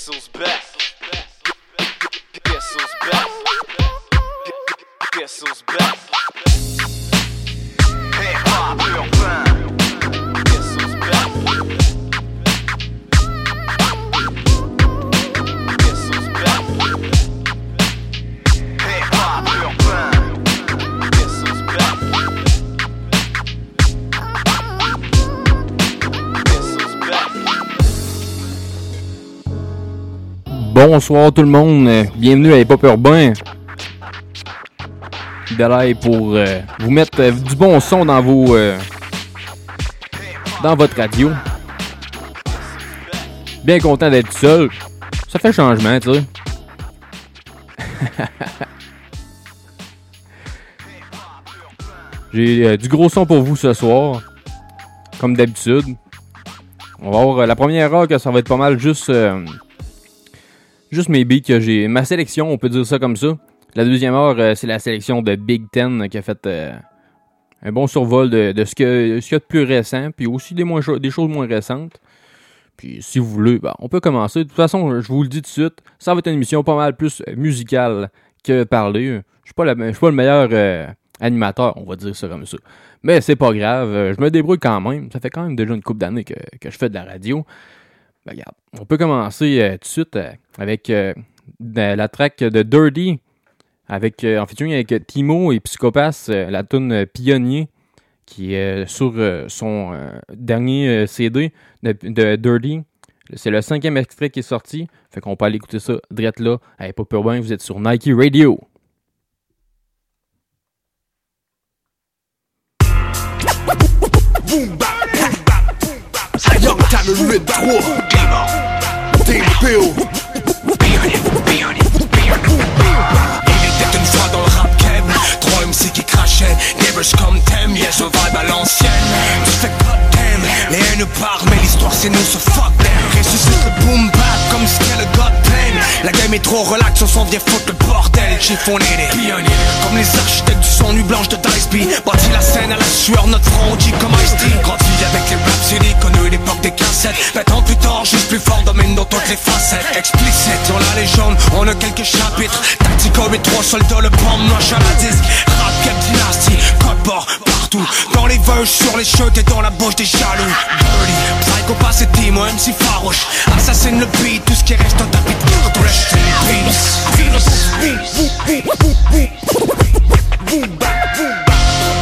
Guess who's back? Guess who's back? Guess who's back? Hip-hop urbain. Guess who's back? Guess who's back? Hip-hop urbain. Guess who's back? Guess who's back? Bonsoir tout le monde, bienvenue à Hip-Hop Urbain. D'aller pour vous mettre du bon son dans votre radio. Bien content d'être seul. Ça fait changement, tu sais. J'ai du gros son pour vous ce soir, comme d'habitude. On va voir la première heure que ça va être pas mal juste mes beats que j'ai. Ma sélection, on peut dire ça comme ça. La deuxième heure, c'est la sélection de Big Ten qui a fait un bon survol de ce qu'il y a de plus récent, puis aussi des choses moins récentes. Puis si vous voulez, on peut commencer. De toute façon, je vous le dis tout de suite, ça va être une émission pas mal plus musicale que parler. Je suis pas le meilleur animateur, on va dire ça comme ça. Mais c'est pas grave, je me débrouille quand même. Ça fait quand même déjà une couple d'années que je fais de la radio. Regarde, on peut commencer tout de suite avec la track de Dirty, en featuring avec Timo et Psychopath, la tune Pionnier, qui est sur son dernier CD de Dirty. C'est le 5e extrait qui est sorti, fait qu'on peut aller écouter ça direct là. À Hip-Hop Urbain, vous êtes sur Nike Radio. Boom bap, boom bap, boom bap. Young Talon 8-3 Team Bill. Il était une fois dans le rap game 3 MC qui crachaient, Gavers comme thème. Yeah, je vibe à l'ancienne. Tu fais goddamn, les haines nous parlent, mais l'histoire c'est nous, so fuck them. Ressuscite le boom bap comme ce qu'est le goddamn. La game est trop relax, on s'en vient foutre le bordel. Chiffonné des pionniers, comme les architectes du son, nuit blanche de Dice B. Bâti la scène à la sueur, notre front dit comme Ice-T. Grandi avec les rap cities, connu l'époque des cassettes. 20 ans plus tard, juste plus fort, domine dans toutes les facettes. Explicite, dans la légende, on a quelques chapitres. Tactico et 3 soldats, le bomb noche à la disque. Rap, cap dynastie, code bord, partout. Dans les veuves, sur les cheveux et dans la bouche des jaloux. Dirty, Psychopath et Timo, MC farouche. Assassine le beat, tout ce qui reste en tapis de cartouche. Rest in peace. Boom bap, boom bap.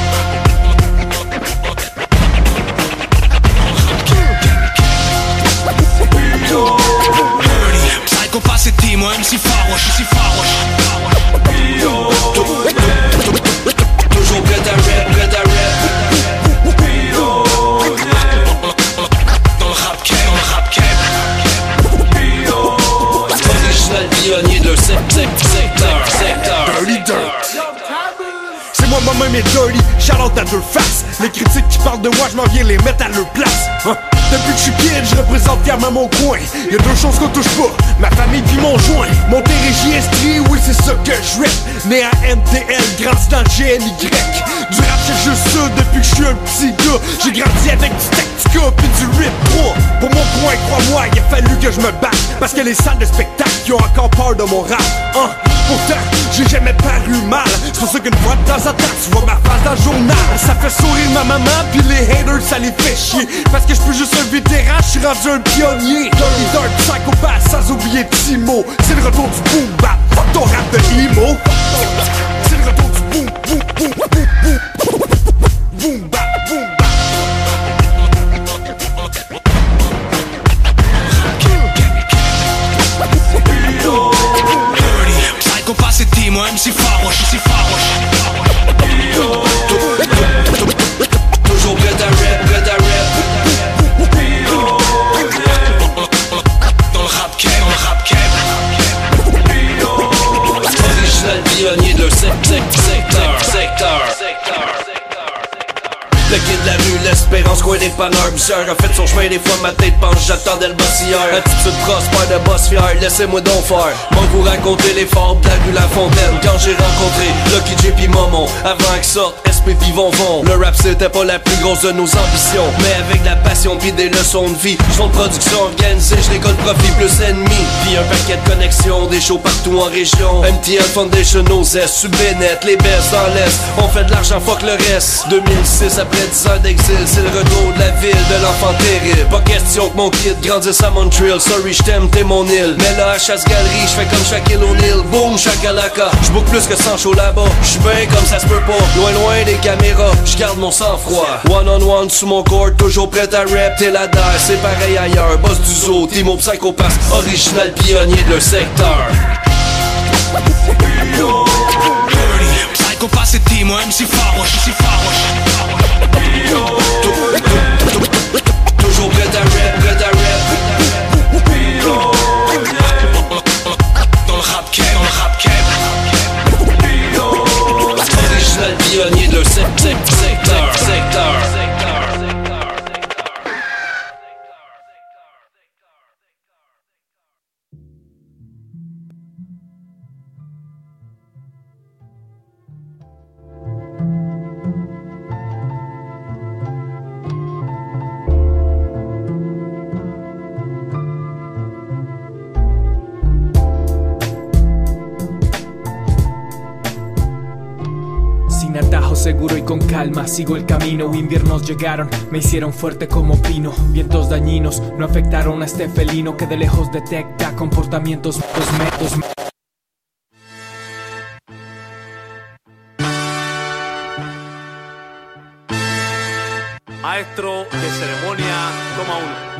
Psychopath et Timo, MC farouche, MC farouche. Toujours prêt à rap, prêt à rap. Dans le rap game, dans le rap game. Original pionnier de secteur. Dirty Dirt. C'est moi-même et Dirty, shout-out à deux faces. Les critiques qui parlent de moi, je m'en viens les mettre à leur place. Depuis que je suis kid, je représente fièrement mon coin. Y'a deux choses qu'on touche pas, ma famille puis mon joint. Mon Estrie, oui c'est ça que je rap. Né à MTL, grandi dans le GNY. Du rap c'est juste ça depuis que je suis un petit gars. J'ai grandi avec du Tactica puis du 8-3. Pour mon coin, crois-moi, il a fallu que je me batte. Parce que les salles de spectacle qui ont encore peur de mon rap. Pourtant, j'ai jamais paru mal. C'est pour ça qu'une fois de temps en temps, tu vois ma face dans le journal. Ça fait sourire ma maman, puis les haters, ça les fait chier. Parce que je suis juste un vétéran, je suis rendu un pionnier. Dirty Dirt, Psychopath, sans oublier Timo. C'est le retour du boom bap, ton rap de emo. C'est le retour du boom, boom, boom, boom, boom. Boom bap, boom bap. Psychopath et Timo, MC farouche, MC farouche. Toujours prêt à rap, prêt à rap. Dans le rap game, dans le rap game. Original pionnier de leur secteur. Le kid de la rue, l'espérance, coin des panneurs. Boucheur a fait son chemin, des fois ma tête penche, j'attendais le boss hier. Attitude prospère de boss fier, laissez-moi donc faire. Moi vous raconter les fables de la rue La Fontaine. Quand j'ai rencontré Lucky J pis Momon, avant que sorte puis vivons vont. Le rap c'était pas la plus grosse de nos ambitions, mais avec de la passion pis des leçons de vie. J'fonds de production organisée, j'récolte profit plus ennemi. Puis un paquet de connexions, des shows partout en région. MTL Foundation, OZES, Subénet, les best dans l'Est. On fait de l'argent, fuck le reste. 2006, après 10 ans d'exil, c'est le retour de la ville de l'enfant terrible. Pas question que mon kid grandisse à Montréal. Sorry, j't'aime, t'es mon île. Mais là, à Chasse-Galerie, j'fais comme Shaquille O'Neal. Boom, chakalaka. J'book plus que 100 shows là-bas. J'suis bien comme ça se peut pas. Loin des caméras, j'garde mon sang-froid. One on one sous mon court, toujours prêt à rap. T'es la dalle, c'est pareil ailleurs. Boss du zoo, Timo Psychopath, original pionnier de leur secteur. Psychopath c'est Timo, MC Farouche, Toujours prêt à rap, dans le rap game, original pionnier de leur secteur. Sin atajo, seguro y con calma sigo el camino. Inviernos llegaron, me hicieron fuerte como pino. Vientos dañinos no afectaron a este felino que de lejos detecta comportamientos métodos. Maestro de ceremonia, toma uno.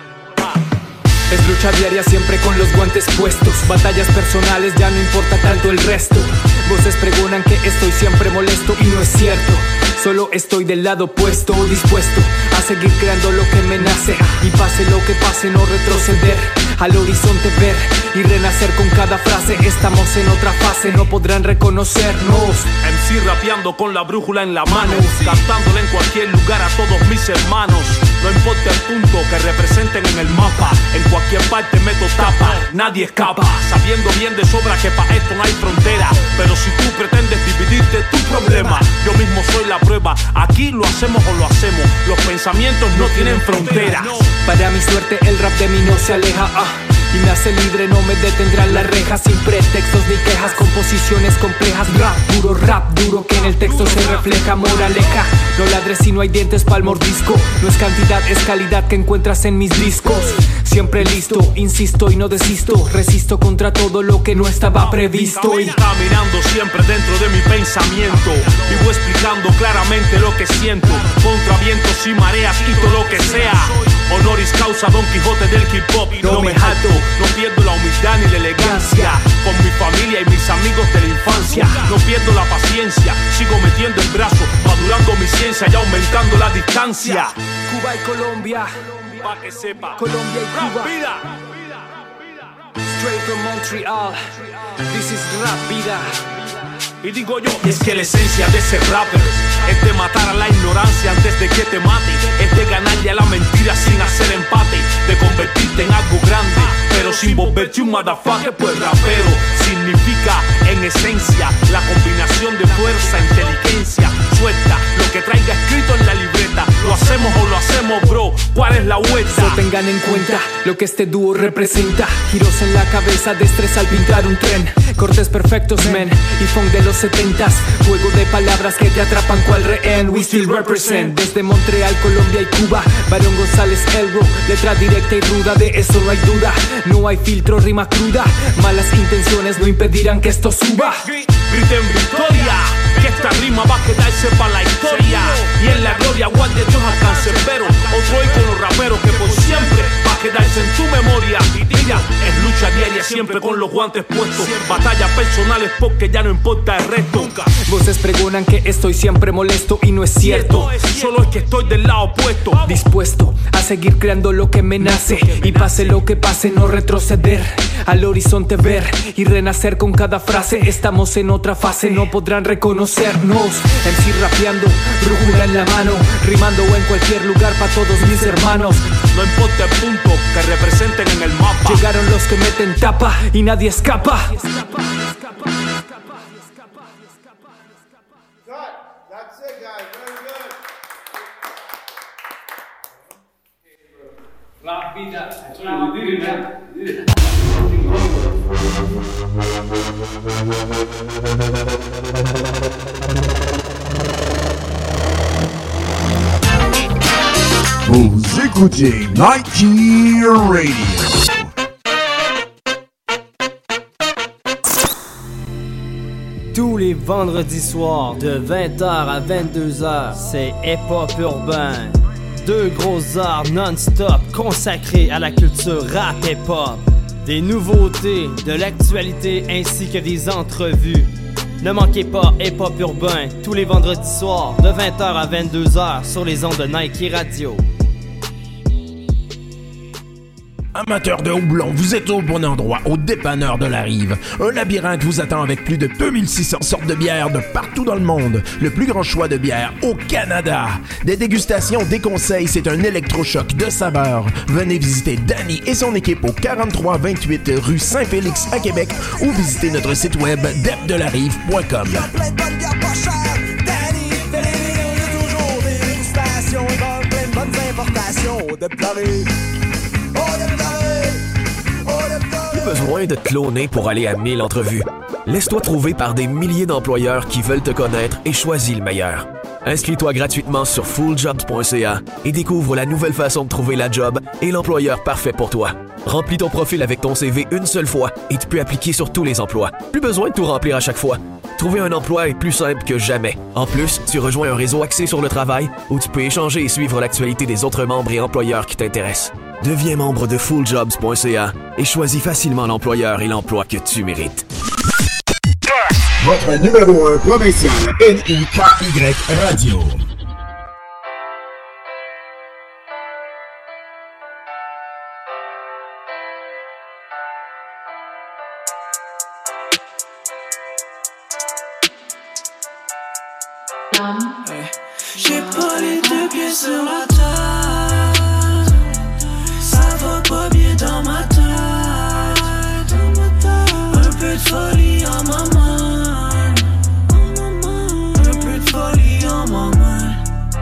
Es lucha diaria siempre con los guantes puestos. Batallas personales, ya no importa tanto el resto. Voces pregonan que estoy siempre molesto y no es cierto. Solo estoy del lado opuesto, dispuesto a seguir creando lo que me nace. Y pase lo que pase, no retroceder. Al horizonte ver y renacer con cada frase. Estamos en otra fase, no podrán reconocernos. MC rapeando con la brújula en la mano, cantándole en cualquier lugar a todos mis hermanos. No importa el punto que representen en el mapa, en cualquier parte meto tapa, nadie escapa. Sabiendo bien de sobra que pa' esto no hay frontera, pero si tú pretendes dividirte, tu problema. Yo mismo soy la prueba, aquí lo hacemos o lo hacemos. Los pensamientos no tienen fronteras. Para mi suerte el rap de mí no se aleja, y me hace libre, no me detendrán las rejas. Sin pretextos ni quejas, composiciones complejas. Rap duro que en el texto se refleja. Moraleja, no ladres si no hay dientes pa'l mordisco. No es cantidad, es calidad que encuentras en mis discos. Siempre listo, insisto y no desisto. Resisto contra todo lo que no estaba previsto. Y caminando siempre dentro de mi pensamiento, vivo explicando claramente lo que siento. Contra vientos y mareas quito lo que sea. Honoris causa Don Quijote del hip hop. No me jalto, no pierdo la humildad ni la elegancia. Con mi familia y mis amigos de la infancia, no pierdo la paciencia. Sigo metiendo el brazo, madurando mi ciencia y aumentando la distancia. Cuba y Colombia, Pa' que sepa, Colombia y Cuba. Rap Vida. Straight from Montreal, this is Rap Vida. Y digo yo, es que la esencia de ser rapper es de matar a la ignorancia antes de que te mate. Es de ganarle a la mentira sin hacer empate. De convertirte en algo grande, pero sin volverte un motherfucker. Pues rapero significa en esencia la combinación de fuerza, inteligencia. Suelta lo que traiga escrito en la libreta. Lo hacemos o lo hacemos, bro, ¿cuál es la vuelta? So tengan en cuenta lo que este dúo representa. Giros en la cabeza, destreza al pintar un tren. Cortes perfectos, men, y funk de los 70s. Juego de palabras que te atrapan cual rehén. We still represent. Desde Montreal, Colombia y Cuba. Barón González, Elro. Letra directa y ruda, de eso no hay duda. No hay filtro, rima cruda. Malas intenciones no impedirán que esto suba. Griten victoria, que esta rima va a quedarse para la historia. Y en la gloria guarde Dios al cancerbero. Otro ícono rapero que por siempre va a quedarse en tu memoria. Y mira, es lucha diaria siempre con los guantes puestos. Batallas personales porque ya no importa el resto. Voces pregonan que estoy siempre molesto y no es cierto. Solo es que estoy del lado opuesto. Dispuesto a seguir creando lo que me nace. Y pase lo que pase, no retroceder. Al horizonte ver y renacer con cada frase. Estamos en otra fase, no podrán reconocernos. MC rapeando, brújula en la mano. Rimando o en cualquier lugar para todos mis hermanos. No importa el punto que representen en el mapa. Llegaron los que meten tapa y nadie escapa. Cut. That's Vous écoutez Nike Radio. Tous les vendredis soirs de 20h à 22h, c'est Hip Hop Urbain. 2 grosses heures non-stop consacrées à la culture rap hip-hop. Des nouveautés, de l'actualité ainsi que des entrevues. Ne manquez pas Hip Hop Urbain tous les vendredis soirs de 20h à 22h sur les ondes de Nike Radio. Amateurs de houblon, vous êtes au bon endroit, au dépanneur de la Rive. Un labyrinthe vous attend avec plus de 2600 sortes de bières de partout dans le monde. Le plus grand choix de bières au Canada. Des dégustations, des conseils, c'est un électrochoc de saveurs. Venez visiter Danny et son équipe au 4328 rue Saint-Félix à Québec ou visitez notre site web depdelarive.com. Plus besoin de te cloner pour aller à 1000 entrevues. Laisse-toi trouver par des milliers d'employeurs qui veulent te connaître et choisis le meilleur. Inscris-toi gratuitement sur fulljobs.ca et découvre la nouvelle façon de trouver la job et l'employeur parfait pour toi. Remplis ton profil avec ton CV une seule fois et tu peux appliquer sur tous les emplois. Plus besoin de tout remplir à chaque fois. Trouver un emploi est plus simple que jamais. En plus, tu rejoins un réseau axé sur le travail où tu peux échanger et suivre l'actualité des autres membres et employeurs qui t'intéressent. Deviens membre de fulljobs.ca et choisis facilement l'employeur et l'emploi que tu mérites. Votre numéro 1 provincial NIKY Radio. J'ai pas les 2 pieds sur la table. Ça va pas bien dans ma tête. Un peu de folie en ma main. Un peu de folie en ma main.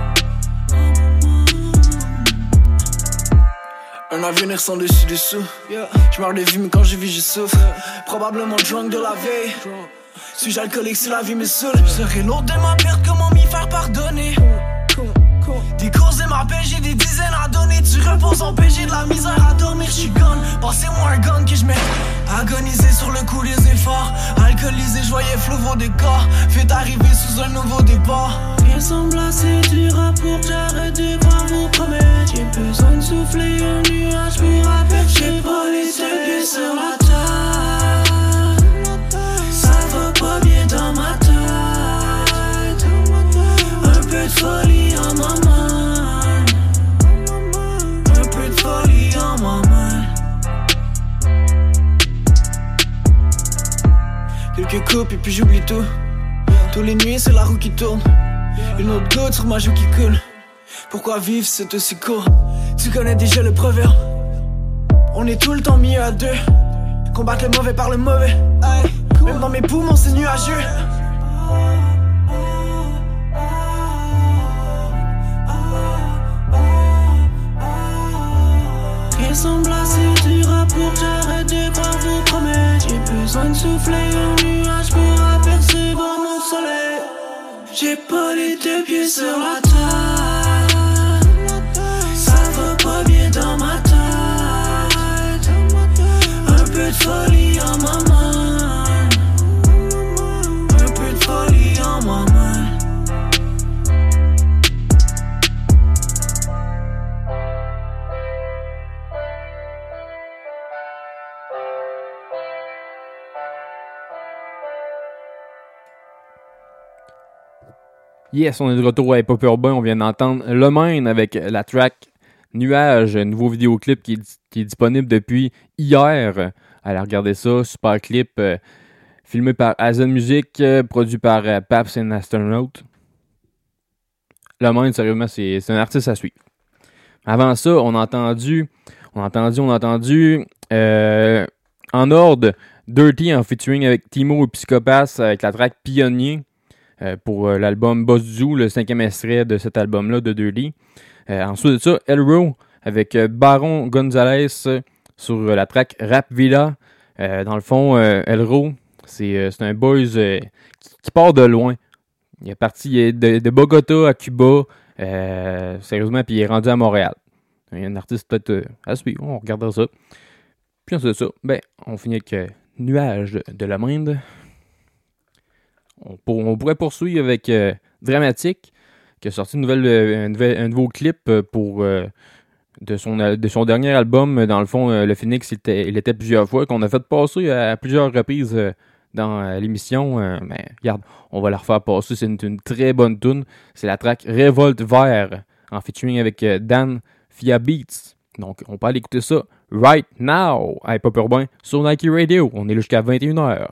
Un avenir sans dessus-dessous. Je meurs de vie mais quand je vis je souffre. Probablement drunk de la veille. Suis-je alcoolique si la vie me saoule? Je serai l'autre de ma perte, comment m'y faire pardonner? Des courses de ma paix, j'ai des dizaines à donner. Tu reposes en paix, j'ai de la misère à dormir, j'suis gone. Passez-moi un gun que j'mets. Agonisé sur le coup des efforts. Alcoolisé, j'voyais flou au décor. Fait arriver sous un nouveau départ. Rien semble assez dur pour que j'arrête de croire vous promettre. J'ai besoin de souffler un nuage pour apercevoir. J'ai pas les 2 pieds sur la table. Pas bien dans ma tête. Un peu de folie en ma main. Un peu de folie en ma main. Quelques coupes et puis j'oublie tout. Tous les nuits c'est la roue qui tourne. Une autre goutte sur ma joue qui coule. Pourquoi vivre c'est aussi court? Tu connais déjà le proverbe. On est tout le temps mieux à deux. Combattre le mauvais par le mauvais. Hey. Même dans mes poumons c'est nuageux. Rien semble assez dur pour que j'arrête de croire vous promettre. J'ai besoin de souffler un nuage pour apercevoir mon soleil. J'ai pas les 2 pieds sur la table. Ça va pas bien dans ma tête. Un peu de folie en ma main. Yes, on est de retour à Hip Hop Urbain. On vient d'entendre Le Maine avec la track Nuage, nouveau vidéoclip qui est disponible depuis hier. Allez regarder ça, super clip. Filmé par Azen Music, produit par Paps and Astronaut. Le Maine, sérieusement, c'est un artiste à suivre. Avant ça, on a entendu en ordre Dirty en featuring avec Timo et Psychopath avec la track Pionnier. pour l'album Boss Zoo, le 5e extrait de cet album-là de Dirty. Ensuite de ça, Elro avec Baron Gonzalez sur la track Rap Villa. Dans le fond, Elro, c'est un boys qui part de loin. Il est parti de Bogota à Cuba, sérieusement, puis il est rendu à Montréal. Il y a un artiste peut-être à suivre, on regardera ça. Puis ensuite de ça, on finit avec Nuage de la Minde. On pourrait poursuivre avec Dramatique, qui a sorti un nouveau clip pour de son dernier album. Dans le fond, le Phoenix, il était plusieurs fois, qu'on a fait passer à plusieurs reprises dans l'émission. Mais regarde, on va la refaire passer. C'est une très bonne tune. C'est la track Révolte Vert, en featuring avec Dan Fia Beats. Donc, on peut aller écouter ça right now à Hip-Hop Urbain sur Nike Radio. On est là jusqu'à 21h.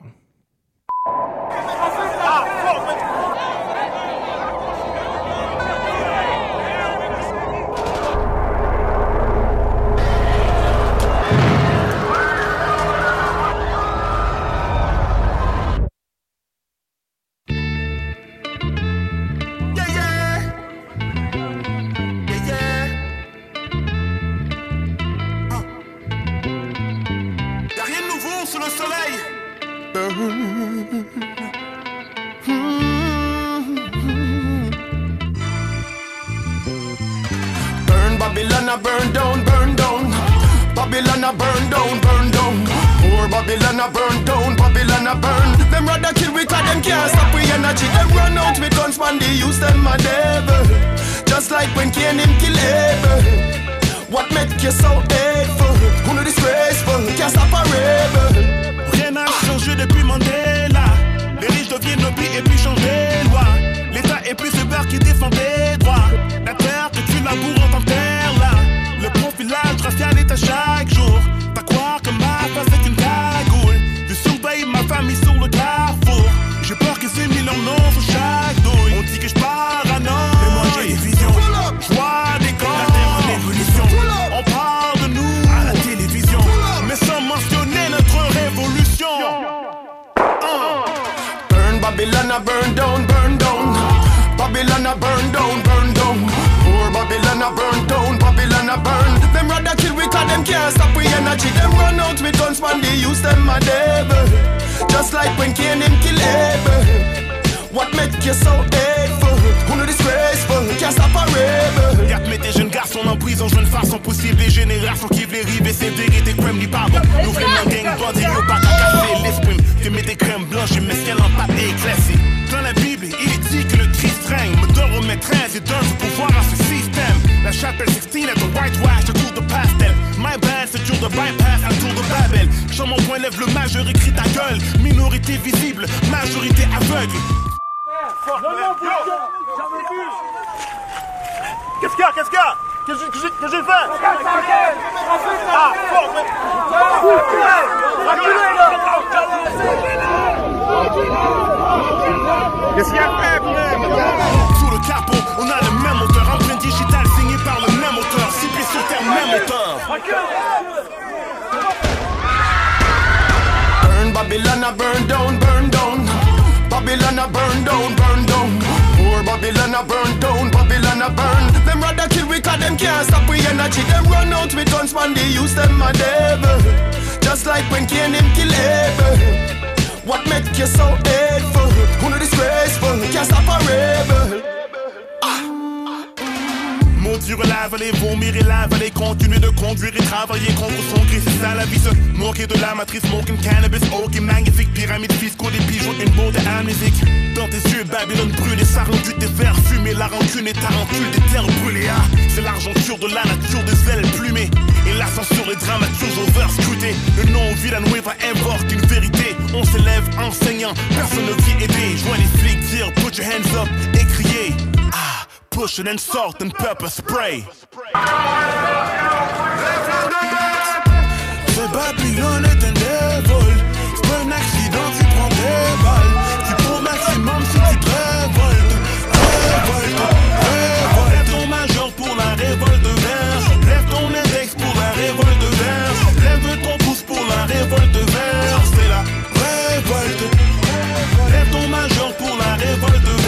Burn down, burn down. Babylon a burn down, burn down. Poor Babylon a burn down, Babylon a burn. Them rather kill we cause them can't stop we energy. Them run out with guns man, they use them a devil. Just like when Cain him kill Abel. What make you so hateful? Who no disgraceful, can't stop a rebel. Rien n'a changé depuis Mandela. Les riches deviennent nobles et puis changent les lois. L'État est plus sévère qui défend des droits. La terre que tu laboures en tant que terre là. Le profilage racial est à chaque jour. T'as quoi que ma face est une cagoule. Je surveille ma famille sur le carrefour. J'ai peur qu'ils aient mis leur nom sur chaque douille. On dit que je paranoïe. Mais moi j'ai des visions. Je vois des corps. La terre en évolution. On parle de nous à la télévision. Mais sans mentionner notre révolution. Burn Babylon a burn down, burn down. Babylon a burn down, burn down. Poor Babylon a burn down, Babylon a burn. Them rather kill we cause them can't stop we energy. Them run out with guns man, they use them a devil. Just like when Cain him kill Abel. What make you so hateful? Who no disgraceful, can't stop a rebel. Garde mes des jeunes garçons en prison, jeunes façons possibles. Des générations qui veulent river, c'est vérité, crème ni pardon. Nous vraiment gang bandit, yo pas qu'à casser l'esprit. Fumer des crèmes blanches et mesquelles en pâte et éclaircies. Dans la Bible, il est dit que le Christ règne. Me donne au maîtresse et donne du pouvoir à ce système. La chapelle 16 est un whitewash, un tour de pastel. My bad, c'est dur de bypass, un tour de Babel. Sur mon point lève le majeur, écrit ta gueule. Minorité visible, majorité aveugle. Qu'est-ce qu'il y a? Qu'est-ce qu'il y a? Que j'ai fait? Ah, qu'est-ce qu'il y a? Sous le capot, on a le même moteur. Empreinte digitale signée par le même auteur. 6 pieds sur terre, même auteur. Burn Babylon a burn down, burn down. Babylon a burn down, burn down. Poor Babylon a burn down, Babylon a burn. Them rather kill we cause them can't stop we energy. Them run out with guns man, they use them a devil. Just like when Cain him kill Abel. What make you so hateful? Who no disgraceful, can't stop a rebel. Maudire l'avaler, vomir et l'avaler. Continuer de conduire et travailler contre son gré. C'est ça la vie, se moquer de la matrice. Smoking cannabis, ok, magnifique. Pyramide fiscaux, des pigeons, une beauté amnésique. Dans tes yeux, Babylone brûlée. Ça rendu tes verres fumés. La rancune et tarentule des terres brûlées. Ah, c'est l'argenture de la nature des ailes plumées. Et la censure des dramaturges overscrutés. Le nom Villa Nueva invoque une vérité. On s'élève enseignant, personne ne vient aider. Joins les flics dire put your hands up et crier. Ah, push and salt and pepper spray. Ce Babylone est un devil. C'est pas un accident, tu prends des balles. Tu prends au maximum si tu te révoltes. Lève ton majeur pour la révolte verte. Lève ton index pour la révolte verte. Lève ton pouce pour la révolte verte. C'est la révolte. Lève ton majeur pour la révolte verte.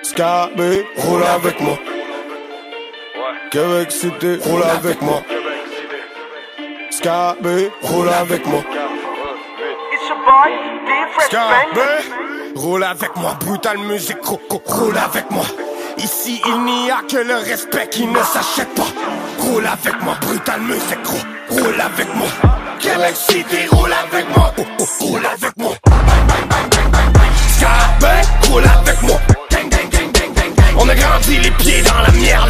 Scabé, roule avec moi. Québec City, roule avec moi. Scabé, roule avec moi. Scabé, roule avec moi. Brutal musique, roule avec moi. Ici il n'y a que le respect qui ne s'achète pas. Roule avec moi, brutal musique, roule avec moi. Québec City, roule avec moi. Roule avec moi. Scabé, roule avec moi. On a grandi les pieds dans la merde.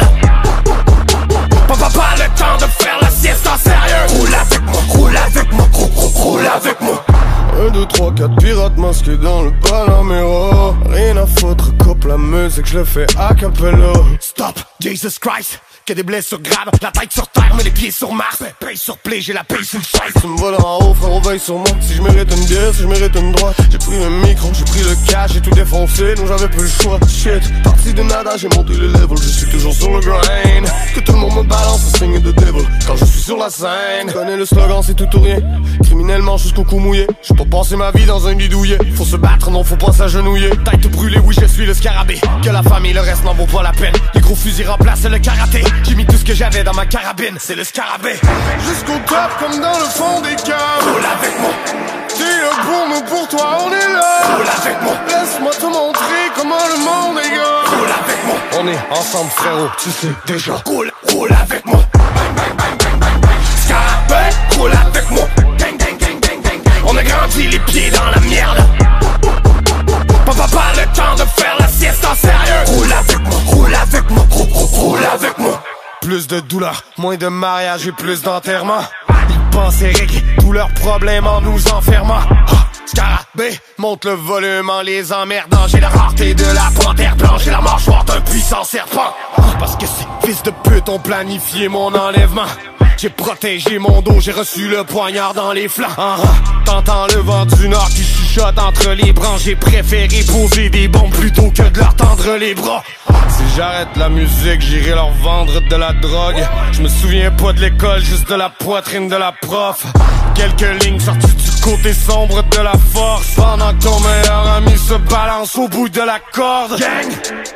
Pas le temps de faire la sieste en sérieux. Roule avec moi, roule avec moi, roule avec moi. 1, 2, 3, 4 pirates masqués dans le Panamera. Rien à foutre, coupe la musique, je le fais a cappella. Stop, Jesus Christ, que des blessures graves. La tête sur terre, mais les pieds sur Mars. Paye sur play, j'ai la paye sur le chaise. Tu me vois d'en haut, frérot, veille sur moi. Si je mérite une bière, si je mérite une droite. J'ai pris un micro, j'ai pris le cash, j'ai tout défoncé, donc j'avais plus le choix. Shit, parti de nada, j'ai monté le level, je suis toujours sur le grind. Que tout le monde me balance un signe de devil quand je suis sur la scène. Connais le slogan, c'est tout ou rien. Criminellement jusqu'au cou mouillé. J'ai pas passé ma vie dans un lit douillet. Faut se battre, non faut pas s'agenouiller. Tête brûlée, oui je suis le scarabée. Que la famille, le reste n'en vaut pas la peine. Les gros fusils remplacent le karaté. J'ai mis tout ce que j'avais dans ma carabine, c'est le scarabée. Jusqu'au top comme dans le fond des caves. Roule avec moi. T'es là pour nous, pour toi on est là. Roule avec moi. Laisse-moi te montrer comment le monde est gars. Roule avec moi. On est ensemble frérot, tu sais déjà. Roule avec moi. Scarabée, roule avec moi. On a grandi les pieds dans la merde. Pas le temps de faire la sieste en sérieux. Roule avec moi, roule avec moi, roule avec moi. Plus de douleur, moins de mariage et plus d'enterrement. Ils pensaient régler tous leurs problèmes en nous enfermant. Scarabée, monte le volume en les emmerdant. J'ai la rareté de la panthère blanche et la mâchoire d'un puissant serpent. Parce que ces fils de pute ont planifié mon enlèvement. J'ai protégé mon dos, j'ai reçu le poignard dans les flancs. T'entends le vent du nord qui chuchote entre les branches. J'ai préféré poser des bombes plutôt que de leur tendre les bras. Si j'arrête la musique, j'irai leur vendre de la drogue. Je me souviens pas de l'école, juste de la poitrine de la prof. Quelques lignes sorties du côté sombre de la force. Pendant que ton meilleur ami se balance au bout de la corde. Gang!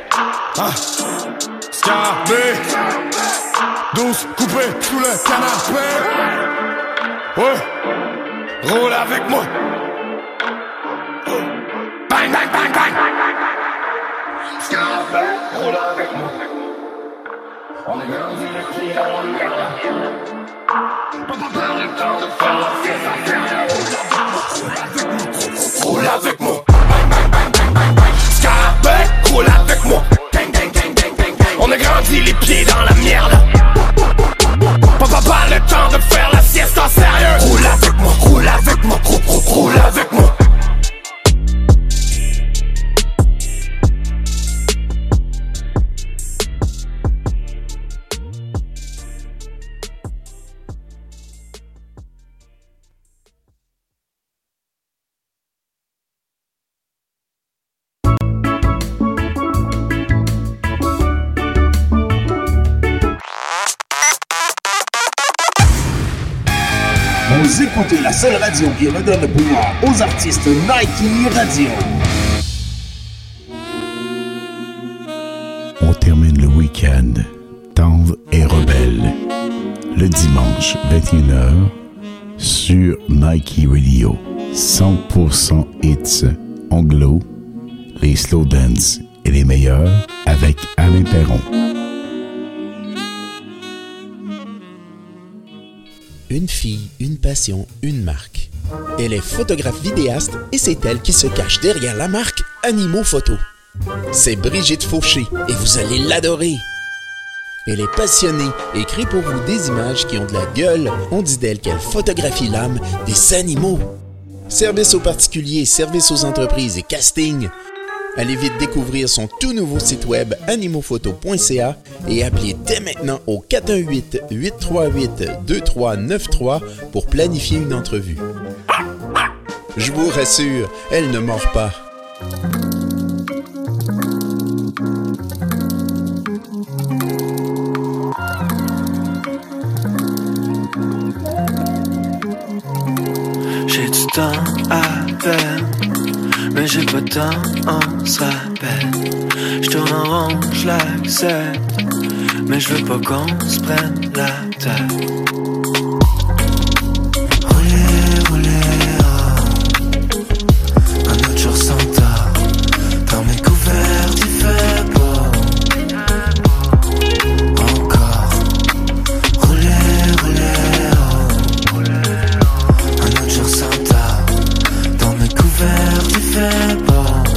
Scabé! 12 coupés sous le canapé. Ouais, roule avec moi. Bang, bang, bang, bang. Scabé, roule avec moi. On est grandi les pieds dans la merde. Pas le temps de faire la fiesta. Roule avec moi. Bang, bang, bang, bang, bang, bang. Scabé, roule avec moi. Gang, gang, gang, gang, gang, gang. On a grandi les pieds dans la merde. Pas le temps de faire la sieste en sérieux. Roule avec moi, roule avec moi, roule avec moi. Vous écoutez la seule radio qui redonne le pouvoir aux artistes Nike Radio. On termine le week-end tendre et rebelle. Le dimanche 21h sur Nike Radio. 100% hits anglo, les slow dance et les meilleurs avec Alain Perron. Une fille, une passion, une marque. Elle est photographe vidéaste et c'est elle qui se cache derrière la marque Animaux Photo. C'est Brigitte Fauché et vous allez l'adorer. Elle est passionnée et crée pour vous des images qui ont de la gueule. On dit d'elle qu'elle photographie l'âme des animaux. Service aux particuliers, service aux entreprises et casting. Allez vite découvrir son tout nouveau site web animauxphoto.ca et appelez dès maintenant au 418-838-2393 pour planifier une entrevue. Je vous rassure, elle ne mord pas. J'ai du temps à peine, mais j'ai pas de temps, on se rappelle. J'tourne en rond, j'l'accepte, mais je veux pas qu'on se prenne la tête. Rouler, rouler, oh. Un autre jour sans tard. Dans mes couverts, il fait beau. Encore. Rouler, rouler, oh. Un autre jour sans tard. Dans mes couverts, il fait beau.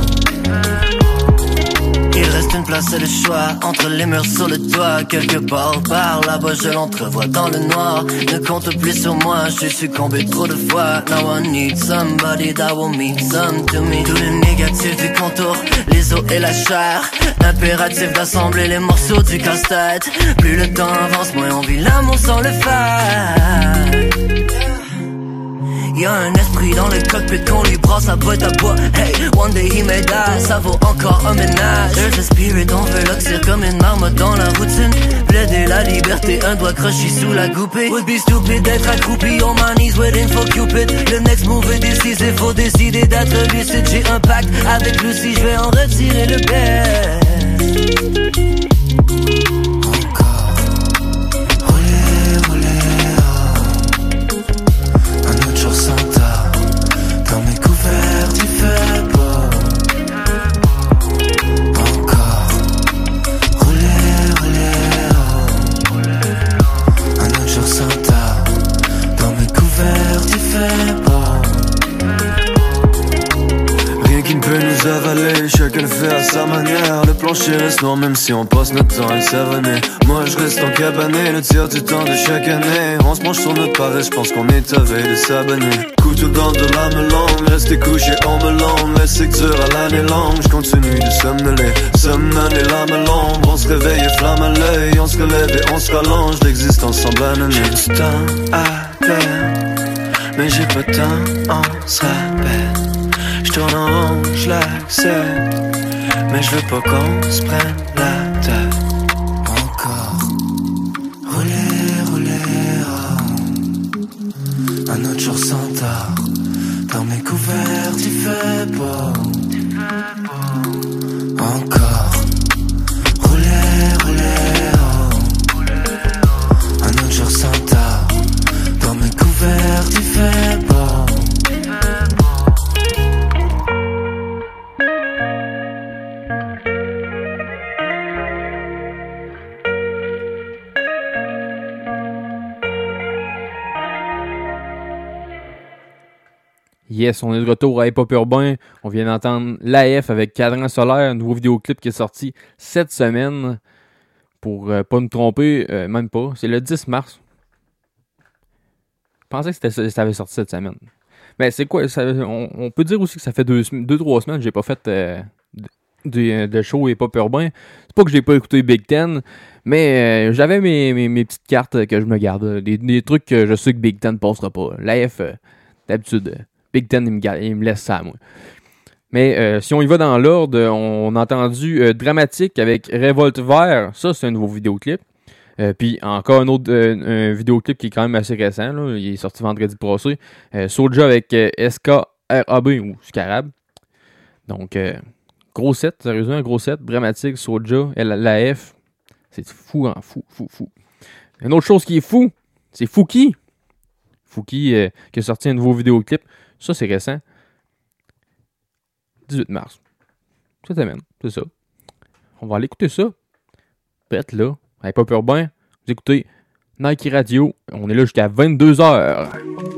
Il reste une place et le choix entre les murs sur le toit. Quelque part par là-bas je l'entrevois dans le noir. Ne compte plus sur moi, j'ai succombé trop de fois. Now I need somebody that will mean some to me. Tout le négatif du contour, les os et la chair. Impératif d'assembler les morceaux du casse-tête. Plus le temps avance, moins on vit l'amour sans le faire. Y'a un esprit dans le cockpit qu'on lui brasse à boîte à bois. Hey, one day he may die, ça vaut encore un ménage. There's a spirit, on veut l'oxyre comme une marmotte dans la routine. Plaider la liberté, un doigt croché sous la goupille. Would be stupid d'être accroupi on my knees waiting for Cupid. Le next move est décisif, faut décider d'être lucide. J'ai un pacte avec Lucie, je vais en retirer le best. Chacun le fait à sa manière. Le plancher reste noir même si on passe notre temps à le savonner. Moi je reste en cabané, le tiers du temps de chaque année. On se mange sur notre paresse, je pense qu'on est à veille de s'abonner. Couteau dans de la melon, rester couché en melon. Les secteurs à l'année longue, je continue de somnoler. Somnoler l'âme à l'ombre, on se réveille flamme à l'œil. On se relève et on se rallonge, l'existence semble anonyme. J'ai du temps à perdre, mais j'ai pas de temps, on se rappelle. J'tourne en rond, j'l'accepte, mais je veux pas qu'on se prenne la tête. Encore. Rouler, rouler, oh. Un autre jour sans tard. Dans mes couverts, il fait beau. Encore. Rouler, rouler, oh. Un autre jour sans tard. Dans mes couverts, il fait beau. Yes, on est de retour à Hip Hop Urbain. On vient d'entendre l'AF avec Cadran Solaire, un nouveau vidéoclip qui est sorti cette semaine. Pour pas me tromper, même pas, c'est le 10 mars. Je pensais que ça avait sorti cette semaine. Mais c'est quoi, on peut dire aussi que ça fait 2-3 semaines que j'ai pas fait de show Hip Hop Urbain. C'est pas que j'ai pas écouté Big Ten, mais j'avais mes petites cartes que je me garde. Des trucs que je sais que Big Ten passera pas. L'AF, d'habitude... Big Ten, il me laisse ça, moi. Mais si on y va dans l'ordre, on a entendu Dramatique avec Révolte Vert. Ça, c'est un nouveau vidéoclip. Puis encore un autre vidéoclip qui est quand même assez récent. Là. Il est sorti vendredi passé. Soulja avec SKRAB ou Scarab. Donc, gros set, sérieusement, un gros set. Dramatique, Soulja, l'AF. C'est fou, hein? Fou. Une autre chose qui est fou, c'est Fouki. Fouki qui a sorti un nouveau vidéoclip. Ça, c'est récent. 18 mars. Cette semaine, c'est ça. On va aller écouter ça. Prête là. Hip Hop Urbain. Vous écoutez Nike Radio. On est là jusqu'à 22h.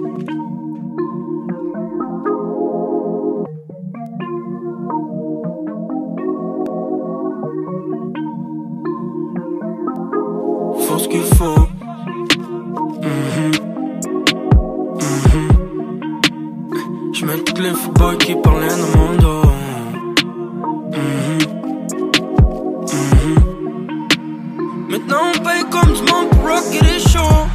Faut ce qu'il faut. J'mets toutes les faux boys qui parlent dans mon dos. Maintenant on paye comme du monde pour rocker des shows.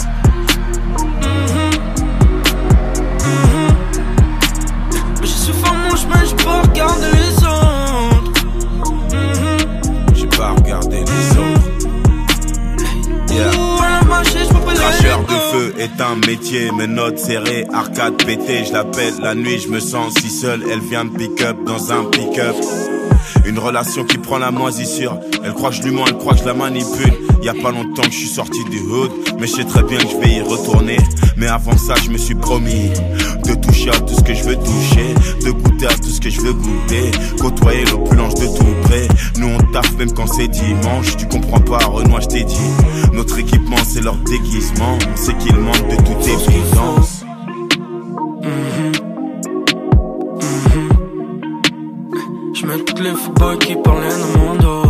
Mais j'ai su faire mon chemin, j'ai pas regardé les autres. J'ai pas regardé les autres. Yeah. Cracheur de feu, éteins métier, mes notes serrées, arcade pété. Je l'appelle la nuit, je me sens si seul. Elle vient me pick up dans un pick-up. Une relation qui prend la moisissure. Elle croit que je lui mens, elle croit que je la manipule. Y a pas longtemps que je suis sorti du hood, mais je sais très bien que je vais y retourner. Mais avant ça je me suis promis de toucher à tout ce que je veux toucher, de goûter à tout ce que je veux goûter, côtoyer l'opulence de tout près. Nous on taffe même quand c'est dimanche. Tu comprends pas Renoir, je t'ai dit. Notre équipement c'est leur déguisement. On sait qu'il manque de toute évidence. J'mets toutes les footballs qui parlaient dans mon dos.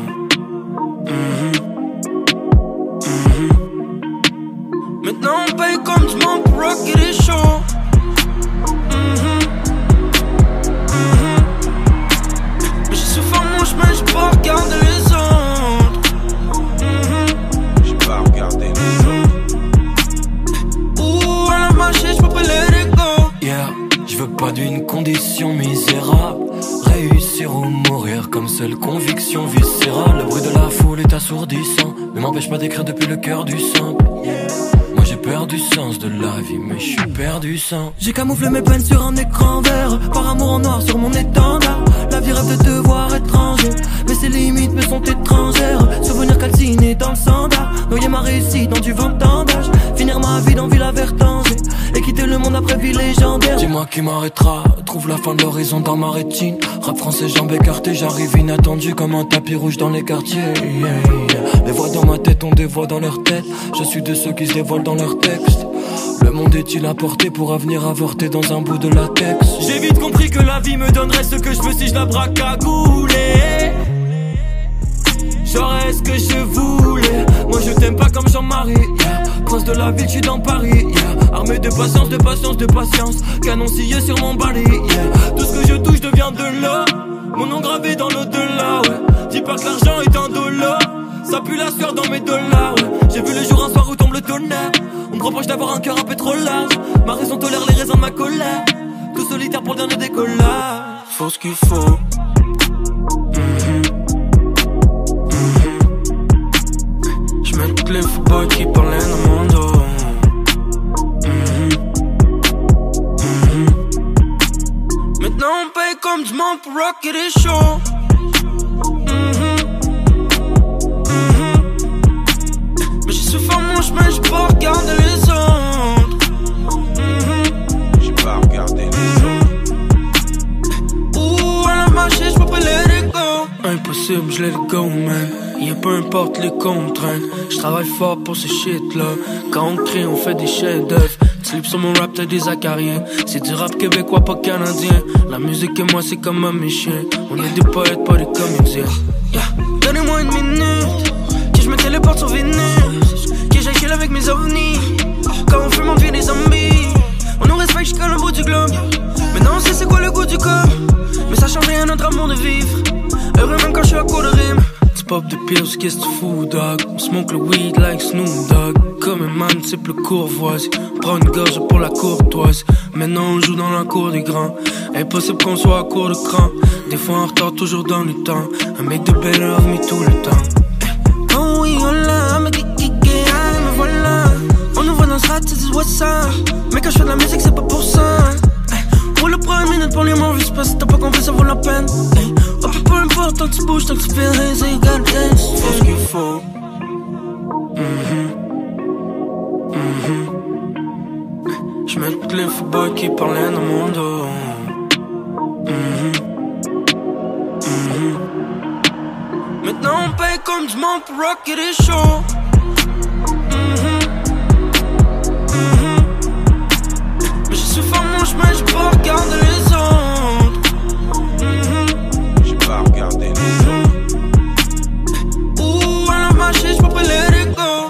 Maintenant on paye comme du monde pour rocker les shows. Mais j'ai souffert mon chemin, j'ai pas regardé les autres. J'ai pas regardé les autres. Ouh, à la marché, j'peux pas let it go. Yeah, j'veux pas d'une condition misérable. Réussir ou mourir comme seule conviction viscérale. Le bruit de la foule est assourdissant, ne m'empêche pas d'écrire depuis le cœur du simple. Moi j'ai perdu sens de la vie, mais je suis perdu sans. J'ai camouflé mes peines sur un écran vert, par amour en noir sur mon étendard. La vie rêve de te voir étranger, mais ses limites me sont étrangères. Souvenir calciné dans le sandal, noyer ma réussite dans du vendangage. Finir ma vie dans Villa Vertanger et quitter le monde après vie légendaire. Dis-moi qui m'arrêtera, trouve la fin de l'horizon dans ma rétine. Rap français, jambes écartées, j'arrive inattendu comme un tapis rouge dans les quartiers. Les voix dans ma tête ont des voix dans leur tête. Je suis de ceux qui se dévoilent dans leurs textes. Le monde est-il apporté pour avenir avorté dans un bout de latex? J'ai vite compris que la vie me donnerait ce que je veux si je la braque à gouler. J'aurais ce que je voulais. Moi je t'aime pas comme Jean-Marie, yeah. Prince de la ville, je suis dans Paris, yeah. Armé de patience, de patience, de patience. Canon scié sur mon balai, yeah. Tout ce que je touche devient de l'or. Mon nom gravé dans l'au-delà, ouais. Dis pas que l'argent est un dollar. Ça pue la sueur dans mes dollars, ouais. J'ai vu le jour un soir où tombe le tonnerre. On me reproche d'avoir un cœur un peu trop large. Ma raison tolère les raisons de ma colère. Tout solitaire pour le dernier décollage. Faut ce qu'il faut. J'mets toutes les footballs qui parlaient dans mon dos. Maintenant on paye comme du monde pour rocker les shows. Mais j'ai souffert mon chemin, j'ai pas regardé les autres. J'ai pas regardé les autres. Ouh, à la marché, j'peux pas let it go. Impossible, je let it go, man. Y'a peu importe les contraintes. J'travaille fort pour ce shit là. Quand on crée, on fait des chefs-d'œuvre. Slip sur mon rap, t'as des acariens. C'est du rap québécois, pas canadien. La musique et moi, c'est comme un mes chiens. On est des poètes, pas des comédiens. Yeah. Donnez-moi une minute, que je me téléporte sur Vénus. Que j'aille chill avec mes ovnis. Quand on fume, on devient des zombies. On nous respecte jusqu'à le bout du globe. Maintenant on sait c'est quoi le goût du corps. Mais ça change rien à notre amour de vivre. Heureux même quand je suis à court de rime. Tu pop de pills, qu'est-ce que tu fous, dog? On smoke le weed like Snoop Dogg. Comme un man, c'est plus courvoisie. Prends une gorge pour la courtoise. Maintenant on joue dans la cour des grands. Impossible qu'on soit à court de cran. Des fois en retard, toujours dans le temps. Un mec de better of me tout le temps. Oh oui, on l'a, me me voilà. On nous voit dans ce rat, c'est du ça. Mais quand je fais de la musique, c'est pas pour ça. Pour le premier minute, pour les mots, je sais pas si t'as pas compris, ça vaut la peine. Oh, peu importe, tant que tu bouges, tant que tu fais raison, got this. Faut ce qu'il faut. J'mets toutes les footballs qui parlaient dans mon dos. Maintenant on paye comme du monde pour rocker les shows. Mais j'ai souffert mon chemin, j'ai pas regardé les autres. J'ai pas regardé les autres. Ouh, à la marché, j'peux pas let it go.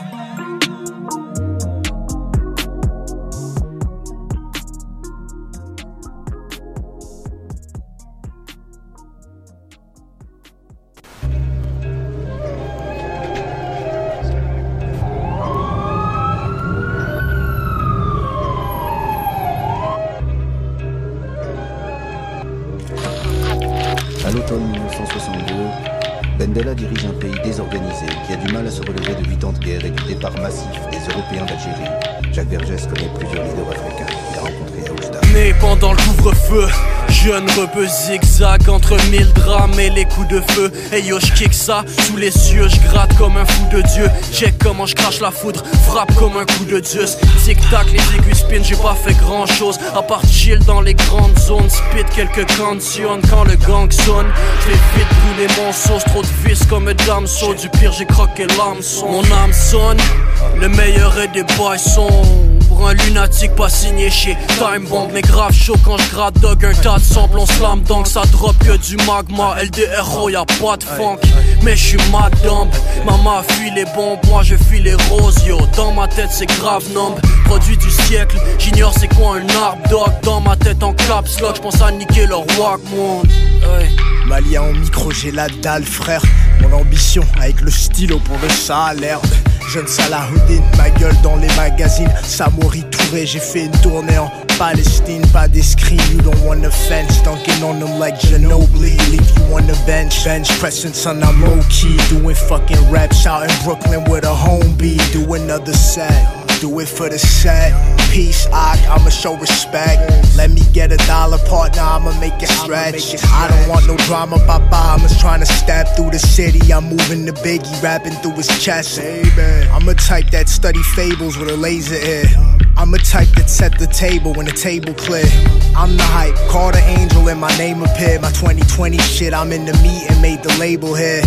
À l'automne 1962, Bendella dirige un pays désorganisé qui a du mal à se relever de 8 ans de guerre et du départ massif des Européens d'Algérie. Jacques Vergès connaît plusieurs leaders africains qu'il a rencontrés à Oujda. Né pendant le couvre-feu, jeune rebeu zigzag entre 1000 drames et les coups de feu. Hey yo, j'kick ça sous les cieux, j'gratte comme un fou de Dieu. Check comment j'crache la foudre, frappe comme un coup de Zeus. Tic-tac, les aiguilles spin, j'ai pas fait grand-chose à part chill dans les grandes zones. Spit quelques cantions quand le gang sonne. J'vais vite brûler mon sauce, trop de vis comme un dameau. Du pire, j'ai croqué l'hameçon. Mon âme sonne, le meilleur est des boys sombres. Un lunatique pas signé chez Time Bomb. Mais grave chaud quand j'gratte dog un tas de sample. On slam donc ça drop que du magma. LDRO y'a pas de funk, mais j'suis mad dumb. Maman fuit les bombes, moi je fuis les roses yo. Dans ma tête c'est grave numb. Produit du siècle, j'ignore c'est quoi un arbre dog. Dans ma tête en caps lock, j'pense à niquer leur Walkman. Malien en micro, j'ai la dalle frère. Mon ambition avec le stylo pour le salaire. Jeune Salahuddin, ma gueule dans les magazines. Samori Touré, j'ai fait une tournée en Palestine. Pas d'escrime, you don't want a fence. Dunking on them like Ginobili. Leave you on the bench. Bench pressing, son, I'm low-key. Doing fucking raps out in Brooklyn with a home beat. Do another set. Do it for the set. Peace, I'ma show respect. Let me get $1 partner, I'ma make it stretch. I don't want no drama, Papa, I'm just trying to step through the city. I'm moving the Biggie, rapping through his chest. I'm a type that study fables with a laser ear. I'm a type that set the table when the table clear. I'm the hype, called an angel and my name appeared. My 2020 shit, I'm in the meet and made the label here.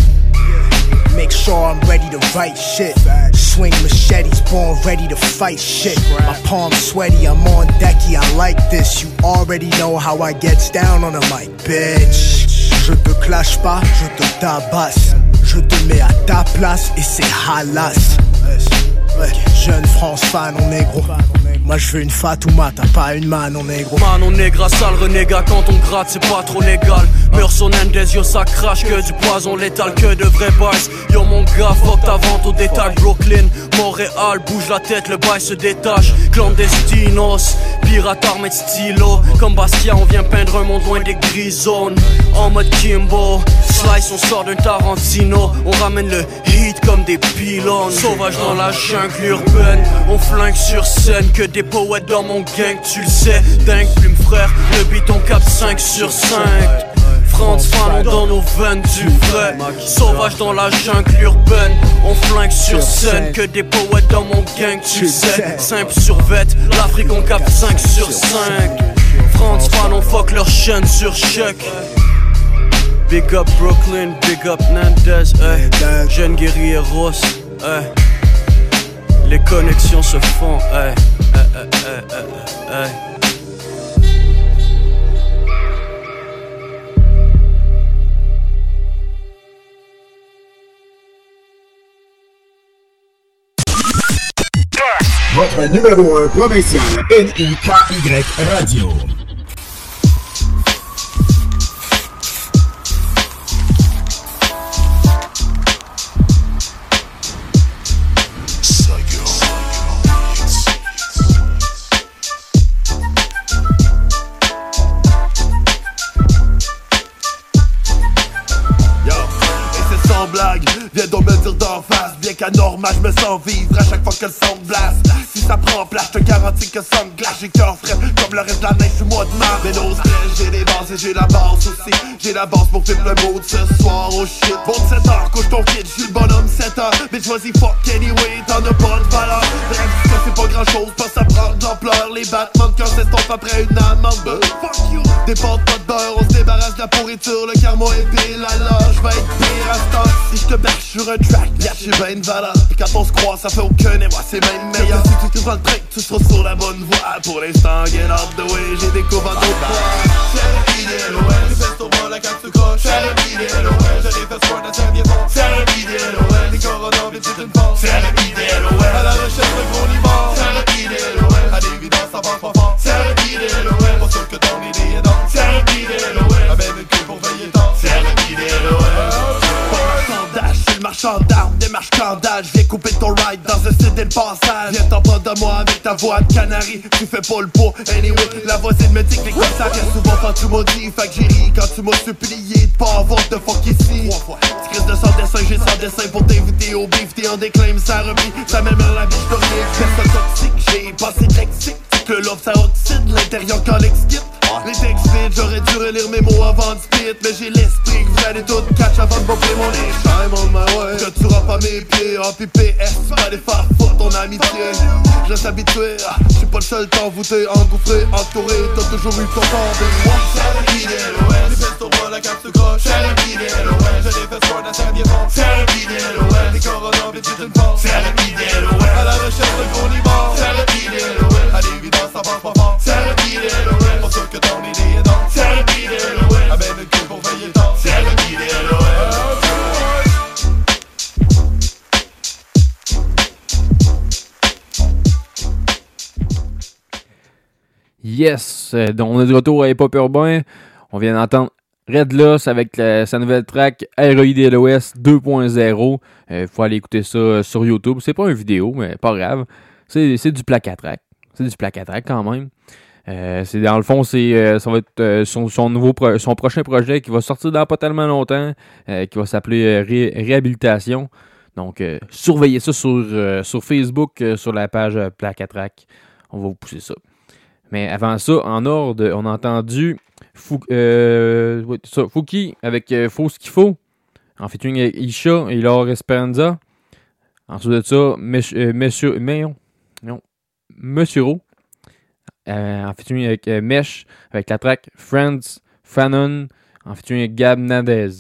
Make sure I'm ready to write shit. Swing machetes, born ready to fight shit. My palms sweaty, I'm on decky, I like this. You already know how I gets down on the mic, bitch. Je te clash pas, je te tabasse. Je te mets à ta place et c'est halas. Jeune France fan, on est gros. Moi je veux une Fatouma, t'as pas une Manon négro. Manon négra, sale renégat, quand on gratte c'est pas trop légal. Meurs Mendes, yo ça crache que du poison létal, que de vrais bails. Yo mon gars, fuck ta vente au détail. Brooklyn, Montréal, bouge la tête, le bail se détache. Clandestinos, pirate armé de stylo. Comme Bastia, on vient peindre un monde loin des grises zones. En mode Kimbo, slice, on sort d'un Tarantino. On ramène le heat comme des pylônes. Sauvage dans la jungle urbaine, on flingue sur scène. Que des poètes dans mon gang, tu le sais. Dingue plume frère, le beat on cap 5 sur 5. France Fanon dans nos veines du vrai. Sauvage dans la jungle urbaine, on flingue sur scène. Que des poètes dans mon gang, tu le sais. Simple sur vête, l'Afrique on cap 5 sur 5. France Fanon fuck leur chaîne sur chèque. Big up Brooklyn, big up Nandez, hey. Jeune guerrieros, hey. Les connexions se font, hey. Hey. Votre numéro 1 provincial, NIKY Radio. Viens donc me dire d'en face, bien qu'à normal je me sens vivre à chaque fois que le son me blasse. Si ça prend place, je te garantis que ça me glace. J'ai cœur frais comme le reste de la neige du mois de mars. Mais nos stress, j'ai des bases et j'ai la base aussi. J'ai la base pour flip le mood ce soir, oh shit. Bon de 7h, couche ton kid, j'suis le bonhomme 7h. Mais choisis fuck anyway, t'en as pas de valeur. Bref, ça c'est pas grand chose, pas ça prend de l'ampleur. Les battements de cœur s'estompent après une amende. Fuck you, des pâtes pas de beurre, on se débarrasse de la pourriture. Le karma est pile alors j'vais être pire à ce temps. Si j'te bâche sur un track, y'a j'ai ben une valeur. Pis quand on se croit, ça fait aucun émoi, c'est même meilleur. Si tu prends le track, tu seras sur la bonne voie. Pour l'instant, get out the way, j'ai découvert d'autres voies. C'est le IDLOL, les fesses au bras, la carte se coche. C'est le IDLOL, j'ai des fesses fortes, la scène vient fort. C'est le IDLOL, les coronas viennent c'est une force. C'est le IDLOL, à la recherche de gros limons. C'est le IDLOL, à l'évidence, ça passe pas fort. C'est le IDLOL, pas sûr que ton idée est dans. C'est le IDLOL, la même queue pour veiller temps. C'est le IDLOL. marchand d'armes, démarche scandale. J'viens couper ton ride dans un CD le passage. Viens t'en prendre de moi avec ta voix de canari. Tu fais pas le pot, anyway. La voisine me dit que les gars ça reste souvent quand tu m'as dit. Fait que j'ai ri quand tu m'as supplié de pas avoir de fuck ici. Tu crises de sans dessin, j'ai sans dessin pour t'inviter au beef. T'es en déclin, mais ça remis, ça m'aime la vie, j'te rien. Personne toxique, j'ai passé de lexique. Que l'offre ça oxyde, l'intérieur quand l'exquite. Les textes vides, j'aurais dû relire mes mots avant de spit. Mais j'ai l'esprit que vous allez tout catch avant de bopper mon lit. I'm on my way, que tu rappes à mes pieds. En PPS, tu vas aller faire foutre ton amitié. Je laisse habitué, j'suis pas le seul t'envoûté. Engouffré, entouré, t'as toujours eu ton temps de moi. C'est le guide l'OS, les fesses au bras, la cape se croche. C'est le guide l'OS, j'ai des fesses fortes à sa vie avant. C'est le guide l'OS, les coronants vite c'est une force. C'est le guide l'OS, à la recherche de gros niveau. C'est le guide l'OS, à l'évidence ça passe pas fort. C'est le guide l'OS, pour sûr que ton idée est dans. C'est le guide l'OS, avec le cul pour veiller le temps. C'est le guide l'OS. Yes! Donc, on est de retour à Hip Hop Urbain. On vient d'entendre Red Loss avec sa nouvelle track REIDLOS 2.0. Faut aller écouter ça sur YouTube. C'est pas une vidéo, mais pas grave. C'est du plaque à track. C'est du plaque à track quand même. C'est dans le fond, ça va être son prochain projet qui va sortir dans pas tellement longtemps, qui va s'appeler Réhabilitation. Donc, surveillez ça sur Facebook, sur la page Plaque à track. On va vous pousser ça. Mais avant ça, en ordre, on a entendu Fouki avec Faut ce qu'il faut, en featuring avec Isha et Laure Esperanza. Ensuite de ça, Monsieur Ro, en featuring avec Mesh, avec la track Friends Fanon, en featuring avec Gab Nadez.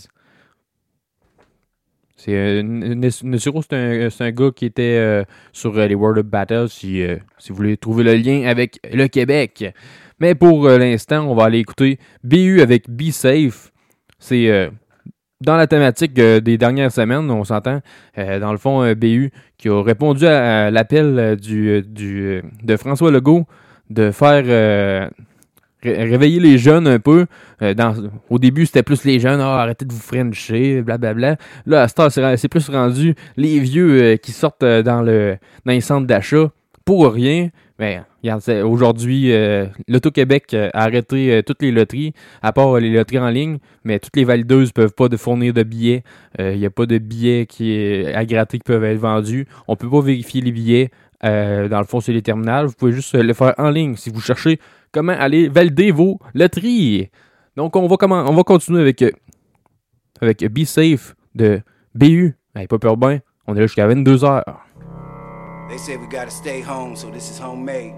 Nesuro, c'est un gars qui était sur les World of Battle, si vous voulez trouver le lien avec le Québec. Mais pour l'instant, on va aller écouter BU avec Be Safe. C'est dans la thématique des dernières semaines, on s'entend. Dans le fond, BU qui a répondu à l'appel de François Legault de faire... réveiller les jeunes un peu. Au début, c'était plus les jeunes, arrêtez de vous frencher, blablabla. Là, à cette heure, c'est plus rendu les vieux qui sortent dans les centres d'achat pour rien. Mais regarde, aujourd'hui, l'Auto-Québec a arrêté toutes les loteries, à part les loteries en ligne, mais toutes les valideuses ne peuvent pas fournir de billets. Il n'y a pas de billets à gratter qui peuvent être vendus. On ne peut pas vérifier les billets. Dans le fond, c'est les terminales. Vous pouvez juste le faire en ligne si vous cherchez comment aller valider vos loteries. Donc, on va continuer avec Be Safe de BU. Hey, Hip Hop Urbain, on est là jusqu'à 22h. They say we gotta stay home, so this is homemade.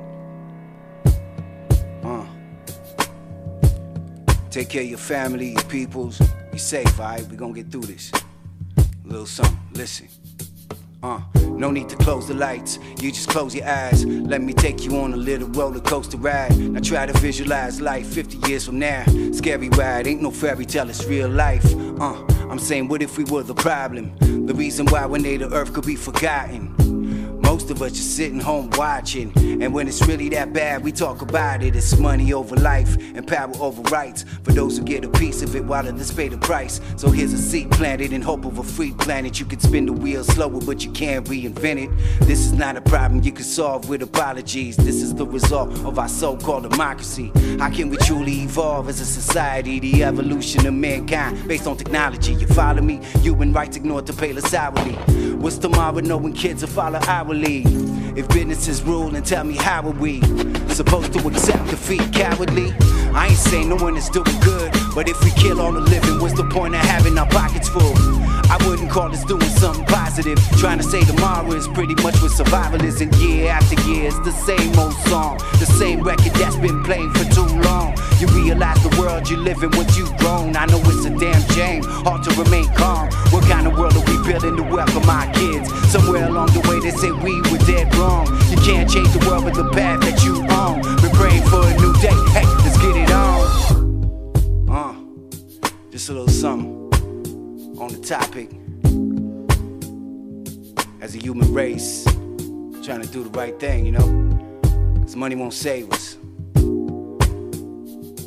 Take care of your family, your peoples. Be safe, alright? We gonna get through this. A little something, listen. No need to close the lights, you just close your eyes. Let me take you on a little roller coaster ride. Now try to visualize life 50 years from now. Scary ride, ain't no fairy tale, it's real life. I'm saying, what if we were the problem? The reason why one day the earth could be forgotten. Most of us just sitting home watching. And when it's really that bad, we talk about it. It's money over life and power over rights. For those who get a piece of it while others pay the price. So here's a seed planted in hope of a free planet. You can spin the wheel slower, but you can't reinvent it. This is not a problem you can solve with apologies. This is the result of our so-called democracy. How can we truly evolve as a society? The evolution of mankind based on technology. You follow me? Human rights ignored to pay less hourly. What's tomorrow knowing kids will follow our lead? If businesses rule, then tell me how are we supposed to accept defeat cowardly? I ain't saying no one is doing good, but if we kill all the living, what's the point of having our pockets full? I wouldn't call this doing something positive. Trying to say tomorrow is pretty much what survival is. And year after year, it's the same old song, the same record that's been playing for too long. You realize the world you live in once you've grown. I know it's a damn shame, hard to remain calm. What kind of world are we building to welcome our kids? Somewhere along the way they say we were dead wrong. You can't change the world with the path that you own. Been praying for a new day, hey, let's get it on. Just a little something on the topic. As a human race, trying to do the right thing, you know? 'Cause money won't save us.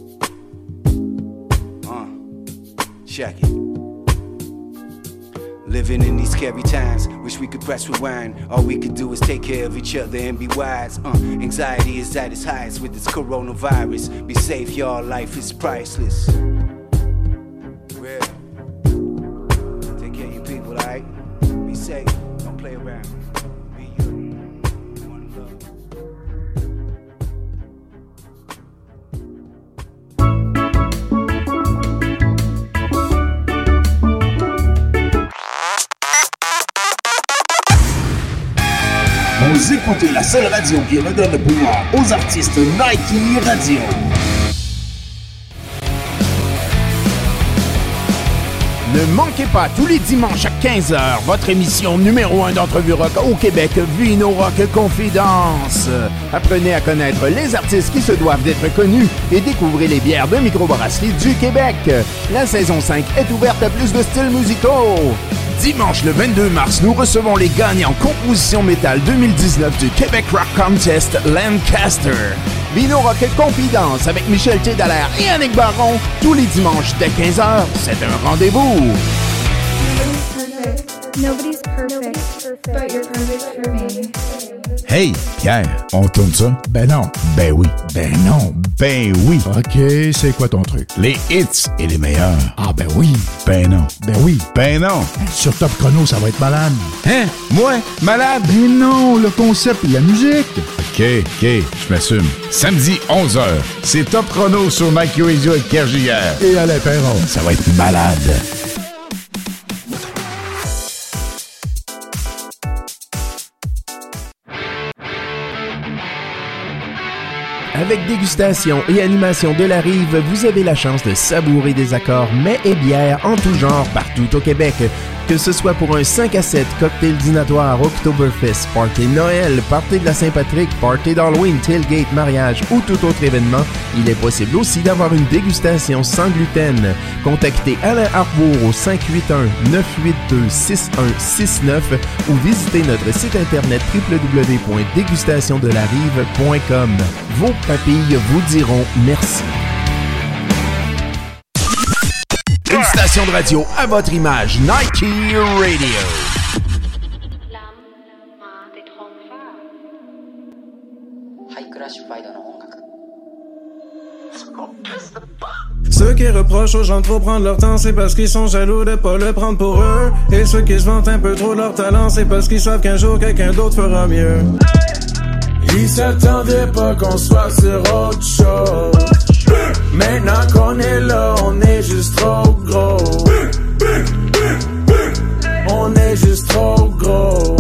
Check it. Living in these scary times, wish we could press rewind. All we could do is take care of each other and be wise. Anxiety is at its highest with this coronavirus. Be safe, y'all, life is priceless. Real. Take care of your people, alright? Be safe, don't play around. Be you. One love. Vous écoutez la seule radio qui redonne le pouvoir aux artistes, Nike Radio. Ne manquez pas tous les dimanches à 15h votre émission numéro 1 d'entrevue rock au Québec, Vino Rock Confidence. Apprenez à connaître les artistes qui se doivent d'être connus et découvrez les bières de microbrasserie du Québec. La saison 5 est ouverte à plus de styles musicaux. Dimanche le 22 mars, nous recevons les gagnants composition métal 2019 du Québec Rock Contest Lancaster. Vino Rock Confidence avec Michel Tédallaire et Annick Baron, tous les dimanches dès 15h. C'est un rendez-vous. Nobody's perfect, but you're perfect for me. Hey, Pierre, on tourne ça? Ben non. Ben oui. Ben non. Ben oui. OK, c'est quoi ton truc? Les hits et les meilleurs. Ah ben oui. Ben non. Ben oui. Ben non. Sur Top Chrono, ça va être malade. Hein? Moi? Malade? Ben non, le concept et la musique. OK, je m'assume. Samedi, 11h, c'est Top Chrono sur Nike Radio avec Pierre Giguère. Et Alain Perron. Ça va être malade. Avec dégustation et animation de la rive, vous avez la chance de savourer des accords mets et bières en tout genre partout au Québec. Que ce soit pour un 5 à 7, cocktail dînatoire, Oktoberfest, party Noël, party de la Saint-Patrick, party d'Halloween, tailgate, mariage ou tout autre événement, il est possible aussi d'avoir une dégustation sans gluten. Contactez Alain Harbour au 581-982-6169 ou visitez notre site internet www.dégustationdelarive.com. Vos papilles vous diront merci. Une station de radio à votre image, Nike Radio. Ceux qui reprochent aux gens de trop prendre leur temps, c'est parce qu'ils sont jaloux de pas le prendre pour eux. Et ceux qui se vantent un peu trop leur talent, c'est parce qu'ils savent qu'un jour quelqu'un d'autre fera mieux. Ils s'attendaient pas qu'on soit sur autre chose. Maintenant qu'on est là, on est juste trop gros. On est juste trop gros.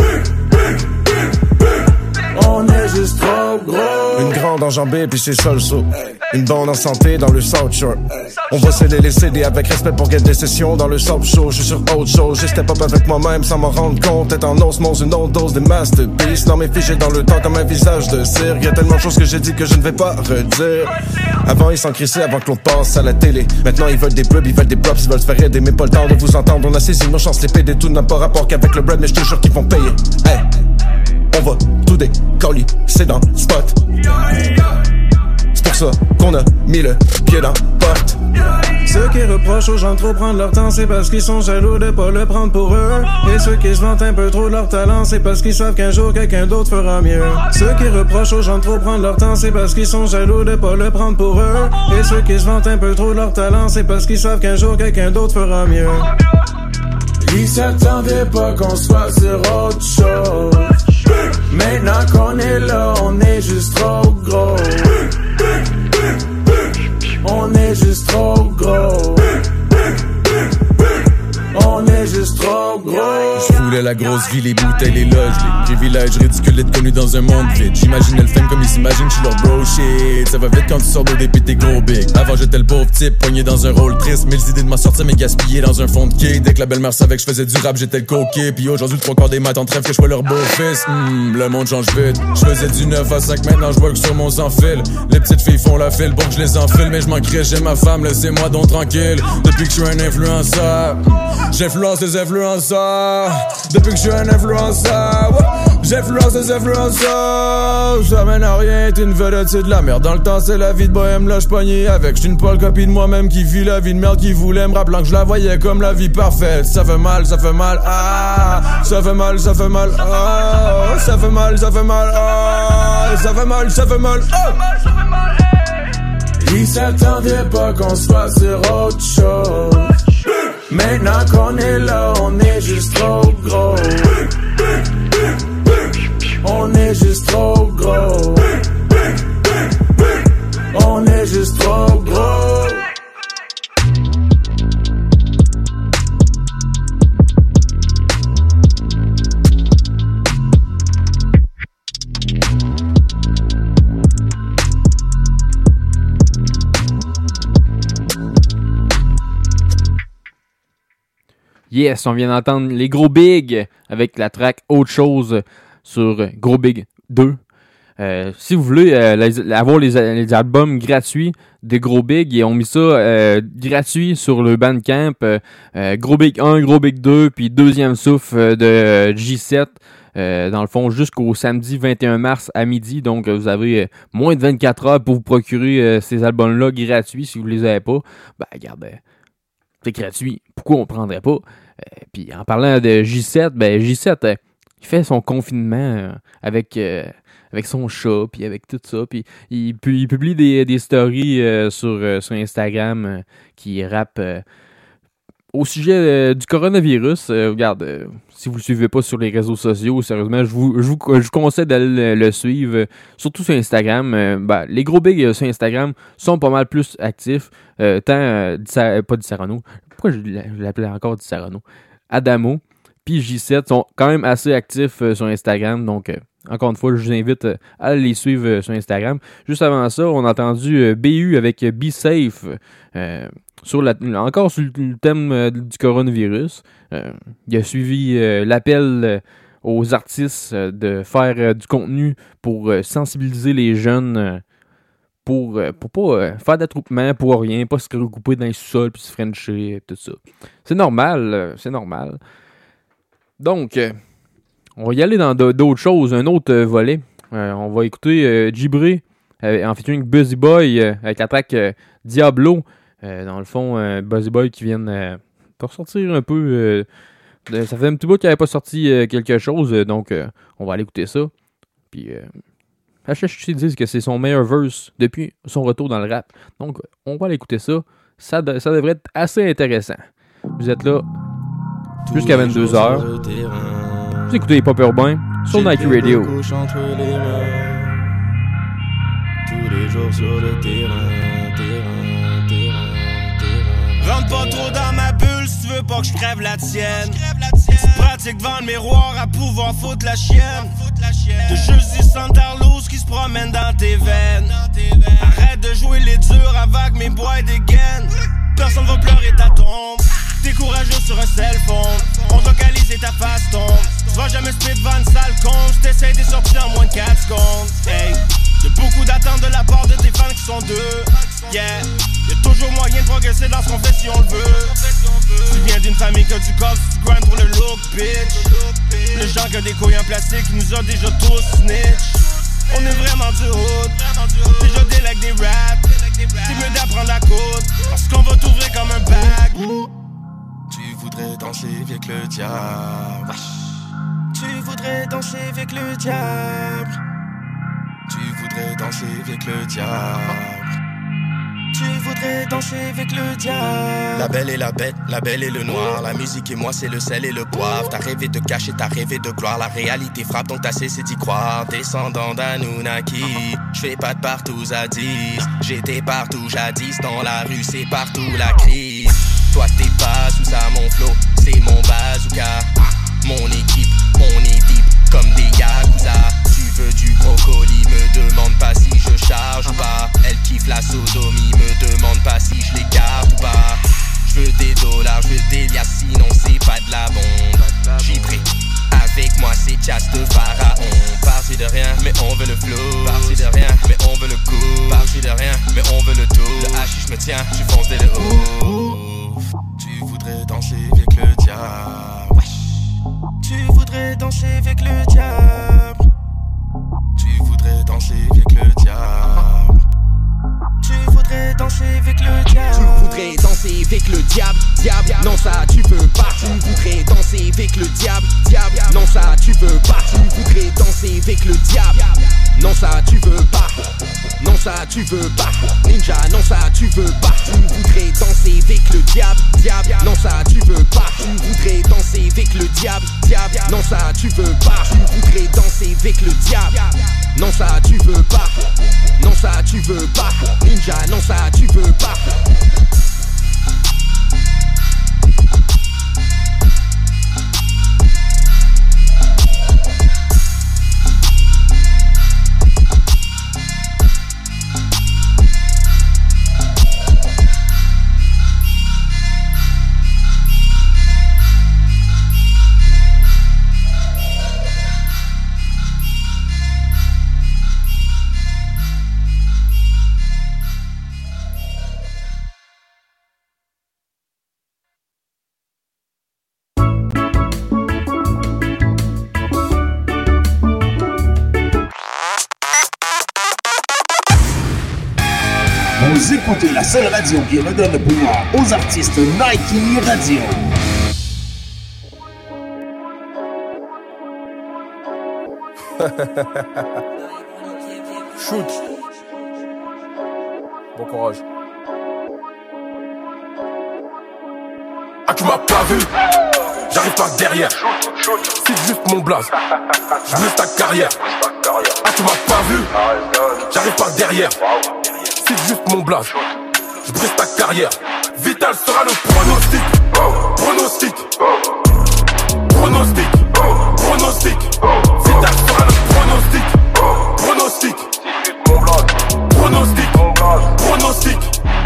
On est juste trop gros. Une grande enjambée puis c'est ça le saut. Une bande en santé dans le South Shore. On va sceller les CD avec respect pour get des sessions dans le South Show. Je suis sur autre chose, j'ai step up avec moi-même sans m'en rendre compte. Être en osmose, une autre dose de masterpiece. Non mais figé dans le temps comme un visage de cire. Y'a tellement de choses que j'ai dit que je ne vais pas redire. Avant ils s'en crissaient avant que l'on passe à la télé. Maintenant ils veulent des pubs, ils veulent des props, ils veulent se faire aider. Mais pas le temps de vous entendre, on a saisi nos chances. Les PD tout n'a pas rapport qu'avec le bread, mais je te jure qu'ils vont payer. Hey, on va tout décoller, c'est dans le spot. C'est pour ça qu'on a mis le pied dans la porte. Ceux qui reprochent aux gens de trop prendre leur temps, c'est parce qu'ils sont jaloux de pas le prendre pour eux. Et ceux qui se vantent un peu trop de leur talent, c'est parce qu'ils savent qu'un jour quelqu'un d'autre fera mieux. Ceux qui reprochent aux gens de trop prendre leur temps, c'est parce qu'ils sont jaloux de pas le prendre pour eux. Et ceux qui se vantent un peu trop de leur talent, c'est parce qu'ils savent qu'un jour quelqu'un d'autre fera mieux. Ils s'attendaient pas qu'on soit sur autre chose. Maintenant qu'on est là, on est juste trop gros. On est juste trop gros. On est juste trop gros. Je voulais la grosse vie, les bouteilles, les loges, les privilèges ridicules d'être connu dans un monde vide. J'imaginais le fame comme ils s'imaginent, j'suis leur bro shit. Ça va vite quand tu sors d'ODP, t'es gros big. Avant j'étais le pauvre type, poigné dans un rôle triste. Mille idées de m'en sortir, mais gaspillé dans un fond de quai. Dès que la belle-mère savait que je faisais du rap, j'étais le coquet. Puis aujourd'hui, le 3/4 des maths en trêve que je sois leur beau-fils. Le monde change vite. Je faisais du 9 à 5, maintenant je vois que sur mon sans-fil. Les petites filles font la file pour que je les enfile. Mais je m'en crée, j'ai ma femme, laissez-moi donc tranquille. Depuis que je suis un influenceur, J'influence les influenceurs. Depuis que je suis un influenceur, j'influence les influenceurs. Ça mène à rien, t'es une vedette, c'est de la merde. Dans le temps, c'est la vie de bohème, là j'pognais avec. J'suis une pâle copie de moi-même qui vit la vie de merde, qui voulait me rappelant que je la voyais comme la vie parfaite. Ça fait mal, ah. Ça fait mal, ah. Ça fait mal, ah. Ça fait mal, ah. Ils s'attendaient pas qu'on soit sur autre chose. Maintenant qu'on est là, on est juste trop gros. On est juste trop gros. On est juste trop gros. Yes, on vient d'entendre les Gros Big avec la track Autre chose sur Gros Big 2. Si vous voulez avoir les albums gratuits de Gros Big, ils ont mis ça gratuit sur le Bandcamp. Gros Big 1, Gros Big 2, puis deuxième souffle de J7. Dans le fond, jusqu'au samedi 21 mars à midi. Donc, vous avez moins de 24 heures pour vous procurer ces albums-là gratuits si vous les avez pas. Ben, regarde, c'est gratuit. Pourquoi on prendrait pas? Puis en parlant de J7, ben J7, il fait son confinement avec son chat, puis avec tout ça. Puis il publie des stories sur Instagram qui rappent au sujet du coronavirus. Regarde, si vous le suivez pas sur les réseaux sociaux, sérieusement, je vous conseille d'aller le suivre, surtout sur Instagram. Les Gros Big sur Instagram sont pas mal plus actifs. Pas Di Serrano. Pourquoi je l'appelais encore Di Serrano? Adamo, puis J7 sont quand même assez actifs sur Instagram. Donc, encore une fois, je vous invite à les suivre sur Instagram. Juste avant ça, on a entendu BU avec Be Safe. Encore sur le thème du coronavirus. Il a suivi l'appel aux artistes de faire du contenu pour sensibiliser les jeunes pour pas faire d'attroupement pour rien, pas se regrouper dans les sous-sols puis se frencher et tout ça. C'est normal, Donc, on va y aller dans d'autres choses, un autre volet. On va écouter Djibré en featuring Busy Boy avec la track Diablo. Dans le fond, Busy Boy qui vient de ressortir un peu. Ça fait un petit bout qu'il n'avait pas sorti quelque chose, donc on va aller écouter ça. Puis HHC disent que c'est son meilleur verse depuis son retour dans le rap. Donc on va aller écouter ça. Ça devrait être assez intéressant. Vous êtes là jusqu'à 22h. Vous écoutez les Pop Urbains sur Nike Radio. Tous les jours sur le terrain. Rentre pas trop dans ma bulle si tu veux pas que je crève la tienne. Tu pratiques devant le miroir à pouvoir foutre la chienne. De juste des Santarlos qui se promènent dans tes veines. Arrête de jouer les durs avant que mes bois dégainent. Personne va pleurer ta tombe. T'es courageux sur un cell phone. On localise et ta face tombe. Tu vas jamais split devant une sale con. J't'essaye des sorties en moins de 4 secondes. Hey, y'a beaucoup d'attentes de la part de tes fans qui sont deux. Yeah, y'a toujours moyen de progresser dans ce qu'on fait si on le veut. Tu viens d'une famille que tu coffres, tu grindes pour le look, bitch. Le genre qui a des couilles en plastique qui nous a déjà tous snitch. On est vraiment du hood, déjà des like des raps. C'est mieux d'apprendre à coudre, parce qu'on va t'ouvrir comme un bac. Tu voudrais danser avec le diable. Tu voudrais danser avec le diable. Tu voudrais danser avec le diable. Tu voudrais danser avec le diable. La belle et la bête, la belle et le noir. La musique et moi c'est le sel et le poivre. T'as rêvé de cacher, t'as rêvé de gloire. La réalité frappe donc t'as cessé d'y croire. Descendant d'Anunnaki, j'fais pas de partout à 10. J'étais partout jadis, dans la rue c'est partout la crise. Toi t'es pas sous ça mon flow, c'est mon bazooka. Mon équipe, on est deep comme des yakuza. Tu veux du brocoli, me demande pas si je charge ou pas. Elle kiffe la sodomie, me demande pas si je l'écarte ou pas. Je veux des dollars, je veux des liasses, sinon c'est pas de la bombe. J'y prie, avec moi c'est chasse de pharaon. Parti de rien, mais on veut le flow. Parti de rien, mais on veut le coup. Parti de rien, mais on veut le tout. Le hashish me tient, je fonce dès le haut. Tu voudrais danser avec le diable. Tu voudrais danser avec le diable. Tu voudrais danser avec le diable. Tu voudrais danser avec le diable. Tu voudrais danser avec le diable, diable. Non ça tu veux pas. Tu voudrais danser avec le diable, diable. Non ça tu veux pas. Tu voudrais danser avec le diable. Non ça tu veux pas. Non ça tu veux pas. Ninja non ça tu veux pas. Tu voudrais danser avec le diable, diable. Non ça tu veux pas. Tu voudrais danser avec le diable, diable. Non ça tu veux pas. Tu voudrais danser avec le diable. Non ça tu veux pas. Non ça tu veux pas. Ninja non ça tu veux pas. Vous écoutez la seule radio qui redonne le pouvoir aux artistes, Nike Radio. Shoot. Bon courage. Ah, tu m'as pas vu, j'arrive pas derrière. C'est juste mon blaze, je brise ta carrière. Ah, tu m'as pas vu, j'arrive pas derrière. C'est juste mon blaze, je brise ta carrière. Vital sera le pronostic. Pronostic. Pronostic. Pronostic. Vital sera le pronostic. Pronostic. Pronostic. Pronostic.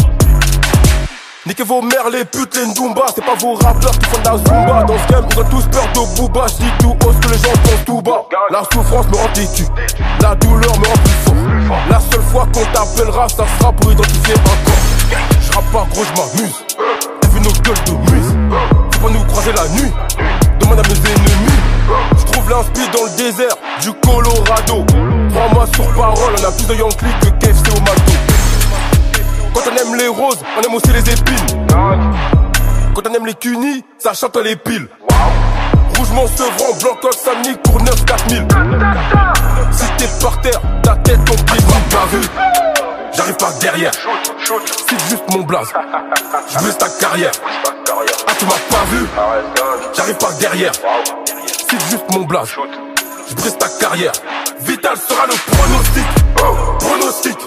Niquez vos mères les putes, les Ndumba. C'est pas vos rappeurs qui font de la Zumba. Dans ce game, ils ont tous peur de Booba. J'dis tout haut ce que les gens pensent tout bas. La souffrance me rend têtu, la douleur me rend plus fort. La seule fois qu'on t'appellera, ça sera pour identifier un corps. J'rappe pas gros, j'm'amuse. T'as vu nos gueules de muse. Faut pas nous croiser la nuit. Demande à mes ennemis. J'trouve l'inspi dans le désert du Colorado. Prends-moi sur parole, on a plus de Yankee que KFC au McDo. Quand on aime les roses, on aime aussi les épines. Quand on aime les cunis, ça chante les piles. Rouge Sevran, blanc col Samni pour 9-4000. Si t'es par terre, ta tête ton pied. Pas vu, j'arrive pas derrière. C'est juste mon blaze, je brise ta carrière. Ah, tu m'as pas vu, j'arrive pas derrière. C'est juste mon blaze, je brise ta carrière. Vital sera le pronostic. Pronostic.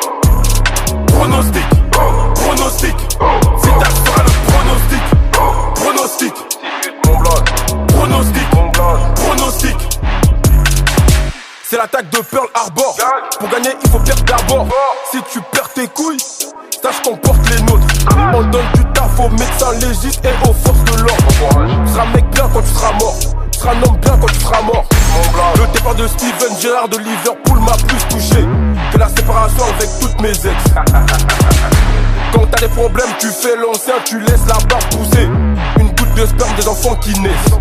Pronostic. Pronostic. Vital sera le pronostic. Pronostic. Pronostic. Pronostic. C'est l'attaque de Pearl Harbor. Pour gagner, il faut perdre d'abord. Si tu perds tes couilles, sache qu'on porte les nôtres. On donne du taf aux médecins légistes et aux forces de l'ordre. Tu seras mec bien quand tu seras mort. Tu seras un homme bien quand tu seras mort. Le départ de Steven Gerrard de Liverpool m'a plus touché que la séparation avec toutes mes ex. Quand t'as des problèmes, tu fais l'ancien, tu laisses la barbe pousser. Une goutte de sperme des enfants qui naissent.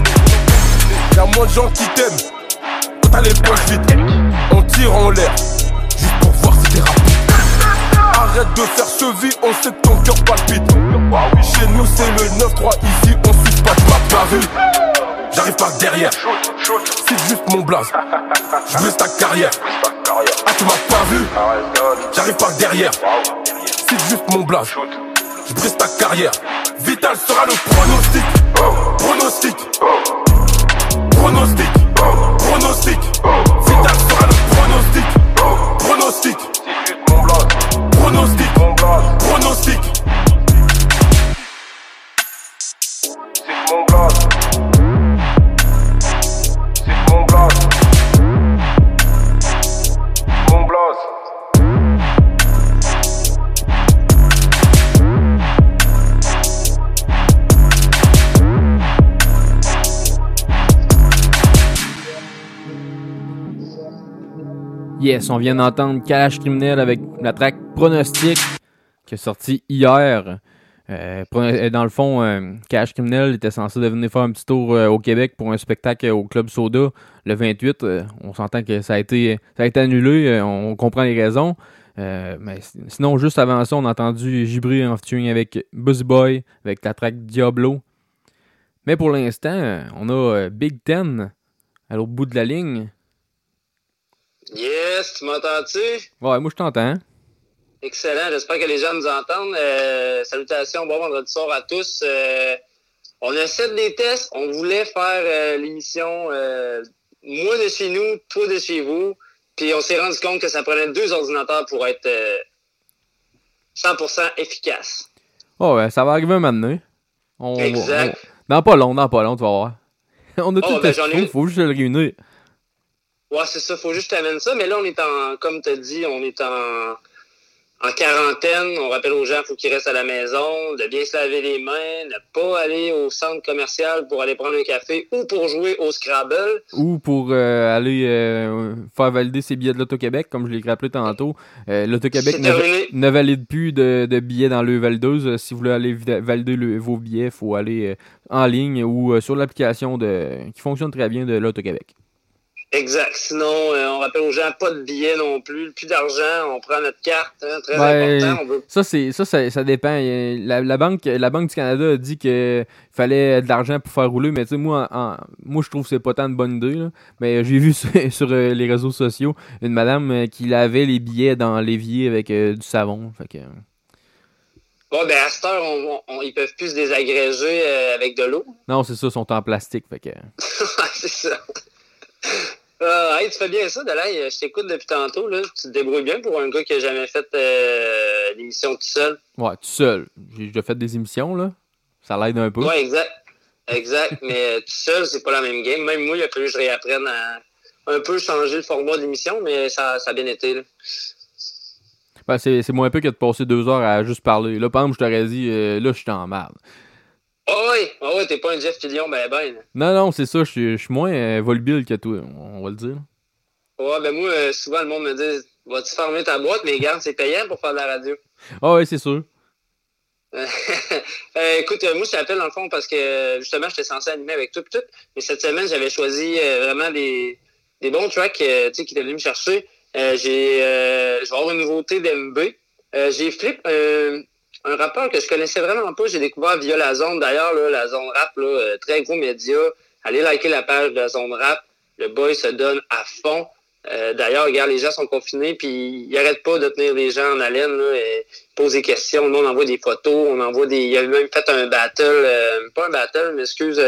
Y'a moins de gens qui t'aiment quand t'as les poches vides. On tire en l'air juste pour voir si t'es rapide. Arrête de faire cheville, on sait que ton cœur palpite. Chez nous c'est le 9-3, ici on suce pas, tu m'as pas vu. J'arrive pas derrière, c'est juste mon blaze, je brise ta carrière. Ah, tu m'as pas vu, j'arrive pas derrière, c'est juste mon blaze, je brise ta carrière. Vital sera le pronostic. Pronostic. Pronostic. Pronostic. Vital sera le pronostic. Pronostic. Pronostic. Pronostic. C'est mon blaze. C'est mon blaze. Mon blaze. Yes, on vient d'entendre Kalash Criminel avec la track Pronostic qui est sortie hier. Dans le fond, Cash Criminel était censé venir faire un petit tour au Québec pour un spectacle au Club Soda le 28. On s'entend que ça a été annulé. On comprend les raisons. Mais sinon, juste avant ça, on a entendu Gibri en featuring avec Buzzy Boy, avec la track Diablo. Mais pour l'instant, on a Big Ten à l'autre bout de la ligne. Yes, tu m'entends-tu? Ouais, moi je t'entends. Excellent, j'espère que les gens nous entendent. Salutations, bon vendredi soir à tous. On a fait des tests, on voulait faire l'émission moi de chez nous, toi de chez vous, puis on s'est rendu compte que ça prenait 2 ordinateurs pour être 100% efficace. Oh ouais, ça va arriver un moment donné. Exact. Dans pas long, tu vas voir. On a tout testé, faut juste le réunir. Ouais, c'est ça, faut juste t'amener ça, mais là on est comme t'as dit, on est en quarantaine. On rappelle aux gens, il faut qu'ils restent à la maison, de bien se laver les mains, ne pas aller au centre commercial pour aller prendre un café ou pour jouer au Scrabble. Ou pour aller faire valider ses billets de l'Auto-Québec, comme je l'ai rappelé tantôt. L'Auto-Québec ne valide plus de billets dans le valideuse. Si vous voulez aller valider vos billets, il faut aller en ligne ou sur l'application qui fonctionne très bien de l'Auto-Québec. Exact. Sinon, on rappelle aux gens, pas de billets non plus, plus d'argent, on prend notre carte, hein, très important. Ça dépend. La Banque du Canada a dit qu'il fallait de l'argent pour faire rouler, mais tu sais, moi, je trouve que c'est pas tant une bonne idée. Là. Mais j'ai vu sur les réseaux sociaux une madame qui lavait les billets dans l'évier avec du savon. Fait que... Bon, ben à cette heure, ils peuvent plus se désagréger avec de l'eau. Non, c'est ça, ils sont en plastique. Fait que... c'est ça. Hey, tu fais bien ça, Dalaï. Je t'écoute depuis tantôt. Là. Tu te débrouilles bien pour un gars qui a jamais fait l'émission tout seul. Ouais, tout seul. J'ai déjà fait des émissions, là. Ça l'aide un peu. Ouais, exact. Mais tout seul, c'est pas la même game. Même moi, il a fallu que je réapprenne à un peu changer le format de l'émission, mais ça a bien été. Là. Ben, c'est moins peu que de passer 2 heures à juste parler. Là, par exemple, je t'aurais dit, là, je suis en merde. Oh oui, t'es pas un Jeff Fillion, ben. Non, c'est ça, je suis moins volubile que toi, on va le dire. Ouais, ben moi, souvent, le monde me dit, vas-tu fermer ta boîte? Mais regarde, c'est payant pour faire de la radio. Ah oui, c'est sûr. Écoute, moi, je t'appelle dans le fond parce que, justement, j'étais censé animer avec toi et tout, mais cette semaine, j'avais choisi vraiment des bons tracks, qui étaient venus me chercher. Je vais avoir une nouveauté d'MB. J'ai flip un rappeur que je connaissais vraiment pas, j'ai découvert via La Zone. D'ailleurs, là, La Zone Rap, là, très gros média. Allez liker la page de La Zone Rap. Le boy se donne à fond. D'ailleurs, regarde, les gens sont confinés, puis ils n'arrêtent pas de tenir les gens en haleine, là, et posent des questions. On envoie des photos, il a même fait un battle, pas un battle, mais excuse,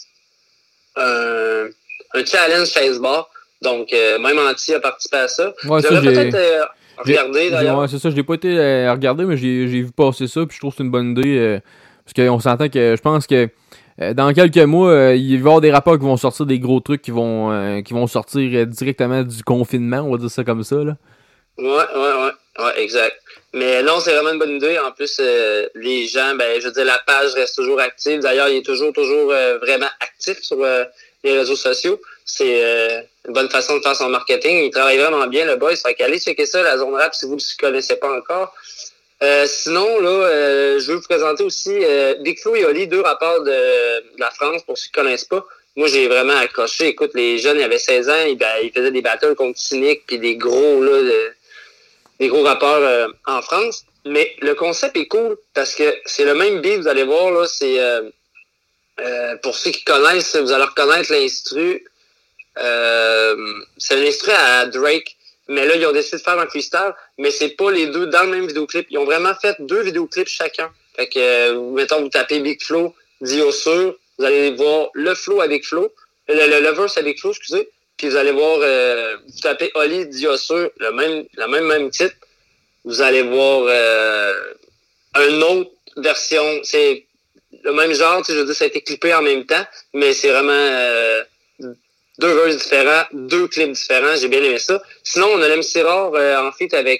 un challenge Facebook. Donc, même Anti a participé à ça. Ouais, ça peut-être regarder, d'ailleurs. Ouais, c'est ça, je l'ai pas été regarder, mais j'ai vu passer ça, puis je trouve que c'est une bonne idée, parce qu'on s'entend que je pense que dans quelques mois, il va y avoir des rapports qui vont sortir des gros trucs qui vont sortir directement du confinement, on va dire ça comme ça, là. Ouais, exact. Mais non, c'est vraiment une bonne idée. En plus, les gens, je veux dire, la page reste toujours active. D'ailleurs, il est toujours vraiment actif sur les réseaux sociaux. C'est une bonne façon de faire son marketing. Il travaille vraiment bien, le boy. Ça fait qu'allez checker ça, La Zone Rap, si vous ne le connaissez pas encore. Sinon, là, je veux vous présenter aussi Big Flo et Oli, 2 rappeurs de la France, pour ceux qui ne connaissent pas. Moi, j'ai vraiment accroché. Écoute, les jeunes, ils avaient 16 ans, ils faisaient des battles contre Cynic, puis des gros, là, des gros rappeurs en France. Mais le concept est cool, parce que c'est le même beat, vous allez voir, là, c'est... pour ceux qui connaissent, vous allez reconnaître l'instru. C'est un instru à Drake. Mais là, ils ont décidé de faire un freestyle, mais c'est pas les deux dans le même vidéoclip. Ils ont vraiment fait 2 vidéoclips chacun. Fait que, mettons, vous tapez Big Flo, Diosur, vous allez voir le flow avec Flo, le verse avec Flo, excusez, puis vous allez voir, vous tapez Oli, Diosur, la même titre, vous allez voir une autre version, c'est le même genre, je veux dire, ça a été clippé en même temps, mais c'est vraiment 2 verses différents, 2 clips différents, j'ai bien aimé ça. Sinon, on a l'MC Rare en feat avec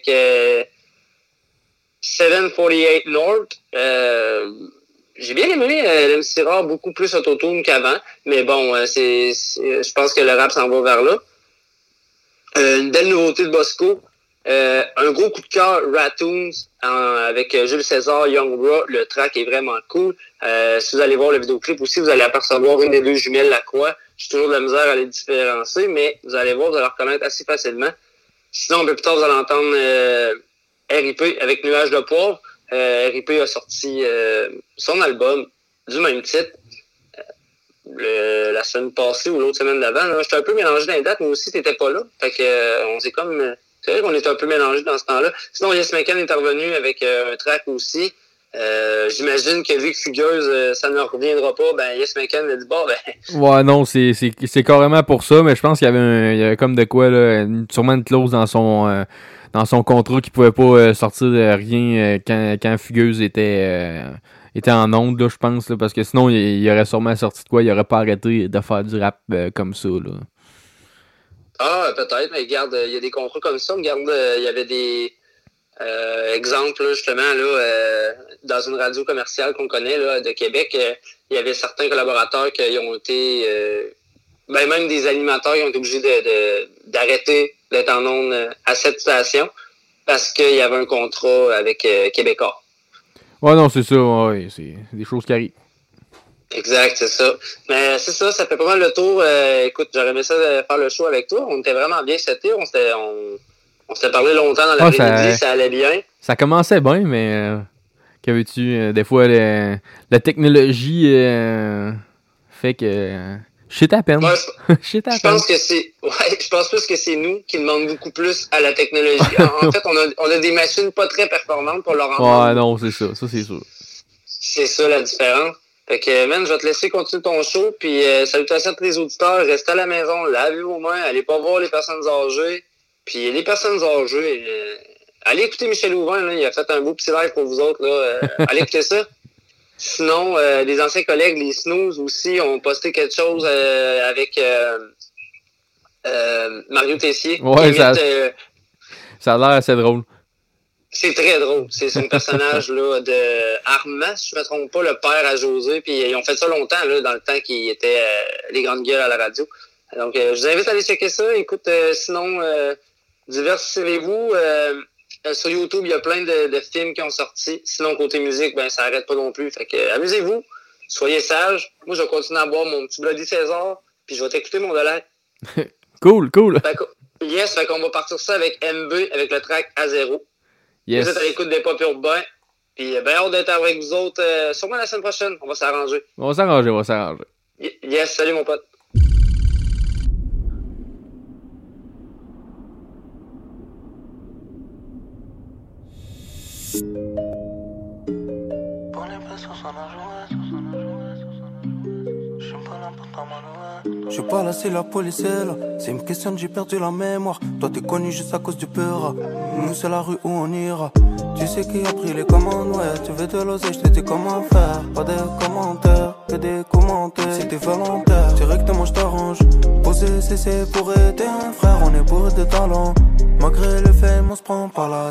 748 North. J'ai bien aimé l'MC Rare, beaucoup plus autotune qu'avant, mais bon, je pense que le rap s'en va vers là. Une belle nouveauté de Bosco, Un gros coup de cœur, Ratoons, avec Jules César, Young Raw. Le track est vraiment cool. Si vous allez voir le vidéoclip aussi, vous allez apercevoir une des deux jumelles Lacroix. J'ai toujours de la misère à les différencier, mais vous allez voir, vous allez la reconnaître assez facilement. Sinon, un peu plus tard, vous allez entendre RIP avec Nuage de poivre. RIP a sorti son album du même titre la semaine passée ou l'autre semaine d'avant. J'étais un peu mélangé dans les dates, mais aussi t'étais pas là. Fait que on s'est comme... C'est vrai qu'on était un peu mélangé dans ce temps-là. Sinon, Yes McCann est revenu avec un track aussi. J'imagine que vu que Fugueuse, ça ne reviendra pas, ben Yes McCann a dit bon ben. Ouais, non, c'est carrément pour ça, mais je pense qu'il y avait comme de quoi là, sûrement une clause dans son contrat qui pouvait pas sortir de rien quand Fugueuse était en onde, là, je pense, là, parce que sinon il aurait sûrement sorti de quoi, il aurait pas arrêté de faire du rap comme ça, là. Ah, peut-être, mais regarde, il y a des contrats comme ça. Regarde, il y avait des exemples, là, justement, là, dans une radio commerciale qu'on connaît là, de Québec, il y avait certains collaborateurs qui ont été, même des animateurs qui ont été obligés d'arrêter d'être en ondes à cette station parce qu'il y avait un contrat avec Québécois. Ouais, non, c'est ça, ouais, c'est des choses qui arrivent. Exact, c'est ça. Mais c'est ça fait pas mal le tour. Écoute, j'aurais aimé ça de faire le show avec toi. On était vraiment bien setés. On s'était parlé longtemps dans l'après-midi, ça allait bien. Ça commençait bien, mais qu'avais-tu? Des fois, la technologie fait que... shit à peine. Je pense que c'est... Ouais, je pense plus que c'est nous qui demandons beaucoup plus à la technologie. En fait, on a des machines pas très performantes pour leur rendre. Ouais, non, c'est ça. Ça, c'est sûr. C'est ça la différence. Fait que, man, je vais te laisser continuer ton show, puis salutations à tous les auditeurs, restez à la maison, lavez vos mains, allez pas voir les personnes âgées, puis les personnes âgées, allez écouter Michel Louvain, là, il a fait un beau petit live pour vous autres, là, allez écouter ça. Sinon, les anciens collègues, les Snooze aussi, ont posté quelque chose avec Mario Tessier. Ouais, ça a l'air assez drôle. C'est très drôle. C'est son personnage là de Armand, si je me trompe pas, le père à José. Puis ils ont fait ça longtemps, là, dans le temps qu'ils étaient les grandes gueules à la radio. Donc, je vous invite à aller checker ça. Écoute, sinon, diversifiez-vous. Sur YouTube, il y a plein de films qui ont sorti. Sinon, côté musique, ben ça arrête pas non plus. Fait que amusez-vous, soyez sages. Moi, je vais continuer à boire mon petit Bloody César, puis je vais t'écouter mon dollar. Cool. Fait qu'on va partir ça avec MB, avec le track A0. Yes. Vous êtes à l'écoute des pop urbains. Puis ben hâte d'être avec vous autres. Sûrement la semaine prochaine. On va s'arranger. On va s'arranger. Yes, salut mon pote. Je suis pas là si la police est là. C'est une question de j'ai perdu la mémoire. Toi t'es connu juste à cause du peur. Nous c'est la rue où on ira. Tu sais qui a pris les commandes, ouais. Tu veux de l'oser, je te dis comment faire. Pas de commentaires, que des commentaires. Si t'es volontaire, directement je t'arrange. Poser cesser pour aider un frère. On est bourré de talent. Malgré le fait, on se prend par la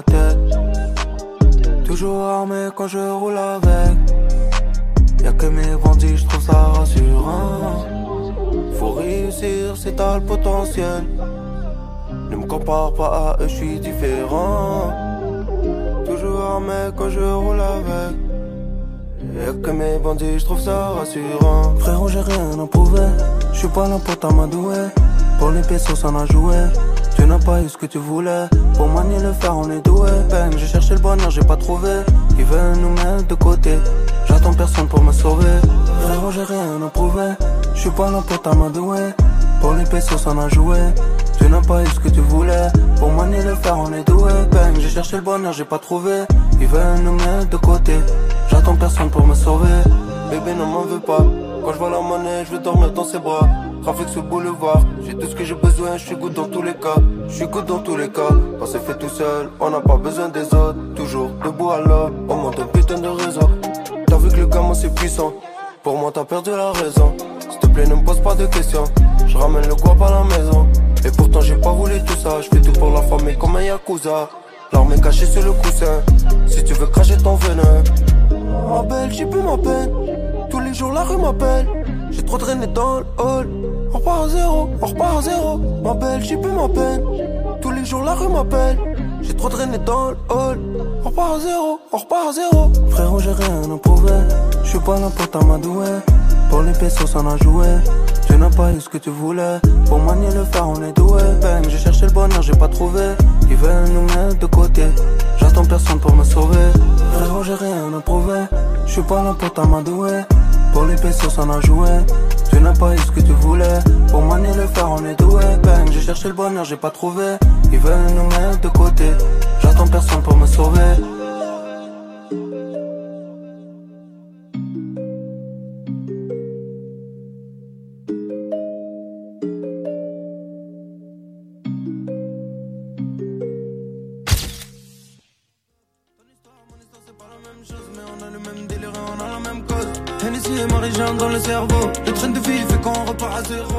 tête. Toujours armé quand je roule avec. Y'a que mes bandits, je trouve ça rassurant. Faut réussir, c'est t'as le potentiel. Ne me compare pas à eux, je suis différent. Toujours armé quand je roule avec. Y'a que mes bandits, je trouve ça rassurant. Frérot, j'ai rien à prouver. Je suis pas là pour t'amadouer. Pour les pesos, on a joué. Tu n'as pas eu ce que tu voulais. Pour manier le fer, on est doué. Bang, j'ai cherché le bonheur, j'ai pas trouvé. Ils veulent nous mettre de côté. J'attends personne pour me sauver. Frérot, j'ai rien à prouver. Je suis pas là pour t'amadouer. Pour les pesos, on a joué. Tu n'as pas eu ce que tu voulais. Pour manier le fer, on est doué. Bang, j'ai cherché le bonheur, j'ai pas trouvé. Ils veulent nous mettre de côté. J'attends personne pour me sauver. Bébé, ne m'en veux pas. Quand je vois la monnaie, je veux dormir dans ses bras. Trafic sur le boulevard, j'ai tout ce que j'ai besoin, je suis good dans tous les cas. Je suis good dans tous les cas. Quand c'est fait tout seul, on n'a pas besoin des autres. Toujours debout à l'heure, on monte un putain de réseau. T'as vu que le gamin c'est puissant. Pour moi t'as perdu la raison. S'il te plaît ne me pose pas de questions. Je ramène le guap à la maison. Et pourtant j'ai pas voulu tout ça. Je fais tout pour la famille comme un yakuza. L'arme est cachée sur le coussin. Si tu veux cracher ton venin. Ma belle, j'ai plus ma peine. Tous les jours la rue m'appelle. J'ai trop traîné dans le hall. On repart à zéro, on repart à zéro. Ma belle, j'ai plus ma peine. Tous les jours la rue m'appelle. J'ai trop traîné dans le hall. On repart à zéro, on repart à zéro. Frérot, j'ai rien à prouver. J'suis pas là pour t'amadouer. Pour les pesos, on a joué. Tu n'as pas eu ce que tu voulais. Pour manier le fer, on est doué. Bang, j'ai cherché le bonheur, j'ai pas trouvé. Ils veulent nous mettre de côté. J'attends personne pour me sauver. Frérot, j'ai rien à prouver. J'suis pas là pour t'amadouer. Pour les pesos, on a joué. Tu n'as pas eu ce que tu voulais. Pour manier le fer, on est doué. Bang, j'ai cherché le bonheur, j'ai pas trouvé. Ils veulent nous mettre de côté. J'attends personne pour me sauver. Dans le cerveau, le train de vie fait qu'on repart à zéro.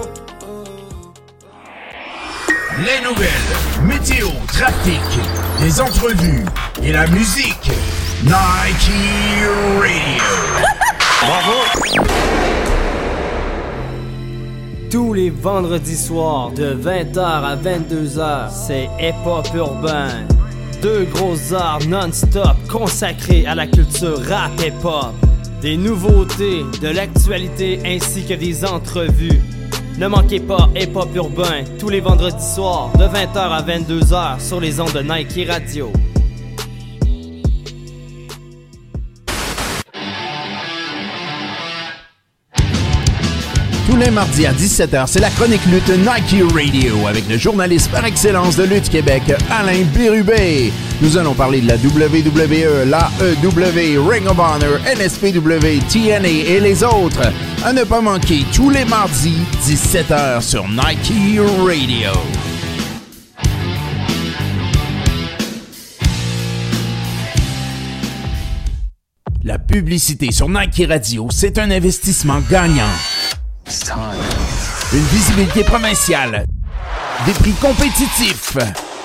Les nouvelles, météo, trafic, les entrevues et la musique. Nike Radio. Bravo. Tous les vendredis soirs de 20h à 22h, c'est hip-hop urbain. 2 grosses heures non-stop consacrées à la culture rap hip-hop. Des nouveautés, de l'actualité ainsi que des entrevues. Ne manquez pas Hip Hop Urbain tous les vendredis soirs de 20h à 22h sur les ondes de Nike Radio. Tous les mardis à 17h, c'est la chronique lutte Nike Radio avec le journaliste par excellence de Lutte Québec, Alain Bérubé. Nous allons parler de la WWE, l'AEW, Ring of Honor, NSPW, TNA et les autres. À ne pas manquer tous les mardis, 17h sur Nike Radio. La publicité sur Nike Radio, c'est un investissement gagnant. Une visibilité provinciale, des prix compétitifs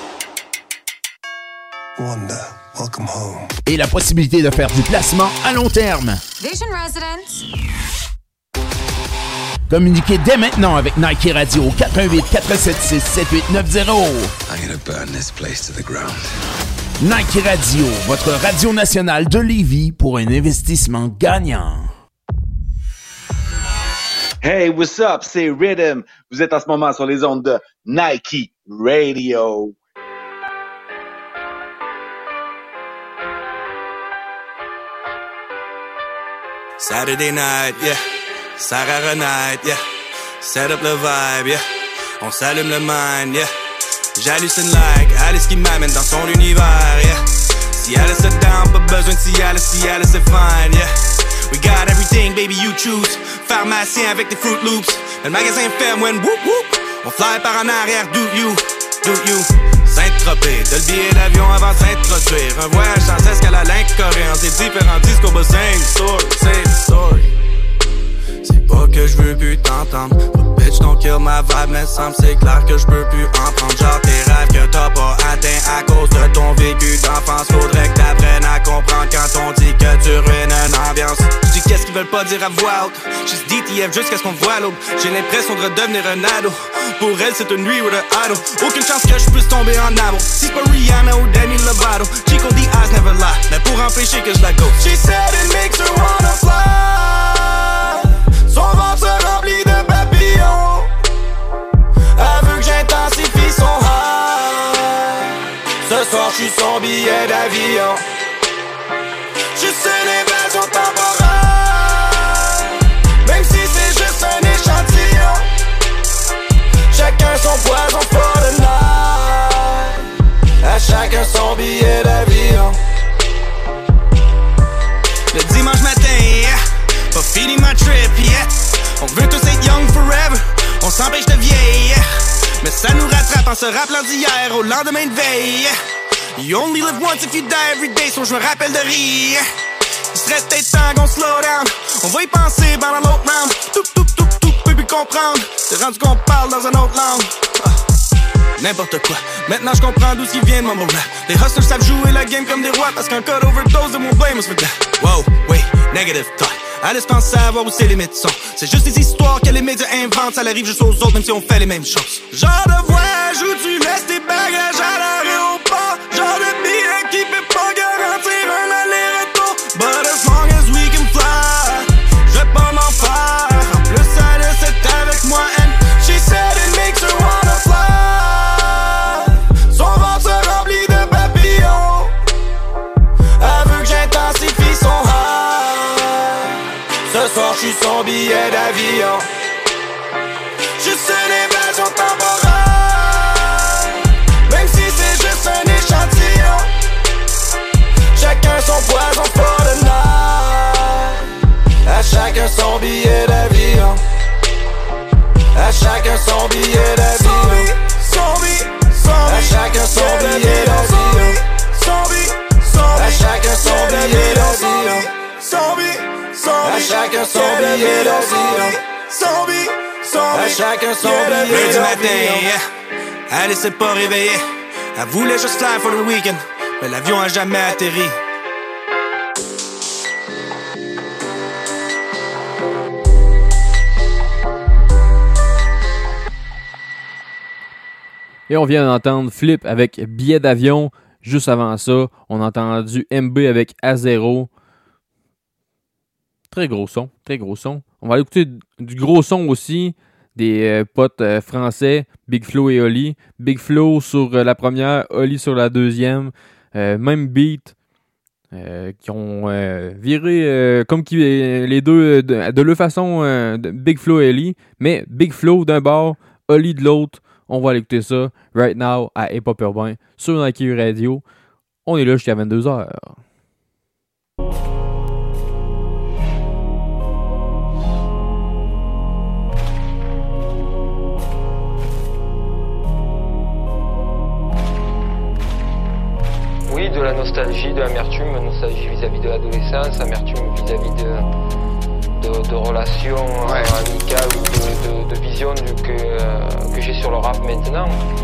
et la possibilité de faire du placement à long terme. Vision Residence. Communiquez dès maintenant avec Nike Radio au 418-476-7890. I'm gonna burn this place to the ground. Nike Radio, votre radio nationale de Lévis pour un investissement gagnant. Hey, what's up? C'est Rhythm. Vous êtes en ce moment sur les ondes de Nike Radio. Saturday night, yeah. Sarah night, yeah. Set up le vibe, yeah. On s'allume le mind, yeah. J'hallucine like Alice qui m'amène dans son univers, yeah. Si Alice est down, pas besoin de si Alice c'est fine, yeah. We got everything, baby, you choose. Pharmacien avec des Fruit Loops. Le magasin ferme when whoop whoop. On fly par en arrière, do you. Saint-Tropez, de le billet d'avion avant s'introduire. Un voyage sans escale à l'incoréen. C'est différent disques, but same story. C'est pas que je veux plus t'entendre. But bitch, don't kill my vibe, mais semble c'est clair que je peux plus en prendre. Genre tes rêves que t'as pas atteint à cause de ton vécu d'enfance. Faudrait que t'apprennes à comprendre quand on dit que tu ruines une ambiance. J'dis qu'est-ce qu'ils veulent pas dire à voix haute. J'suis DTF jusqu'à ce qu'on voit l'aube. J'ai l'impression de redevenir un ado. Pour elle c'est une nuit with a idol. Aucune chance que je puisse tomber en amour. Si c'est pas Rihanna ou Demi Lovato. Chico the eyes never lie. Mais pour empêcher que je la ghost. She said it makes her wanna fly. Son ventre se remplit de papillons. Elle veut que j'intensifie son high. Ce soir j'suis son billet d'avion. J'suis une évasion temporelle. Même si c'est juste un échantillon. Chacun son poison for the night. À chacun son billet d'avion. Le dimanche matin, yeah. Pas fini ma trip, yeah. On veut tous être young forever. On s'empêche de vieillir, yeah. Mais ça nous rattrape en se rappelant d'hier au lendemain de veille, yeah. You only live once if you die every day. So je me rappelle de rire. Il serait peut-être temps qu'on slow down. On va y penser pendant l'autre round. Tout, peux plus comprendre. C'est rendu qu'on parle dans un autre langue. N'importe quoi. Maintenant je comprends d'où ce qui vient de mon rap. Les hustlers savent jouer la game comme des rois. Parce qu'un code overdose de mon blame us for that. Wow, wait, negative thought. Alice pense savoir où ses limites sont. C'est juste des histoires que les médias inventent. Ça arrive juste aux autres même si on fait les mêmes choses. Genre de voyage où tu laisses tes bagages à l'aéroport. genre de billet qui peut pas garantir un aller-retour. But as long as we can fly, je vais pas m'en faire. En plus elle est avec moi and she said it makes her wanna fly. Son ventre se remplit de papillons, elle veut que j'intensifie son high. Ce soir j'suis son billet d'avion, juste une évasion temporaire. Même si c'est juste un échantillon, chacun son poison for the night. À chacun son billet d'avion, à chacun son billet d'avion. À chacun son billet d'avion, à chacun son billet d'avion, à chacun son billet d'avion, à chacun son billet d'avion. Elle s'est pas réveillée, elle voulait juste fly for the weekend, mais l'avion a jamais atterri. Et on vient d'entendre Flip avec Billet d'avion. Juste avant ça, on a entendu MB avec A0. Très gros son, très gros son. On va aller écouter du gros son aussi des potes français, Big Flo et Oli. Big Flo sur la première, Oli sur la deuxième. Même beat. Qui ont viré comme les deux de leur façon, Big Flo et Oli. Mais Big Flo d'un bord, Oli de l'autre. On va aller écouter ça right now à Hip Hop Urbain sur Nike Radio. On est là jusqu'à 22h. Oui, de la nostalgie, de l'amertume, nostalgie vis-à-vis de l'adolescence, amertume vis-à-vis de relations amicales ou de vision que j'ai sur le rap maintenant.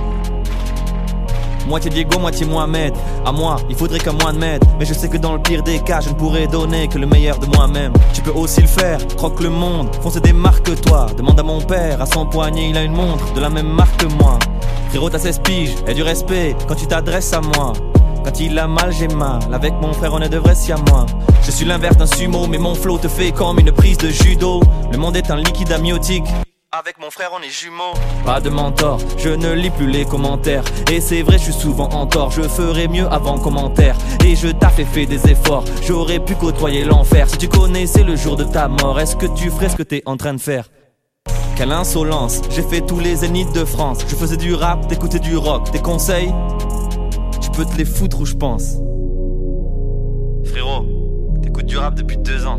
Moitié Diego, moitié Mohamed. À moi, il faudrait qu'un moi m'aide. Mais je sais que dans le pire des cas, je ne pourrais donner que le meilleur de moi-même. Tu peux aussi le faire, croque le monde, fonce des marques que toi. Demande à mon père, à son poignet, il a une montre de la même marque que moi. Frérot, t'as 16 piges, et du respect quand tu t'adresses à moi. Quand il a mal, j'ai mal. Avec mon frère, on est de vrais siamois. Je suis l'inverse d'un sumo, mais mon flow te fait comme une prise de judo. Le monde est un liquide amniotique. Avec mon frère on est jumeaux. Pas de mentor, je ne lis plus les commentaires. Et c'est vrai je suis souvent en tort. Je ferai mieux avant commentaire. Et je t'ai fait des efforts. J'aurais pu côtoyer l'enfer. Si tu connaissais le jour de ta mort, est-ce que tu ferais ce que t'es en train de faire? Quelle insolence, j'ai fait tous les zéniths de France. Je faisais du rap, t'écoutais du rock. Tes conseils, tu peux te les foutre où je pense. Frérot, t'écoutes du rap depuis 2 ans.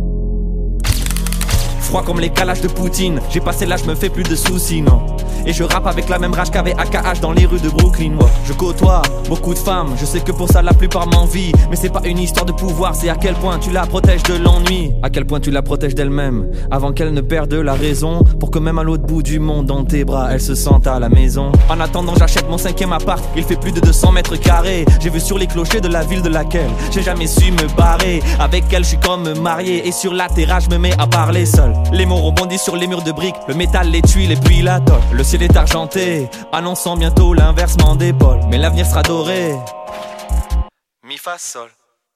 Froid comme les calages de Poutine. J'ai passé là, je me fais plus de soucis, non. Et je rappe avec la même rage qu'avait AKH dans les rues de Brooklyn, ouais. Je côtoie beaucoup de femmes, je sais que pour ça la plupart m'envient. Mais c'est pas une histoire de pouvoir, c'est à quel point tu la protèges de l'ennui. À quel point tu la protèges d'elle-même, avant qu'elle ne perde la raison. Pour que même à l'autre bout du monde, dans tes bras, elle se sente à la maison. En attendant, j'achète mon 5e appart, il fait plus de 200 mètres carrés. J'ai vu sur les clochers de la ville de laquelle j'ai jamais su me barrer. Avec elle, je suis comme marié, et sur la terrasse, je me mets à parler seul. Les mots rebondissent sur les murs de briques, le métal, les tuiles et puis la tôle. Le ciel est argenté, annonçant bientôt l'inversement d'épaule. Mais l'avenir sera doré. Mi fa sol.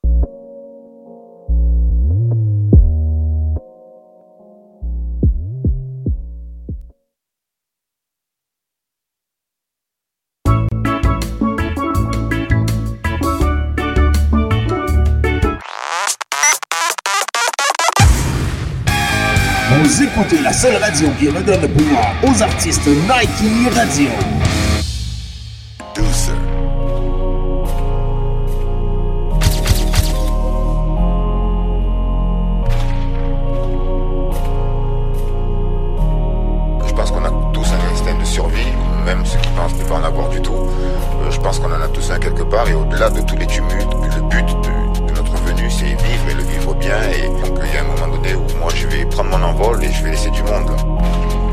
Vous écoutez la seule radio qui redonne le pouvoir aux artistes Nike Radio. Doucer. Je pense qu'on a tous un instinct de survie, même ceux qui pensent ne pas en avoir du tout. Je pense qu'on en a tous un quelque part, et au-delà de tous les tumultes, le but de notre venue, c'est vivre et le vivre bien. Et donc il y a un moment donné où moi je vais prendre mon envol et je vais laisser du monde.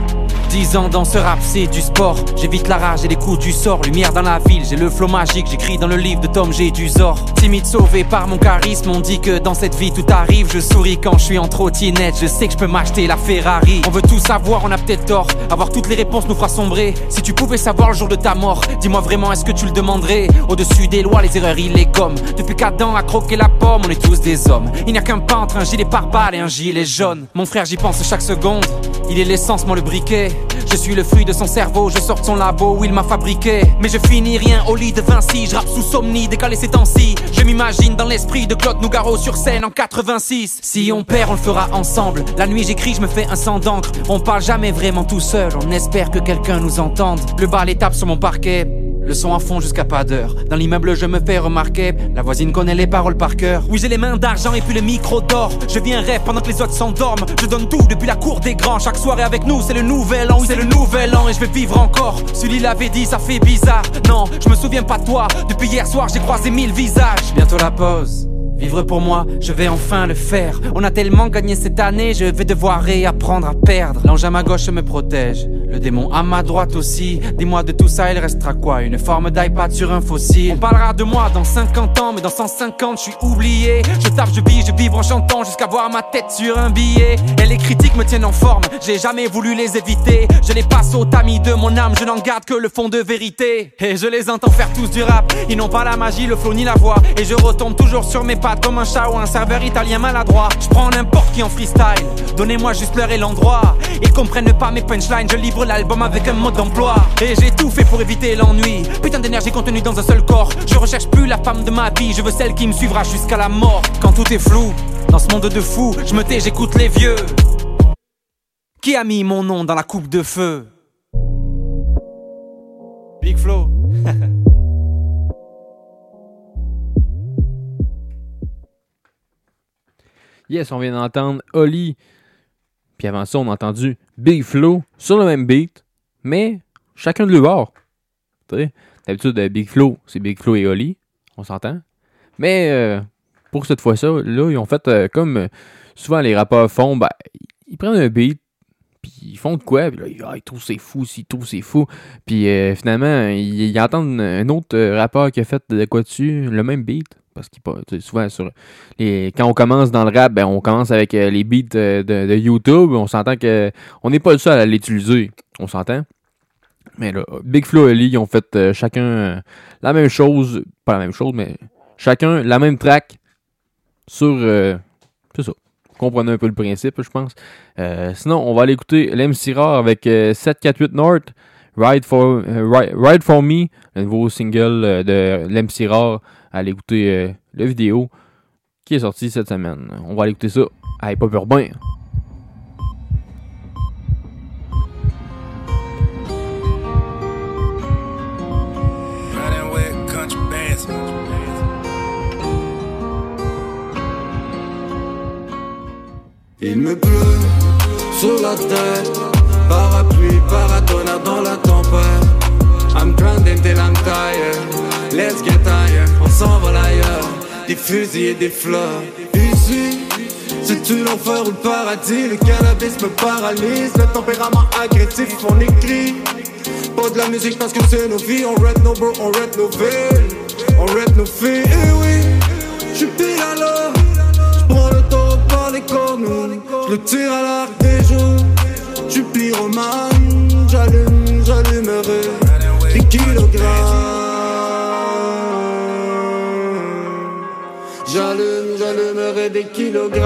10 ans dans ce rap, c'est du sport. J'évite la rage et les coups du sort. Lumière dans la ville, j'ai le flow magique. J'écris dans le livre de Tom G. du Zor. Timide sauvé par mon charisme. On dit que dans cette vie tout arrive. Je souris quand je suis en trottinette. Je sais que je peux m'acheter la Ferrari. On veut tout savoir, on a peut-être tort. Avoir toutes les réponses nous fera sombrer. Si tu pouvais savoir le jour de ta mort, dis-moi vraiment, est-ce que tu le demanderais? Au-dessus des lois, les erreurs, il les gomme. Depuis qu'Adam a croqué la pomme, on est tous des hommes. Il n'y a qu'un peintre, un gilet pare-balles et un gilet jaune. Mon frère, j'y pense chaque seconde. Il est l'essence, moi le briquet. Je suis le fruit de son cerveau, je sors de son labo où il m'a fabriqué. Mais je finis rien au lit de Vinci. Je rappe sous somni, décalé ces temps-ci. Je m'imagine dans l'esprit de Claude Nougaro sur scène en 86. Si on perd, on le fera ensemble. La nuit j'écris, je me fais un sang d'encre. On parle jamais vraiment tout seul, on espère que quelqu'un nous entende. Le bar les tape sur mon parquet. Le son à fond jusqu'à pas d'heure. Dans l'immeuble je me fais remarquer. La voisine connaît les paroles par cœur. Oui j'ai les mains d'argent et puis le micro d'or. Je viens rêve pendant que les autres s'endorment. Je donne tout depuis la cour des grands. Chaque soirée avec nous c'est le nouvel an. Oui c'est le nouvel an et je vais vivre encore. Sully l'avait dit ça fait bizarre. Non je me souviens pas de toi. Depuis hier soir j'ai croisé 1000 visages. Bientôt la pause. Vivre pour moi, je vais enfin le faire. On a tellement gagné cette année, je vais devoir réapprendre à perdre. L'ange à ma gauche me protège, le démon à ma droite aussi. Dis-moi de tout ça, il restera quoi? Une forme d'iPad sur un fossile. On parlera de moi dans 50 ans, mais dans 150 je suis oublié. Je tape, je vibre en chantant jusqu'à voir ma tête sur un billet. Et les critiques me tiennent en forme, j'ai jamais voulu les éviter. Je les passe au tamis de mon âme, je n'en garde que le fond de vérité. Et je les entends faire tous du rap, ils n'ont pas la magie, le flow ni la voix. Et je retombe toujours sur mes pas comme un chat ou un serveur italien maladroit. Je prends n'importe qui en freestyle, donnez-moi juste l'heure et l'endroit. Ils comprennent pas mes punchlines, je livre l'album avec un mode d'emploi. Et j'ai tout fait pour éviter l'ennui, putain d'énergie contenue dans un seul corps. Je recherche plus la femme de ma vie, je veux celle qui me suivra jusqu'à la mort. Quand tout est flou, dans ce monde de fous, je me tais, j'écoute les vieux. Qui a mis mon nom dans la coupe de feu? Big Flo. Yes, on vient d'entendre Oli. Puis avant ça, on a entendu Big Flo sur le même beat, mais chacun de leur bord. D'habitude, Big Flo, c'est Big Flo et Oli. On s'entend. Mais pour cette fois-ci, là, ils ont fait comme souvent les rappeurs font, ben, ils prennent un beat, puis ils font de quoi, puis là, ils trouvent c'est fou, s'ils trouvent c'est fou. Puis finalement, ils entendent un autre rappeur qui a fait de quoi dessus, le même beat. Parce que souvent, quand on commence dans le rap, ben, on commence avec les beats de YouTube. On s'entend que on n'est pas le seul à l'utiliser. On s'entend. Mais là, Big Flo et Oli, ils ont fait chacun la même chose. Pas la même chose, mais chacun la même track sur... c'est ça. Vous comprenez un peu le principe, je pense. Sinon, on va aller écouter l'MC Rare avec 748 North, Ride for Me, le nouveau single de l'MC Rare. Allez écouter la vidéo qui est sortie cette semaine. On va aller écouter ça à Hip Hop Urbain. Il me pleut sur la tête, parapluie, paratonnerre dans la tempête. I'm grinding till I'm tired. Let's get higher, on s'envole ailleurs. Des fusils et des fleurs. Ici, c'est-tu l'enfer ou le paradis? Le cannabis me paralyse, le tempérament agressif, on écrit. Pas de la musique parce que c'est nos vies. On rap nos bros, on rap nos villes, on rap nos filles. Et oui, j'suis pile à l'heure. J'prends le taureau par les cornes, j'le tire à l'arc des jours. J'suis pyromane, j'allumerai des kilogrammes. J'allumerai des kilogrammes.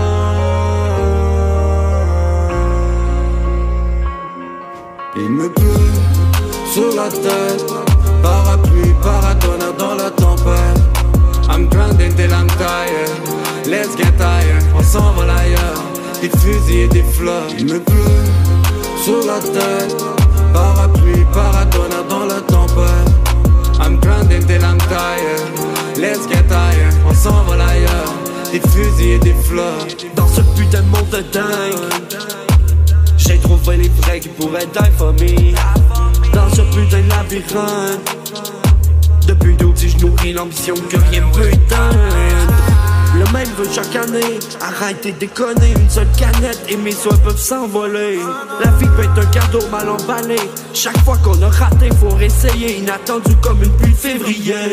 Il me pleut sur la tête, parapluie, paratonnerre dans la tempête. I'm grinding till I'm tired. Let's get higher, on s'envole ailleurs. Des fusils et des fleurs. Il me pleut sur la tête, parapluie, paratonnerre dans la tempête. I'm grinding till I'm tired. Let's get higher, on s'envole ailleurs. Des fusils et des fleurs. Dans ce putain de monde de dingue, j'ai trouvé les vrais qui pourraient die for me. Dans ce putain de labyrinthe, depuis tout petit je nourris l'ambition que rien ne peut éteindre. le même vœu chaque année. Arrête de déconner, une seule canette et mes soins peuvent s'envoler. La vie peut être un cadeau mal emballé. Chaque fois qu'on a raté, faut réessayer. Inattendu comme une pluie de février.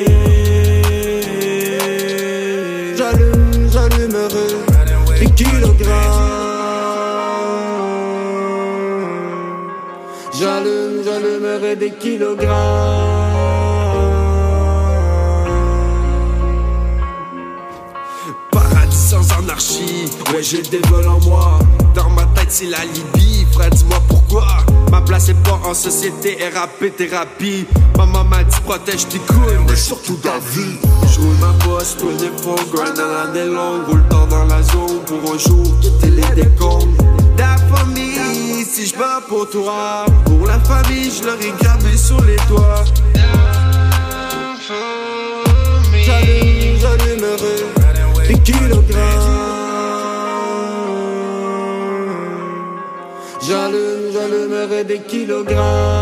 J'allumerai des kilogrammes. J'allumerai des kilogrammes. Paradis sans anarchie, ouais j'ai des vols en moi. Dans ma tête c'est la Libye, frère dis-moi pourquoi. Ma place est pas en société, RAP thérapie. Maman m'a dit protège tes couilles, mais surtout ta vie. J'roule ma bosse, pour des fonds, grind à l'année longue. Roule tard dans la zone pour un jour quitter les décombres. La famille, si j'bats pour toi. Pour la famille, j'l'aurais gravé sur les toits. J'allumerai des kilogrammes. J'allumerai des kilogrammes.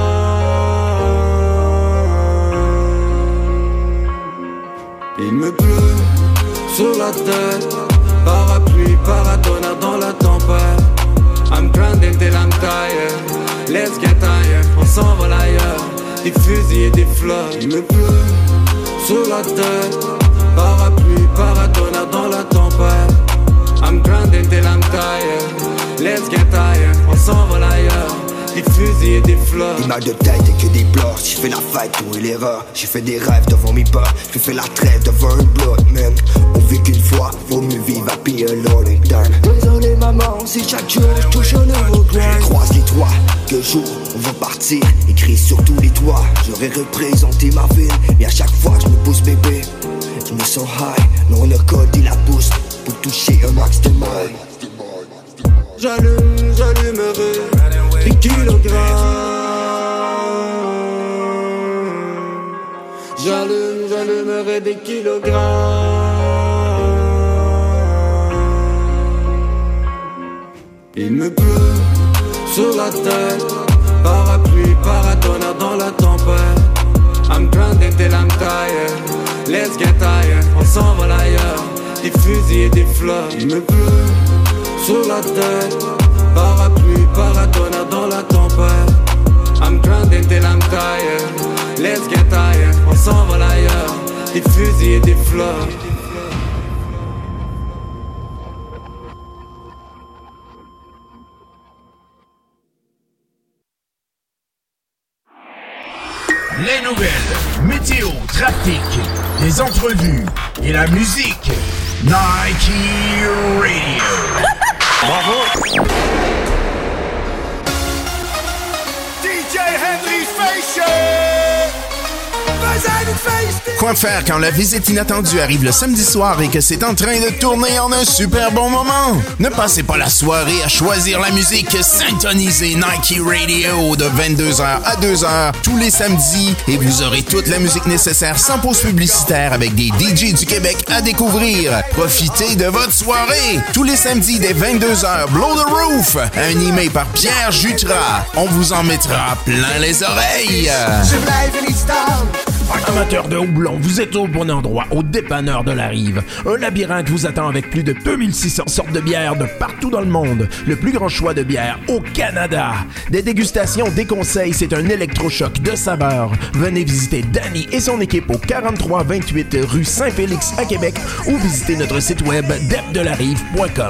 Il me pleut sur la tête, parapluie, paratonnerre dans la tempête. I'm grinding till I'm tired, let's get higher, on s'envole ailleurs. Des fusils et des fleurs. Il me pleut sur la tête, parapluie, paratonnerre dans la tempête. I'm grinding till I'm tired, let's get higher, on s'envole ailleurs. Des fusils et des fleurs. Une mal de tête et que des pleurs. J'ai fait la fête pour l'erreur. J'ai fait des rêves devant mes peurs. J'ai fait la trêve devant un bloc, man. On vit qu'une fois, vaut mieux vivre à payer un long time. Désolé maman, si chaque jour je touche un nouveau grind. Je croise les toits, que jour on va partir. Écrit sur tous les toits, j'aurais représenté ma ville. Et à chaque fois que je me pousse bébé, je me sens high. Non on a codé la pousse pour toucher un max de maille. J'allumerai des kilogrammes. J'allumerai des kilogrammes. Il me pleut sur la tête, parapluie, paratonnerre dans la tempête. I'm grinding till I'm tired, let's get higher, on s'envole ailleurs. Des fusils et des fleurs. Il me pleut sur la tête, parapluie, paratonnerre dans la tempête. I'm grinding till I'm tired, let's get higher, on s'envole ailleurs. Des fusils et des fleurs. Les nouvelles, météo, trafic, les entrevues et la musique. Nike Radio. Bravo. DJ Henry's Face Show. Quoi faire quand la visite inattendue arrive le samedi soir et que c'est en train de tourner en un super bon moment? Ne passez pas la soirée à choisir la musique. Syntonisez Nike Radio de 22h à 2h tous les samedis et vous aurez toute la musique nécessaire sans pause publicitaire avec des DJ du Québec à découvrir. Profitez de votre soirée. Tous les samedis dès 22h, Blow the Roof, animé par Pierre Jutras. On vous en mettra plein les oreilles. Amateurs de houblon, vous êtes au bon endroit, au dépanneur de la Rive. Un labyrinthe vous attend avec plus de 2600 sortes de bières de partout dans le monde. Le plus grand choix de bières au Canada. Des dégustations, des conseils, c'est un électrochoc de saveurs. Venez visiter Danny et son équipe au 4328 rue Saint-Félix à Québec ou visitez notre site web depdelarive.com.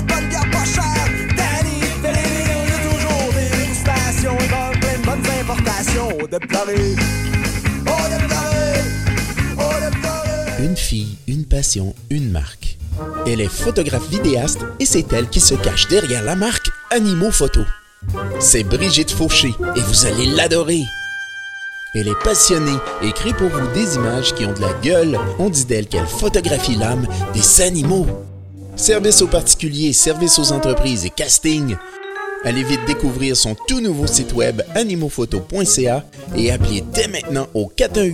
Une fille, une passion, une marque. Elle est photographe vidéaste et c'est elle qui se cache derrière la marque Animaux Photo. C'est Brigitte Fauché et vous allez l'adorer. Elle est passionnée et crée pour vous des images qui ont de la gueule. On dit d'elle qu'elle photographie l'âme des animaux. Service aux particuliers, service aux entreprises et casting. Allez vite découvrir son tout nouveau site web animauxphoto.ca et appelez dès maintenant au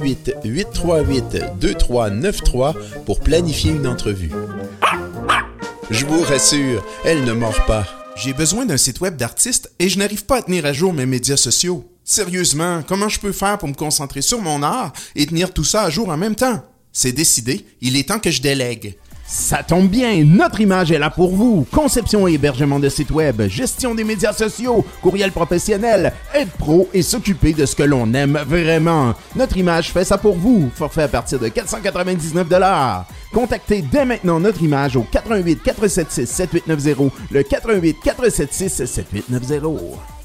418-838-2393 pour planifier une entrevue. Je vous rassure, elle ne mord pas. J'ai besoin d'un site web d'artiste et je n'arrive pas à tenir à jour mes médias sociaux. Sérieusement, comment je peux faire pour me concentrer sur mon art et tenir tout ça à jour en même temps? C'est décidé, il est temps que je délègue. Ça tombe bien, notre image est là pour vous. Conception et hébergement de sites web, gestion des médias sociaux, courriel professionnel, aide pro et s'occuper de ce que l'on aime vraiment. Notre image fait ça pour vous. Forfait à partir de 499 $. Contactez dès maintenant notre image au 88 476 7890, le 88 476 7890.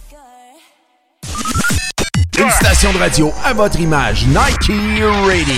Une station de radio à votre image, Nike Radio.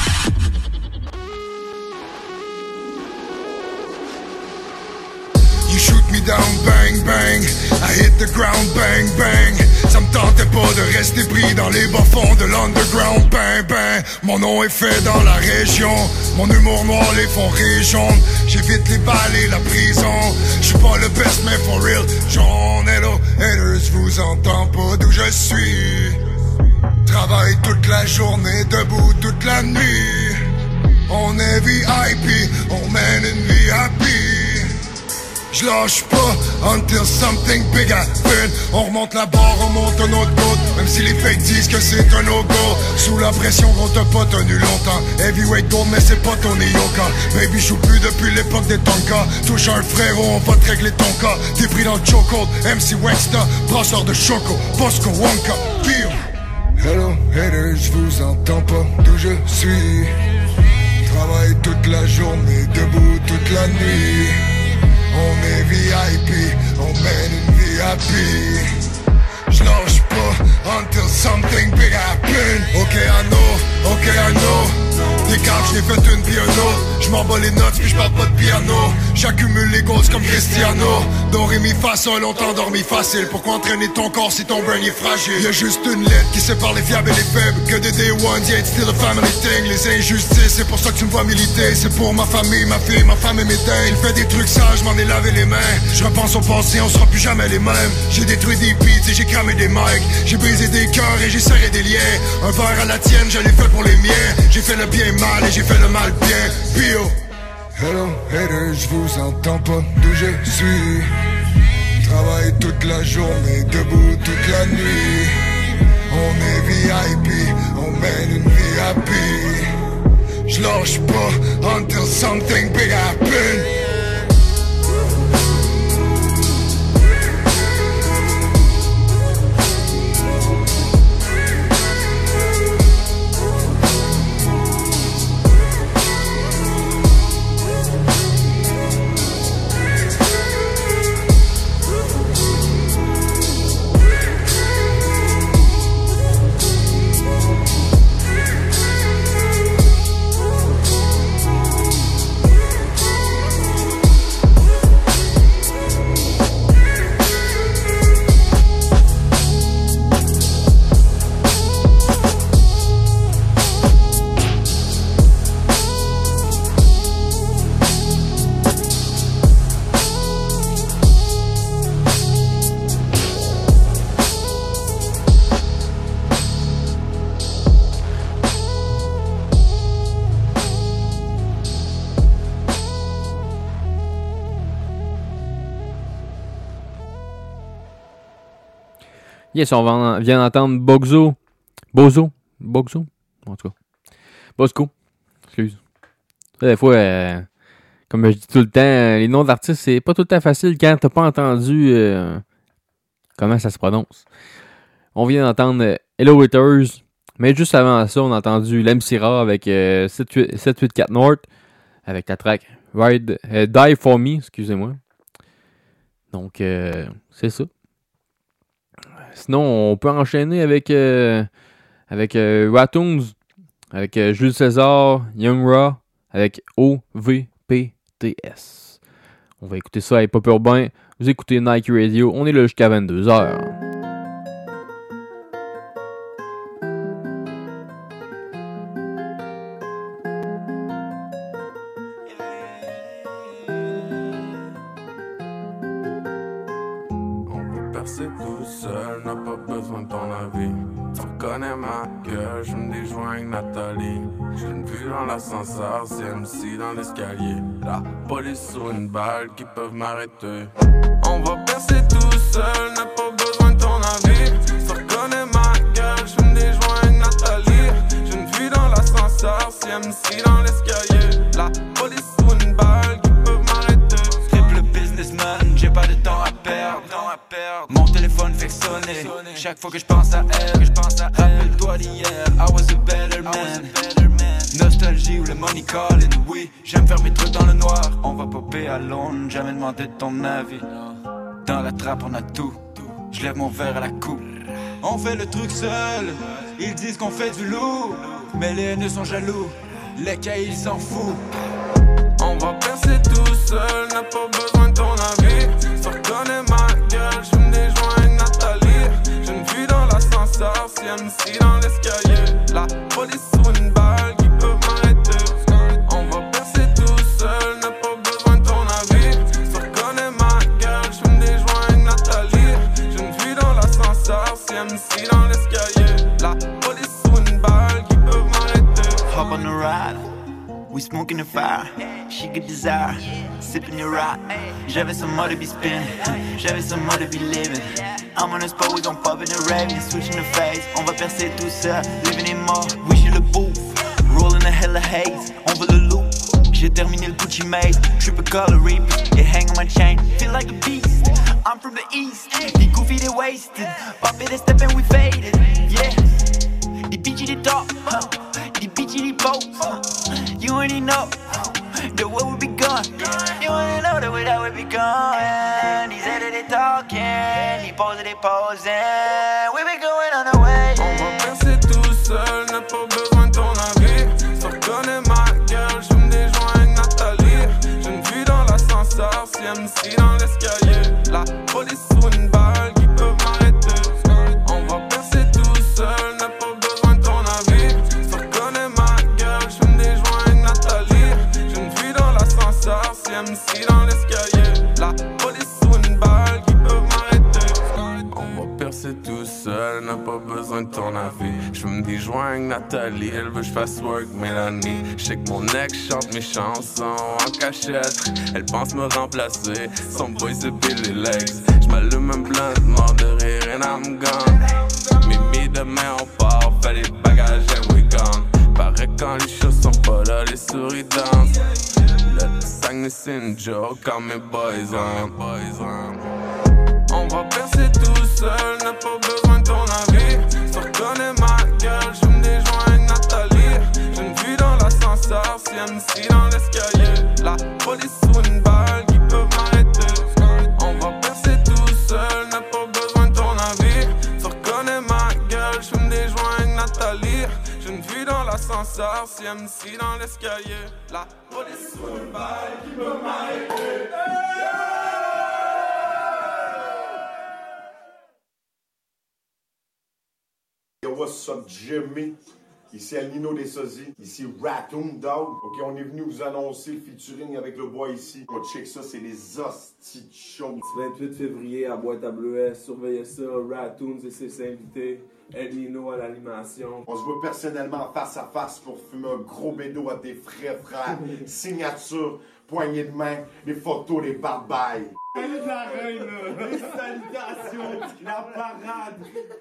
You shoot me down, bang, bang. I hit the ground, bang, bang. Ça me tentait pas de rester pris dans les bas-fonds de l'underground, bang, bang. Mon nom est fait dans la région. Mon humour noir les font jaunes. J'évite les balles et la prison. J'suis pas le best, mais for real. John, hello, haters, vous entends pas d'où je suis. Travaille toute la journée, debout toute la nuit. On est VIP, on mène une vie happy. J'lâche pas until something big happen. On remonte la barre, on monte un autre côte. Même si les fakes disent que c'est un no-go. Sous la pression, on t'a pas tenu longtemps. Heavyweight gold, mais c'est pas ton Yoka. Baby, joue plus depuis l'époque des Tonka. Touche un frérot, on va te régler ton cas. T'es pris dans le chokehold, MC Wexta, brasseur de Choco, Bosco Wonka, pire. Hello haters, j'vous entends pas d'où je suis. Travaille toute la journée, debout toute la nuit. On est VIP, on mène une vie happy. J'lâche pas until something big happen. Ok, I know. Des cartes, j'l'ai fait une puis un autre. J'm'en bats les notes puis j'parle pas de piano. J'accumule les goals comme Cristiano. Do, ré, mi, fa, sol, on t'a endormi facile. Pourquoi entraîner ton corps si ton brain est fragile? Y'a juste une lettre qui sépare les fiables et les faibles. Que des day one, yeah, it's still a family thing. Les injustices, c'est pour ça que tu me vois militer. C'est pour ma famille, ma fille, ma femme et mes dingues. Il fait des trucs sages, j'm'en ai lavé les mains. J'repense au passé, on sera plus jamais les mêmes. J'ai détruit des beats et j'ai cramé des mics. J'ai brisé des cœurs et j'ai serré des liens. Un verre à la tienne, je l'ai fait pour les miens. J'ai fait le bien mal et j'ai fait le mal bien. Bio. Hello haters, j'vous entends pas d'où je suis. Travaille toute la journée, debout toute la nuit. On est VIP, on mène une vie happy. J'lâche pas until something big happen. Yes, on vient d'entendre Bozo, en tout cas. Bosco, excuse. Des fois, comme je dis tout le temps, les noms d'artistes, c'est pas tout le temps facile quand t'as pas entendu comment ça se prononce. On vient d'entendre Hello Haters, mais juste avant ça, on a entendu l'MC Ra avec 784 North, avec la track Die For Me, excusez-moi. Donc, c'est ça. Sinon, on peut enchaîner avec Ratoons, avec Jules César, Young Ra, avec OVPTS. On va écouter ça à Hip Hop Urbain. Vous écoutez Nike Radio. On est là jusqu'à 22h. C'est tout seul, n'a pas besoin de ton avis. Tu reconnais ma gueule, je me déjoins avec Nathalie. J'ai une vue dans l'ascenseur, c'est MC dans l'escalier. La police sur une balle qui peuvent m'arrêter. On va percer tout seul, n'a pas besoin de ton avis. Tu reconnais ma gueule, je me déjoins avec Nathalie. J'ai une vue dans l'ascenseur, c'est MC dans l'escalier. La police sur une balle téléphone fait sonner. Chaque fois que je pense à elle, rappelle-toi d'hier, I was a better man. Nostalgie ou le money calling, oui, j'aime faire mes trucs dans le noir. On va popper à Londres, jamais demandé de ton avis. Dans la trappe on a tout, je lève mon verre à la coupe. On fait le truc seul, ils disent qu'on fait du lourd, mais les haineux sont jaloux, les caïds ils s'en foutent. On va percer tout seul, n'a pas besoin de ton avis. Tu reconnais ma gueule, je me déjoins avec Nathalie. Je ne vis dans l'ascenseur, CMC dans l'escalier. La police ou une balle qui peut m'arrêter. On va percer tout seul, n'a pas besoin de ton avis. Tu reconnais ma gueule, je me déjoins avec Nathalie. Je ne vis dans l'ascenseur, CMC dans l'escalier. La police ou une balle qui peut m'arrêter. Hop on the ride, we smoking the fire. She could desire, sipping your rock. J'avais some more to be spinning, j'avais some more to be living. I'm on the spot, we gon' pop in the rave, switching the phase. On va percer tout seul, living in more. Oui j'ai le booth, rolling a hella haze. On veut le loop, j'ai terminé le Gucci maze. Triple color reapers, it hang on my chain. Feel like a beast, I'm from the east. They goofy, they wasted, pop it and step and we faded. Yeah, they bitchy, they talk, they bitchy, they pose. You already know the way we be going. You already know the way that we be going. These headed they talking, these poses they posing. We be going on the way. On va percer tout seul, n'a pas besoin de ton avis. Tu reconnais ma gueule, je me déjoins avec Nathalie. Je ne vis dans l'ascenseur, CMC dans l'escalier. La police ou une balle qui peut m'arrêter. On va percer tout seul, n'a pas besoin de ton avis. Tu reconnais ma gueule, je me déjoins avec Nathalie. Je ne vis dans l'ascenseur, CMC dans l'escalier. La police ou une balle qui peut m'arrêter. On va percer tout seul, n'a pas besoin de ton avis. Je me déjoins avec Nathalie, elle veut que je fasse work Mélanie. Je sais que mon ex chante mes chansons en cachette. Elle pense me remplacer, son boy c'est Billy Legs. J'm'allume un blunt, mort de rire and I'm gone. Mimi demain on part, fait les bagages and we gone. Paraît quand les choses sont pas là, les souris dansent. Le Saguenay c'est une joke quand mes boys on. On va percer tout seul, n'a pas besoin de ton avis. Tu reconnais ma gueule, je me déjoins avec Nathalie. Je ne vis dans l'ascenseur, CMC dans l'escalier. La police ou une balle qui peut m'arrêter. On va percer tout seul, n'a pas besoin de ton avis. Tu reconnais ma gueule, je me déjoins avec Nathalie. Je ne vis dans l'ascenseur, CMC dans l'escalier. La police ou une balle qui peut m'arrêter. Yo, what's up, Jimmy? Ici Alino des Sosies, ici Ratoon Dog. Ok, on est venu vous annoncer le featuring avec le bois ici. On check ça, c'est les hosties de show. 28 février à Boîte à Bleuet, surveillez ça, Ratoons et ses invités, Alino à l'animation. On se voit personnellement face à face pour fumer un gros bédo à tes frais frères. Signature, poignée de main, les photos, les barbailles. Salut de la reine, là! Les salutations, la parade!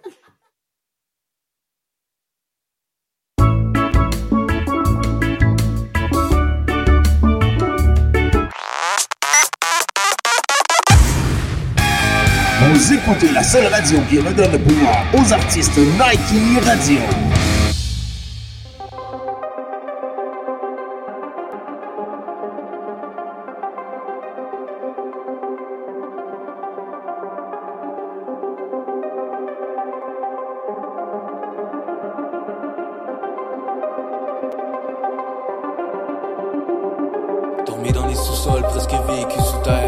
Vous écoutez la seule radio qui redonne le pouvoir aux artistes, Nike Radio. Dormi dans les sous-sols, presque vécu sous terre.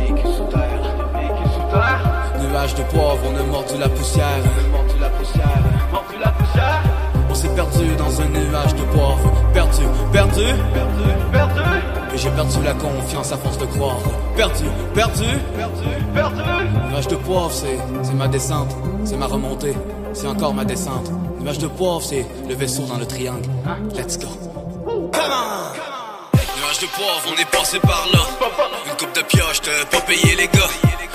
Nuages de poivre, on a mordu la poussière. On s'est perdu dans un nuage de poivre. Perdu. Et j'ai perdu la confiance à force de croire. Perdu. Nuage de poivre, c'est ma descente. C'est ma remontée, c'est encore ma descente. Nuage de poivre, c'est le vaisseau dans le triangle. Let's go. Nuage de poivre, on est passé par là. Une coupe de pioche, t'as pas payé les gars.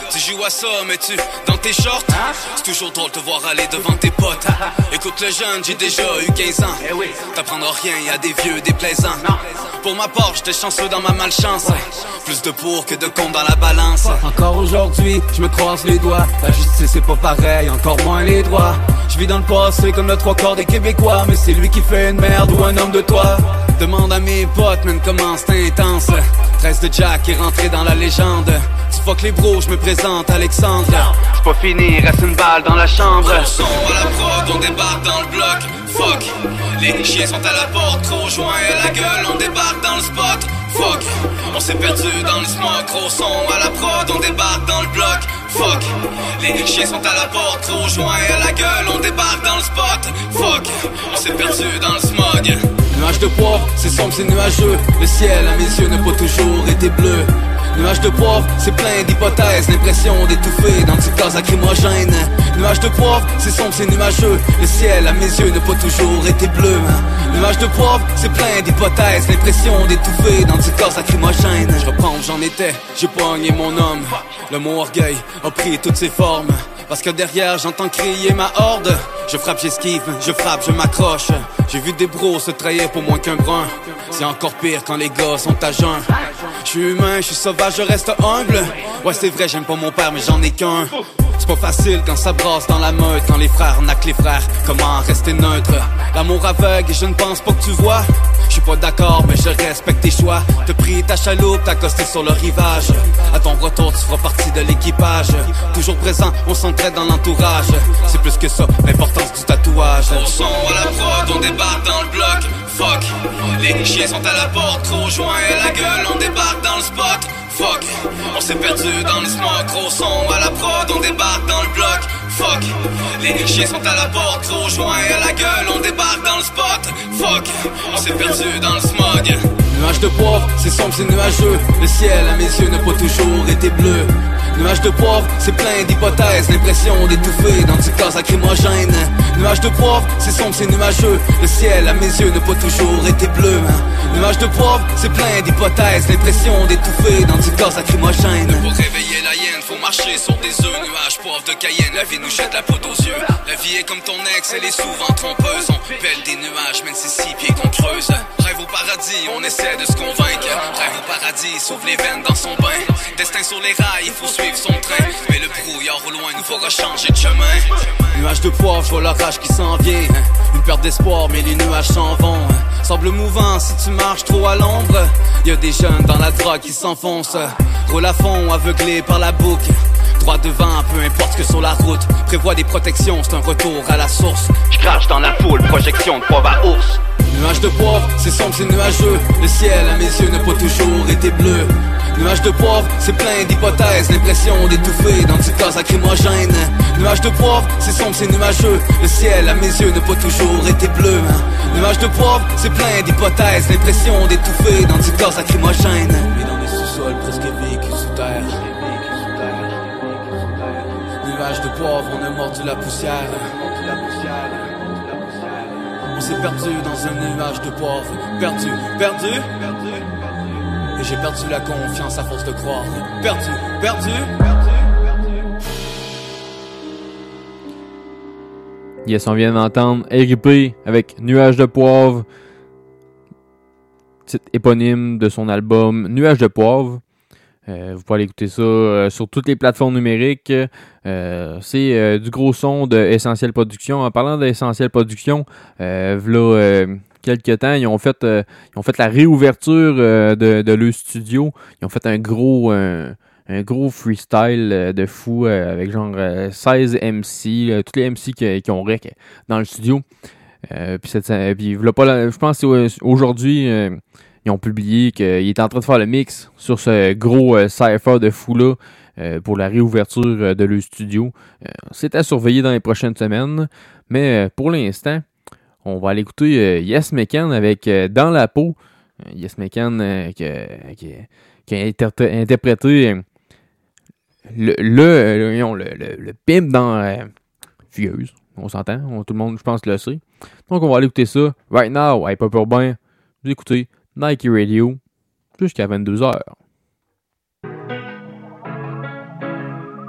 Tu joues à ça, mais tu dans tes shorts. C'est toujours drôle de te voir aller devant tes potes. Écoute le jeune, j'ai déjà eu 15 ans. T'apprendras rien, y'a des vieux déplaisants. Pour ma part, j'étais chanceux dans ma malchance. Plus de pour que de contre dans la balance. Encore aujourd'hui, je me croise les doigts. La justice c'est pas pareil, encore moins les droits. Je vis dans le passé comme le 3/4 des Québécois. Mais c'est lui qui fait une merde ou un homme de toi. Demande à mes potes, man, comment c'est intense. 13 de Jack est rentré dans la légende. Tu fuck les bros, je me présente, Alexandre. C'est pas fini, reste une balle dans la chambre. Gros son à la prod, on débarque dans le bloc. Fuck, les chiens sont à la porte, trop joint et la gueule, on débarque dans le spot. Fuck, on s'est perdu dans le smog. Gros son à la prod, on débarque dans le bloc. Fuck, les chiens sont à la porte, trop joint et la gueule, on débarque dans le spot. Fuck, on s'est perdu dans le smog. Nuage de poivre, c'est sombre, c'est nuageux. Le ciel à mes yeux n'a pas toujours été bleu. Nuage de poivre, c'est plein d'hypothèses. L'impression d'étouffer dans du gaz lacrymogène. Nuage de poivre, c'est sombre, c'est nuageux. Le ciel à mes yeux n'a pas toujours été bleu. Nuage de poivre, c'est plein d'hypothèses. L'impression d'étouffer dans du gaz lacrymogène. Je reprends où j'en étais, j'ai pogné mon homme. Le mot orgueil a pris toutes ses formes. Parce que derrière j'entends crier ma horde. Je frappe, j'esquive, je frappe, je m'accroche. J'ai vu des bros se trahir pour moins qu'un brun. C'est encore pire quand les gars sont à jeun. Je suis humain, je suis sauvage, je reste humble. Ouais c'est vrai, j'aime pas mon père mais j'en ai qu'un. C'est pas facile quand ça brasse dans la meute. Quand les frères naquent les frères, comment rester neutre? L'amour aveugle et je ne pense pas que tu vois. Je suis pas d'accord mais je respecte tes choix. T'as pris ta chaloupe, t'as accosté sur le rivage. À ton retour tu feras partie de l'équipage. Toujours présent, on s'entraide dans l'entourage. C'est plus que ça, l'importance du tatouage. Au son à la prod, on débarque dans le bloc. Fuck, les chiens sont à la porte, trop joint et la gueule, on débarque dans le spot. Fuck, on s'est perdu dans le smog. Gros son à la prod, on débarque dans le bloc. Fuck, les chiens sont à la porte, trop joint et la gueule, on débarque dans le spot. Fuck, on s'est perdu dans le smog. Nuage de poivre, c'est sombre, c'est nuageux. Le ciel à mes yeux n'a pas toujours été bleu. Nuage de poivre, c'est plein d'hypothèses. L'impression d'étouffer dans du gaz lacrymogène. Nuage de poivre, c'est sombre, c'est nuageux. Le ciel à mes yeux n'a pas toujours été bleu. Nuage de poivre, c'est plein d'hypothèses. L'impression d'étouffer dans du gaz lacrymogène. Pour réveiller la hyène, faut marcher sur des œufs. Nuage, poivre de Cayenne, la vie nous jette la poudre aux yeux. La vie est comme ton ex, elle est souvent trompeuse. On pèle des nuages, mène ses 6 pieds qu'on creuse. Rêve au paradis, on essaie de se convaincre. Rêve au paradis, sauve les veines dans son bain. Destin sur les rails, il faut suivre son train. Mais le brouillard au loin nous fera changer de chemin. Nuage de poivre, je vois l'orage qui s'en vient. Une perte d'espoir, mais les nuages s'en vont. Semble mouvant si tu marches trop à l'ombre. Y'a des jeunes dans la drogue qui s'enfoncent. Roule à fond, aveuglés par la boucle. Droit devant, peu importe ce que sur la route. Prévois des protections, c'est un retour à la source. Je crache dans la foule, projection de poivre à ours. Nuage de poivre, c'est sombre, c'est nuageux. Le ciel à mes yeux n'a pas toujours été bleu. Nuage de poivre, c'est plein d'hypothèses. L'impression d'étouffer dans du gaz lacrymogène. Nuage de poivre, c'est sombre, c'est nuageux. Le ciel à mes yeux n'a pas toujours été bleu. Nuage de poivre, c'est plein d'hypothèses. L'impression d'étouffer dans du gaz lacrymogène. Et dans les sous-sols presque vécus sous terre. Nuage de poivre, on a mordu la poussière. On s'est perdu dans un nuage de poivre. Perdu, perdu. Et j'ai perdu la confiance à force de croire. Perdu, perdu. Yes, on vient d'entendre RIP avec Nuage de poivre. Titre éponyme de son album Nuage de poivre. Vous pouvez aller écouter ça sur toutes les plateformes numériques. C'est du gros son de Essentiel Production. En parlant d'Essentiel Production, voilà quelques temps, ils ont fait la réouverture de leur studio. Ils ont fait un gros freestyle de fou avec genre 16 MC, tous les MC qui ont rec dans le studio. Puis voilà pas je pense que c'est aujourd'hui. Ils ont publié qu'il était en train de faire le mix sur ce gros cypher de fou-là pour la réouverture de leur studio. C'est à surveiller dans les prochaines semaines. Mais pour l'instant, on va aller écouter Yes McCann avec Dans la peau. Yes McCann qui a interprété le pimp dans Fugueuse. On s'entend, tout le monde, je pense, le sait. Donc on va aller écouter ça. Right now, Hip Hop Urbain. Vous écoutez Nike Radio jusqu'à 22h.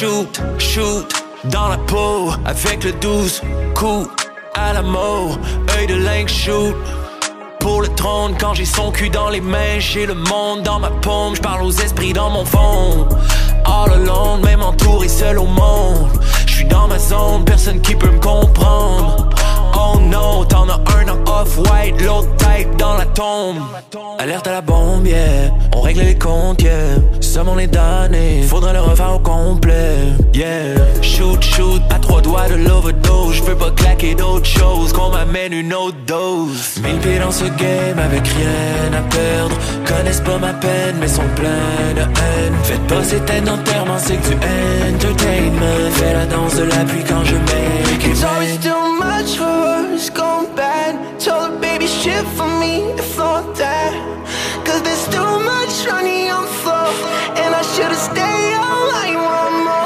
shoot, dans la peau, avec le 12 coup à la mort, œil de lynx shoot. Pour le trône, quand j'ai son cul dans les mains, j'ai le monde dans ma paume, j'parle aux esprits dans mon fond. All alone, même entouré seul au monde. J'suis dans ma zone, personne qui peut me comprendre. Oh no, t'en as un en off-white, l'autre type dans la tombe. Alerte à la bombe, yeah, on règle les comptes, yeah. Somme on est damné, faudrait le refaire au complet, yeah. Shoot, à 3 doigts de l'overdose. J'peux pas claquer d'autres choses, qu'on m'amène une autre dose. 1000 pieds dans ce game avec rien à perdre. Connaissent pas ma peine mais sont pleins de haine. Faites pas ces têtes d'enterrement, c'est que du entertainment. Fais la danse de la pluie quand je make it. It's always too much for us, gone bad. Told her baby shit for me, if not that. Cause there's too much running on floor. And I should've stayed on like one more.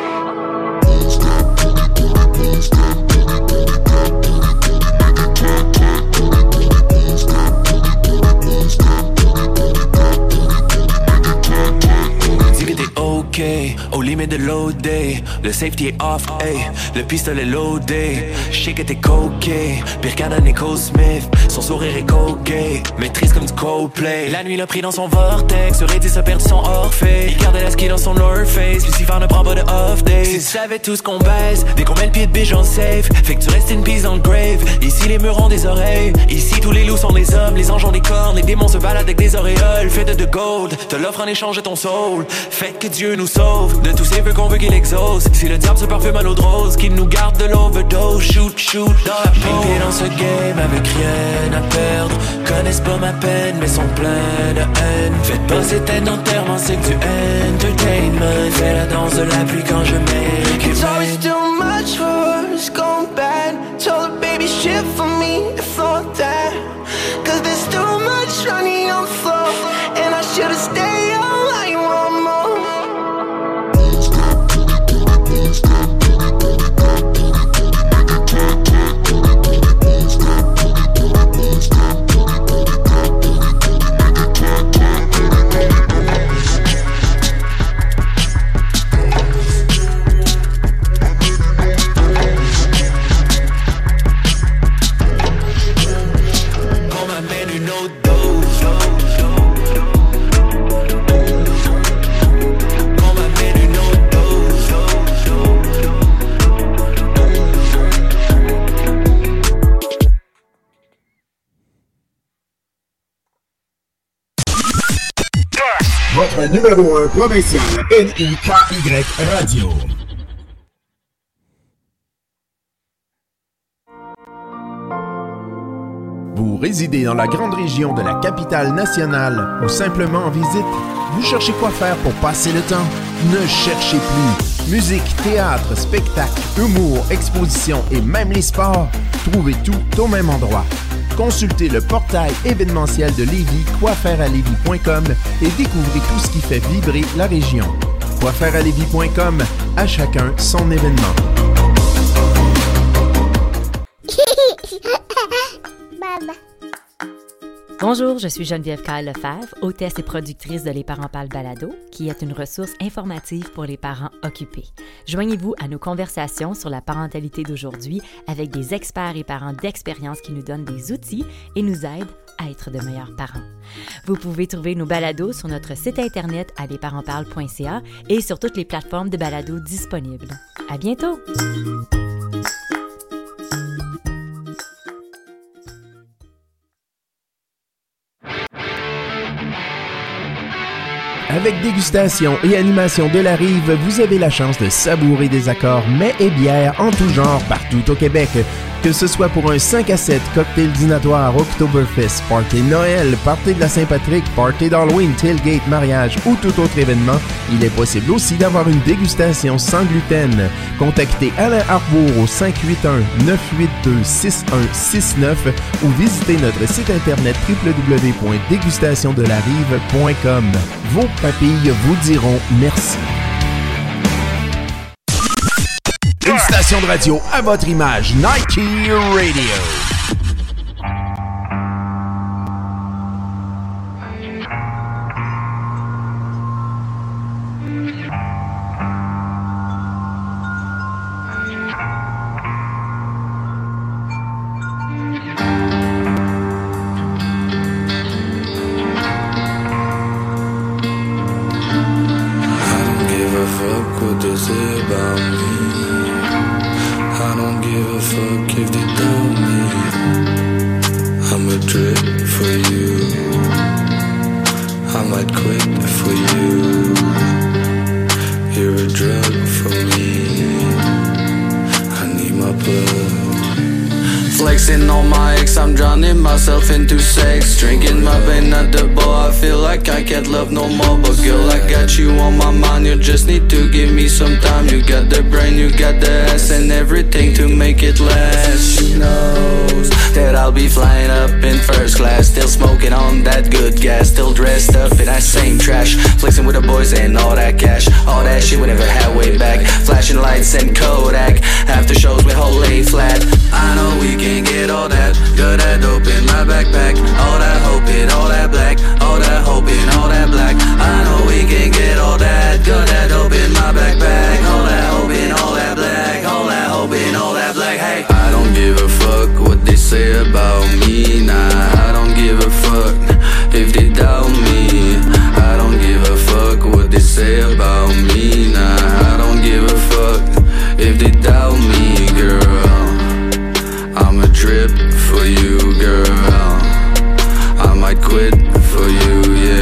Ok, au limite de load day, le safety est off, hey, le pistolet loadé. J'sais que t'es coqué, pire qu'Anna Nicole Smith, son sourire est coqué, maîtrise comme du Coldplay. La nuit l'a pris dans son vortex, sur Edis a perdu son Orphée. Il gardait la ski dans son North Face, Lucifer ne prend pas de off days. Si tu savais tout ce qu'on baise, des combien de pieds de biche en safe, fait que tu restes in peace dans le grave. Ici les murs ont des oreilles, ici tous les loups sont des hommes, les anges ont des cornes, les démons se baladent avec des auréoles. Faites de gold, te l'offre en échange de ton soul. Fait que Dieu nous sauve de tous ces vœux qu'on veut qu'il exauce. Si le diable se parfume à l'eau de rose, qu'il nous garde de l'overdose. Shoot dans la peau. Pieds dans ce game avec rien à perdre. Connaissent pas ma peine mais sont pleins de haine. Faites pas ces têtes d'enterrement, c'est que du entertainment. Fais la danse de la pluie quand je make it. It's always too much for us, gone bad. Told her baby shit for me, if not that. Cause there's too much running on floor. And I should've stayed on like one more. Votre numéro 1 provincial, NIKY Radio. Vous résidez dans la grande région de la capitale nationale ou simplement en visite? Vous cherchez quoi faire pour passer le temps? Ne cherchez plus. Musique, théâtre, spectacle, humour, exposition et même les sports. Trouvez tout au même endroit. Consultez le portail événementiel de Lévis, quoifairealévis.com et découvrez tout ce qui fait vibrer la région. Quoifairealévis.com, à chacun son événement. Bonjour, je suis Geneviève Kyle-Lefebvre, hôtesse et productrice de Les Parents Parlent Balado, qui est une ressource informative pour les parents occupés. Joignez-vous à nos conversations sur la parentalité d'aujourd'hui avec des experts et parents d'expérience qui nous donnent des outils et nous aident à être de meilleurs parents. Vous pouvez trouver nos balados sur notre site internet à lesparentsparlent.ca et sur toutes les plateformes de balados disponibles. À bientôt! Avec dégustation et animation de la rive, vous avez la chance de savourer des accords mets et bières en tout genre partout au Québec. Que ce soit pour un 5 à 7, cocktail dînatoire, Oktoberfest, party Noël, party de la Saint-Patrick, party d'Halloween, tailgate, mariage ou tout autre événement, il est possible aussi d'avoir une dégustation sans gluten. Contactez Alain Harbour au 581-982-6169 ou visitez notre site internet www.dégustationdelarive.com. Vos papilles vous diront merci. Une station de radio à votre image, Nike Radio. say about me. I don't give a fuck if they doubt me. I'm a drip for you. I might quit for you. You're a drug for me. I need my blood. Flexing on my ex, I'm drowning myself into sex. Drinking my vein at the bar, I feel like I can't love no more. But girl, I got you on my mind, you just need to give me some time. You got the brain, you got the ass and everything to make it last. She knows that I'll be flying up in first class, still smoking on that good gas, still dressed up in that same trash, flexing with the boys and all that cash, all that shit we never had way back, flashing lights and Kodak, after shows we whole lay flat. I know we can get all that, good that dope in my backpack, all that hope in all that black, all that hope in all that black. I know we can get all that, good that dope in my backpack, all that hope in all that black, all that hope in all that black. Hey, I don't give a fuck what they say about me, nah, I don't give a fuck if they doubt me. I don't give a fuck what they say about me, nah, I don't give a fuck if they doubt me, girl. I'm a drip for you, girl. I might quit for you,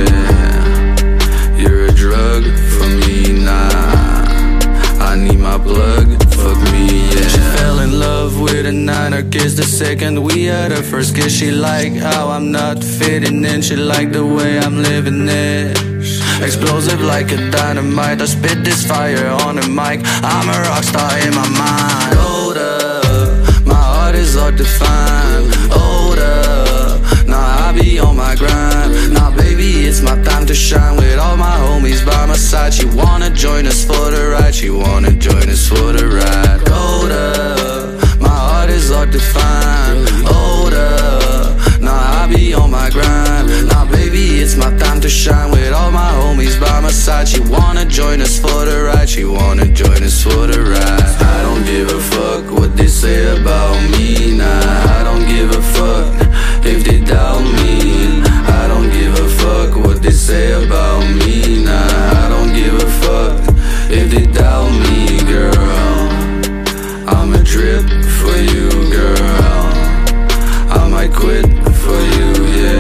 yeah. You're a drug for me, nah. I need my plug, fuck me, yeah. She fell in love with a anarchist the second we had our first kiss. She like how I'm not fitting in, she like the way I'm living it. Explosive like a dynamite, I spit this fire on a mic. I'm a rock star in my mind. Hold up, my heart is hard to find. Hold up, now I be on my grind. Now baby, it's my time to shine with all my homies by my side. She wanna join us for the ride, she wanna join us for the ride. Hold up, my heart is hard to find. Hold up, now I be on my grind. Now baby, it's my time to shine with all my homies by my side. She wanna join us for the ride, she wanna join us for the ride. I don't give a fuck what they say about me, nah, I don't give a fuck if they doubt me. I don't give a fuck what they say about me, nah, I don't give a fuck if they doubt me, girl. I'm a drip for you, girl. I might quit for you,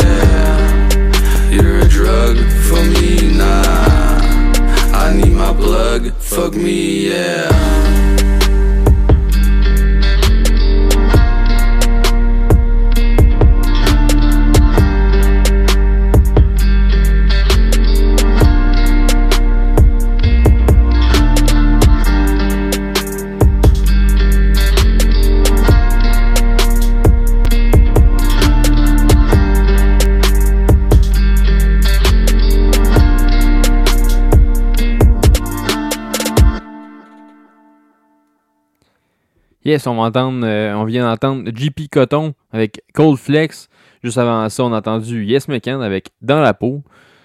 yeah. You're a drug for me, nah. I need my plug, fuck me, yeah. Yes, on vient d'entendre JP Coton avec Cold Flex. Juste avant ça, on a entendu Yes McCann avec Dans la peau.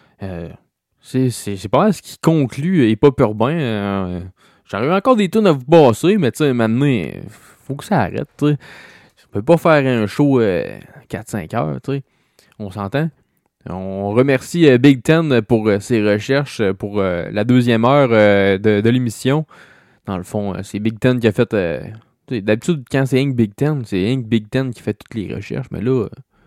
C'est pas mal ce qui conclut Hip-Hop urbain. J'aurais encore des tunes à vous passer, mais tu sais, maintenant, faut que ça arrête. T'sais. On peut pas faire un show 4-5 heures. T'sais. On s'entend. On remercie Big Ten pour ses recherches pour la deuxième heure de l'émission. Dans le fond, c'est Big Ten qui a fait... d'habitude, quand c'est Inc. Big Ten, c'est Inc. Big Ten qui fait toutes les recherches. Mais là,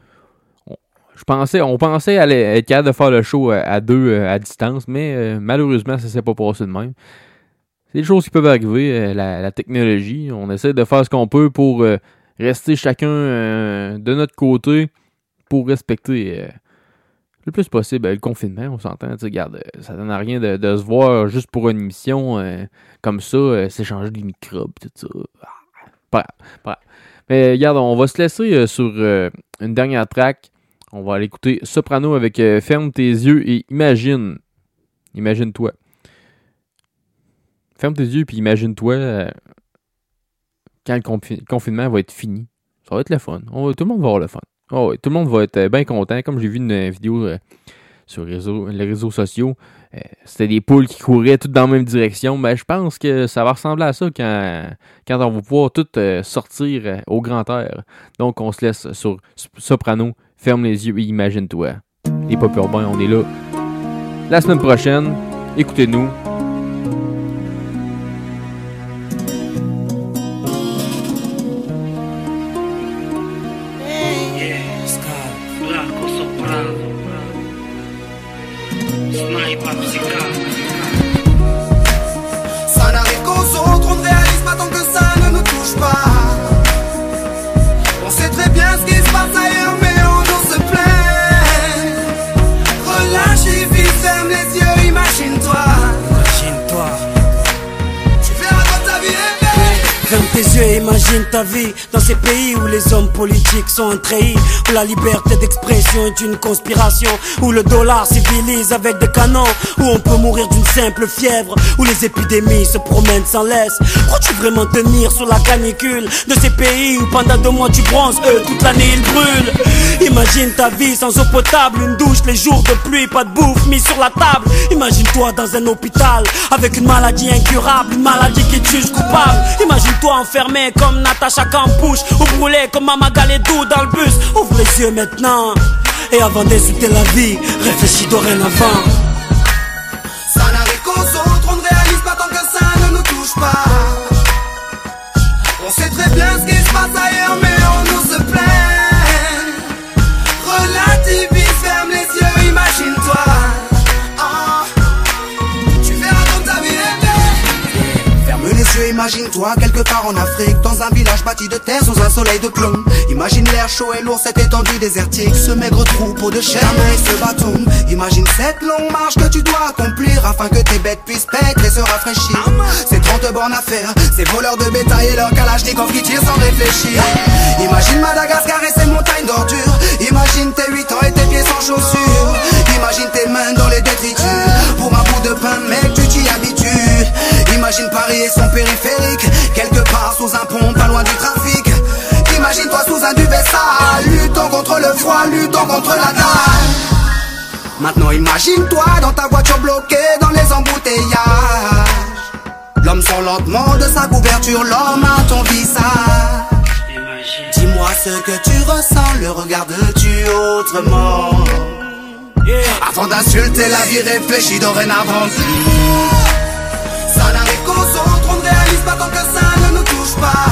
on pensait être capable de faire le show à deux à distance, mais malheureusement, ça s'est pas passé de même. C'est des choses qui peuvent arriver, la technologie. On essaie de faire ce qu'on peut pour rester chacun de notre côté pour respecter le plus possible le confinement. On s'entend, regarde, ça donne à rien de se voir juste pour une émission comme ça, s'échanger des microbes, tout ça. Pas. Mais regarde, on va se laisser sur une dernière track. On va aller écouter Soprano avec Ferme tes yeux et imagine. Imagine-toi. Ferme tes yeux puis imagine-toi quand le confinement va être fini. Ça va être le fun. Tout le monde va avoir le fun. Oh, oui, tout le monde va être bien content. Comme j'ai vu une vidéo sur les réseaux sociaux, c'était des poules qui couraient toutes dans la même direction. Mais je pense que ça va ressembler à ça quand on va pouvoir toutes sortir au grand air. Donc, on se laisse sur Soprano. Ferme les yeux et imagine-toi. Les Pop Urbains, on est là la semaine prochaine. Écoutez-nous. Ça n'arrive qu'aux autres, on ne réalise pas tant que ça ne nous touche pas. On sait très bien ce qui se passe ailleurs, mais on nous se plaint. Relâche et vis, ferme les yeux, imagine-toi. Imagine-toi. Tu verras dans ta vie Ferme tes yeux et imagine ta vie dans ces pays où les hommes politiques sont un treillis, où la liberté d'expression est une conspiration, où le dollar civilise avec des canons, où on peut mourir d'une simple fièvre, où les épidémies se promènent sans laisse. Crois-tu vraiment tenir sur la canicule de ces pays où pendant 2 mois tu bronzes, eux toute l'année ils brûlent? Imagine ta vie sans eau potable, une douche les jours de pluie, pas de bouffe mise sur la table. Imagine-toi dans un hôpital avec une maladie incurable, une maladie qui te juge coupable. Imagine-toi enfermé comme Natacha Campouche, ou brûlé comme Mama Galedou dans le bus. Ouvre les yeux maintenant, et avant d'insulter la vie, réfléchis dorénavant. Ça n'arrive qu'aux autres, on ne réalise pas tant que ça ne nous touche pas. On sait très bien ce qui se passe ailleurs, mais on nous se plaint. Relativise, ferme les yeux, imagine-toi. Tu verras dans ta vie ferme les yeux, imagine-toi quelque part en Afrique, dans un village bâti de terre sous un soleil de plomb. Imagine l'air chaud et lourd, cette étendue désertique, ce maigre troupeau de chair et ce bâton. Imagine cette longue marche que tu dois accomplir afin que tes bêtes puissent paître et se rafraîchir. Ces 30 bornes à faire, ces voleurs de bétail et leurs kalachnikov qui tirent sans réfléchir. Imagine Madagascar et ses montagnes d'ordures. Imagine tes 8 ans et tes pieds sans chaussures. Imagine tes mains dans les détritus. Pour un bout de pain, mec, tu t'y habitues. Imagine Paris et son périphérique, quelque part sous un pont, pas loin du trafic. Imagine-toi sous un duvet sale, luttant contre le froid, luttant contre la dalle. Maintenant imagine-toi dans ta voiture bloquée dans les embouteillages. L'homme sort lentement de sa couverture, l'homme à ton visage. Dis-moi ce que tu ressens, le regardes-tu autrement? Avant d'insulter la vie, réfléchis dorénavant. Ça n'arrive qu'aux autres, on ne réalise pas tant que ça ne nous touche pas.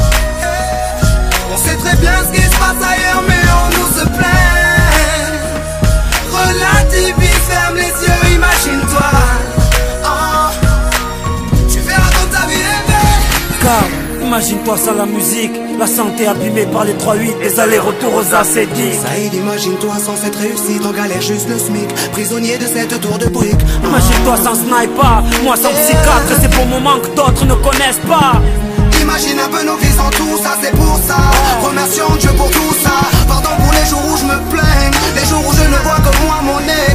On sait très bien ce qui se passe ailleurs, mais on nous se plaint. Relativise, ferme les yeux, imagine-toi. Tu verras dans ta vie car imagine-toi sans la musique, la santé abîmée par les 3-8, les allers-retours aux acédiques. Saïd, imagine-toi sans cette réussite, en galère juste le SMIC, prisonnier de cette tour de briques. Imagine-toi sans sniper, moi sans psychiatre, ces bons moments que d'autres ne connaissent pas. Imagine un peu nos vies sans tout ça, c'est pour ça. Remercions Dieu pour tout ça. Pardon pour les jours où je me plains, les jours où je ne vois que moi mon nez.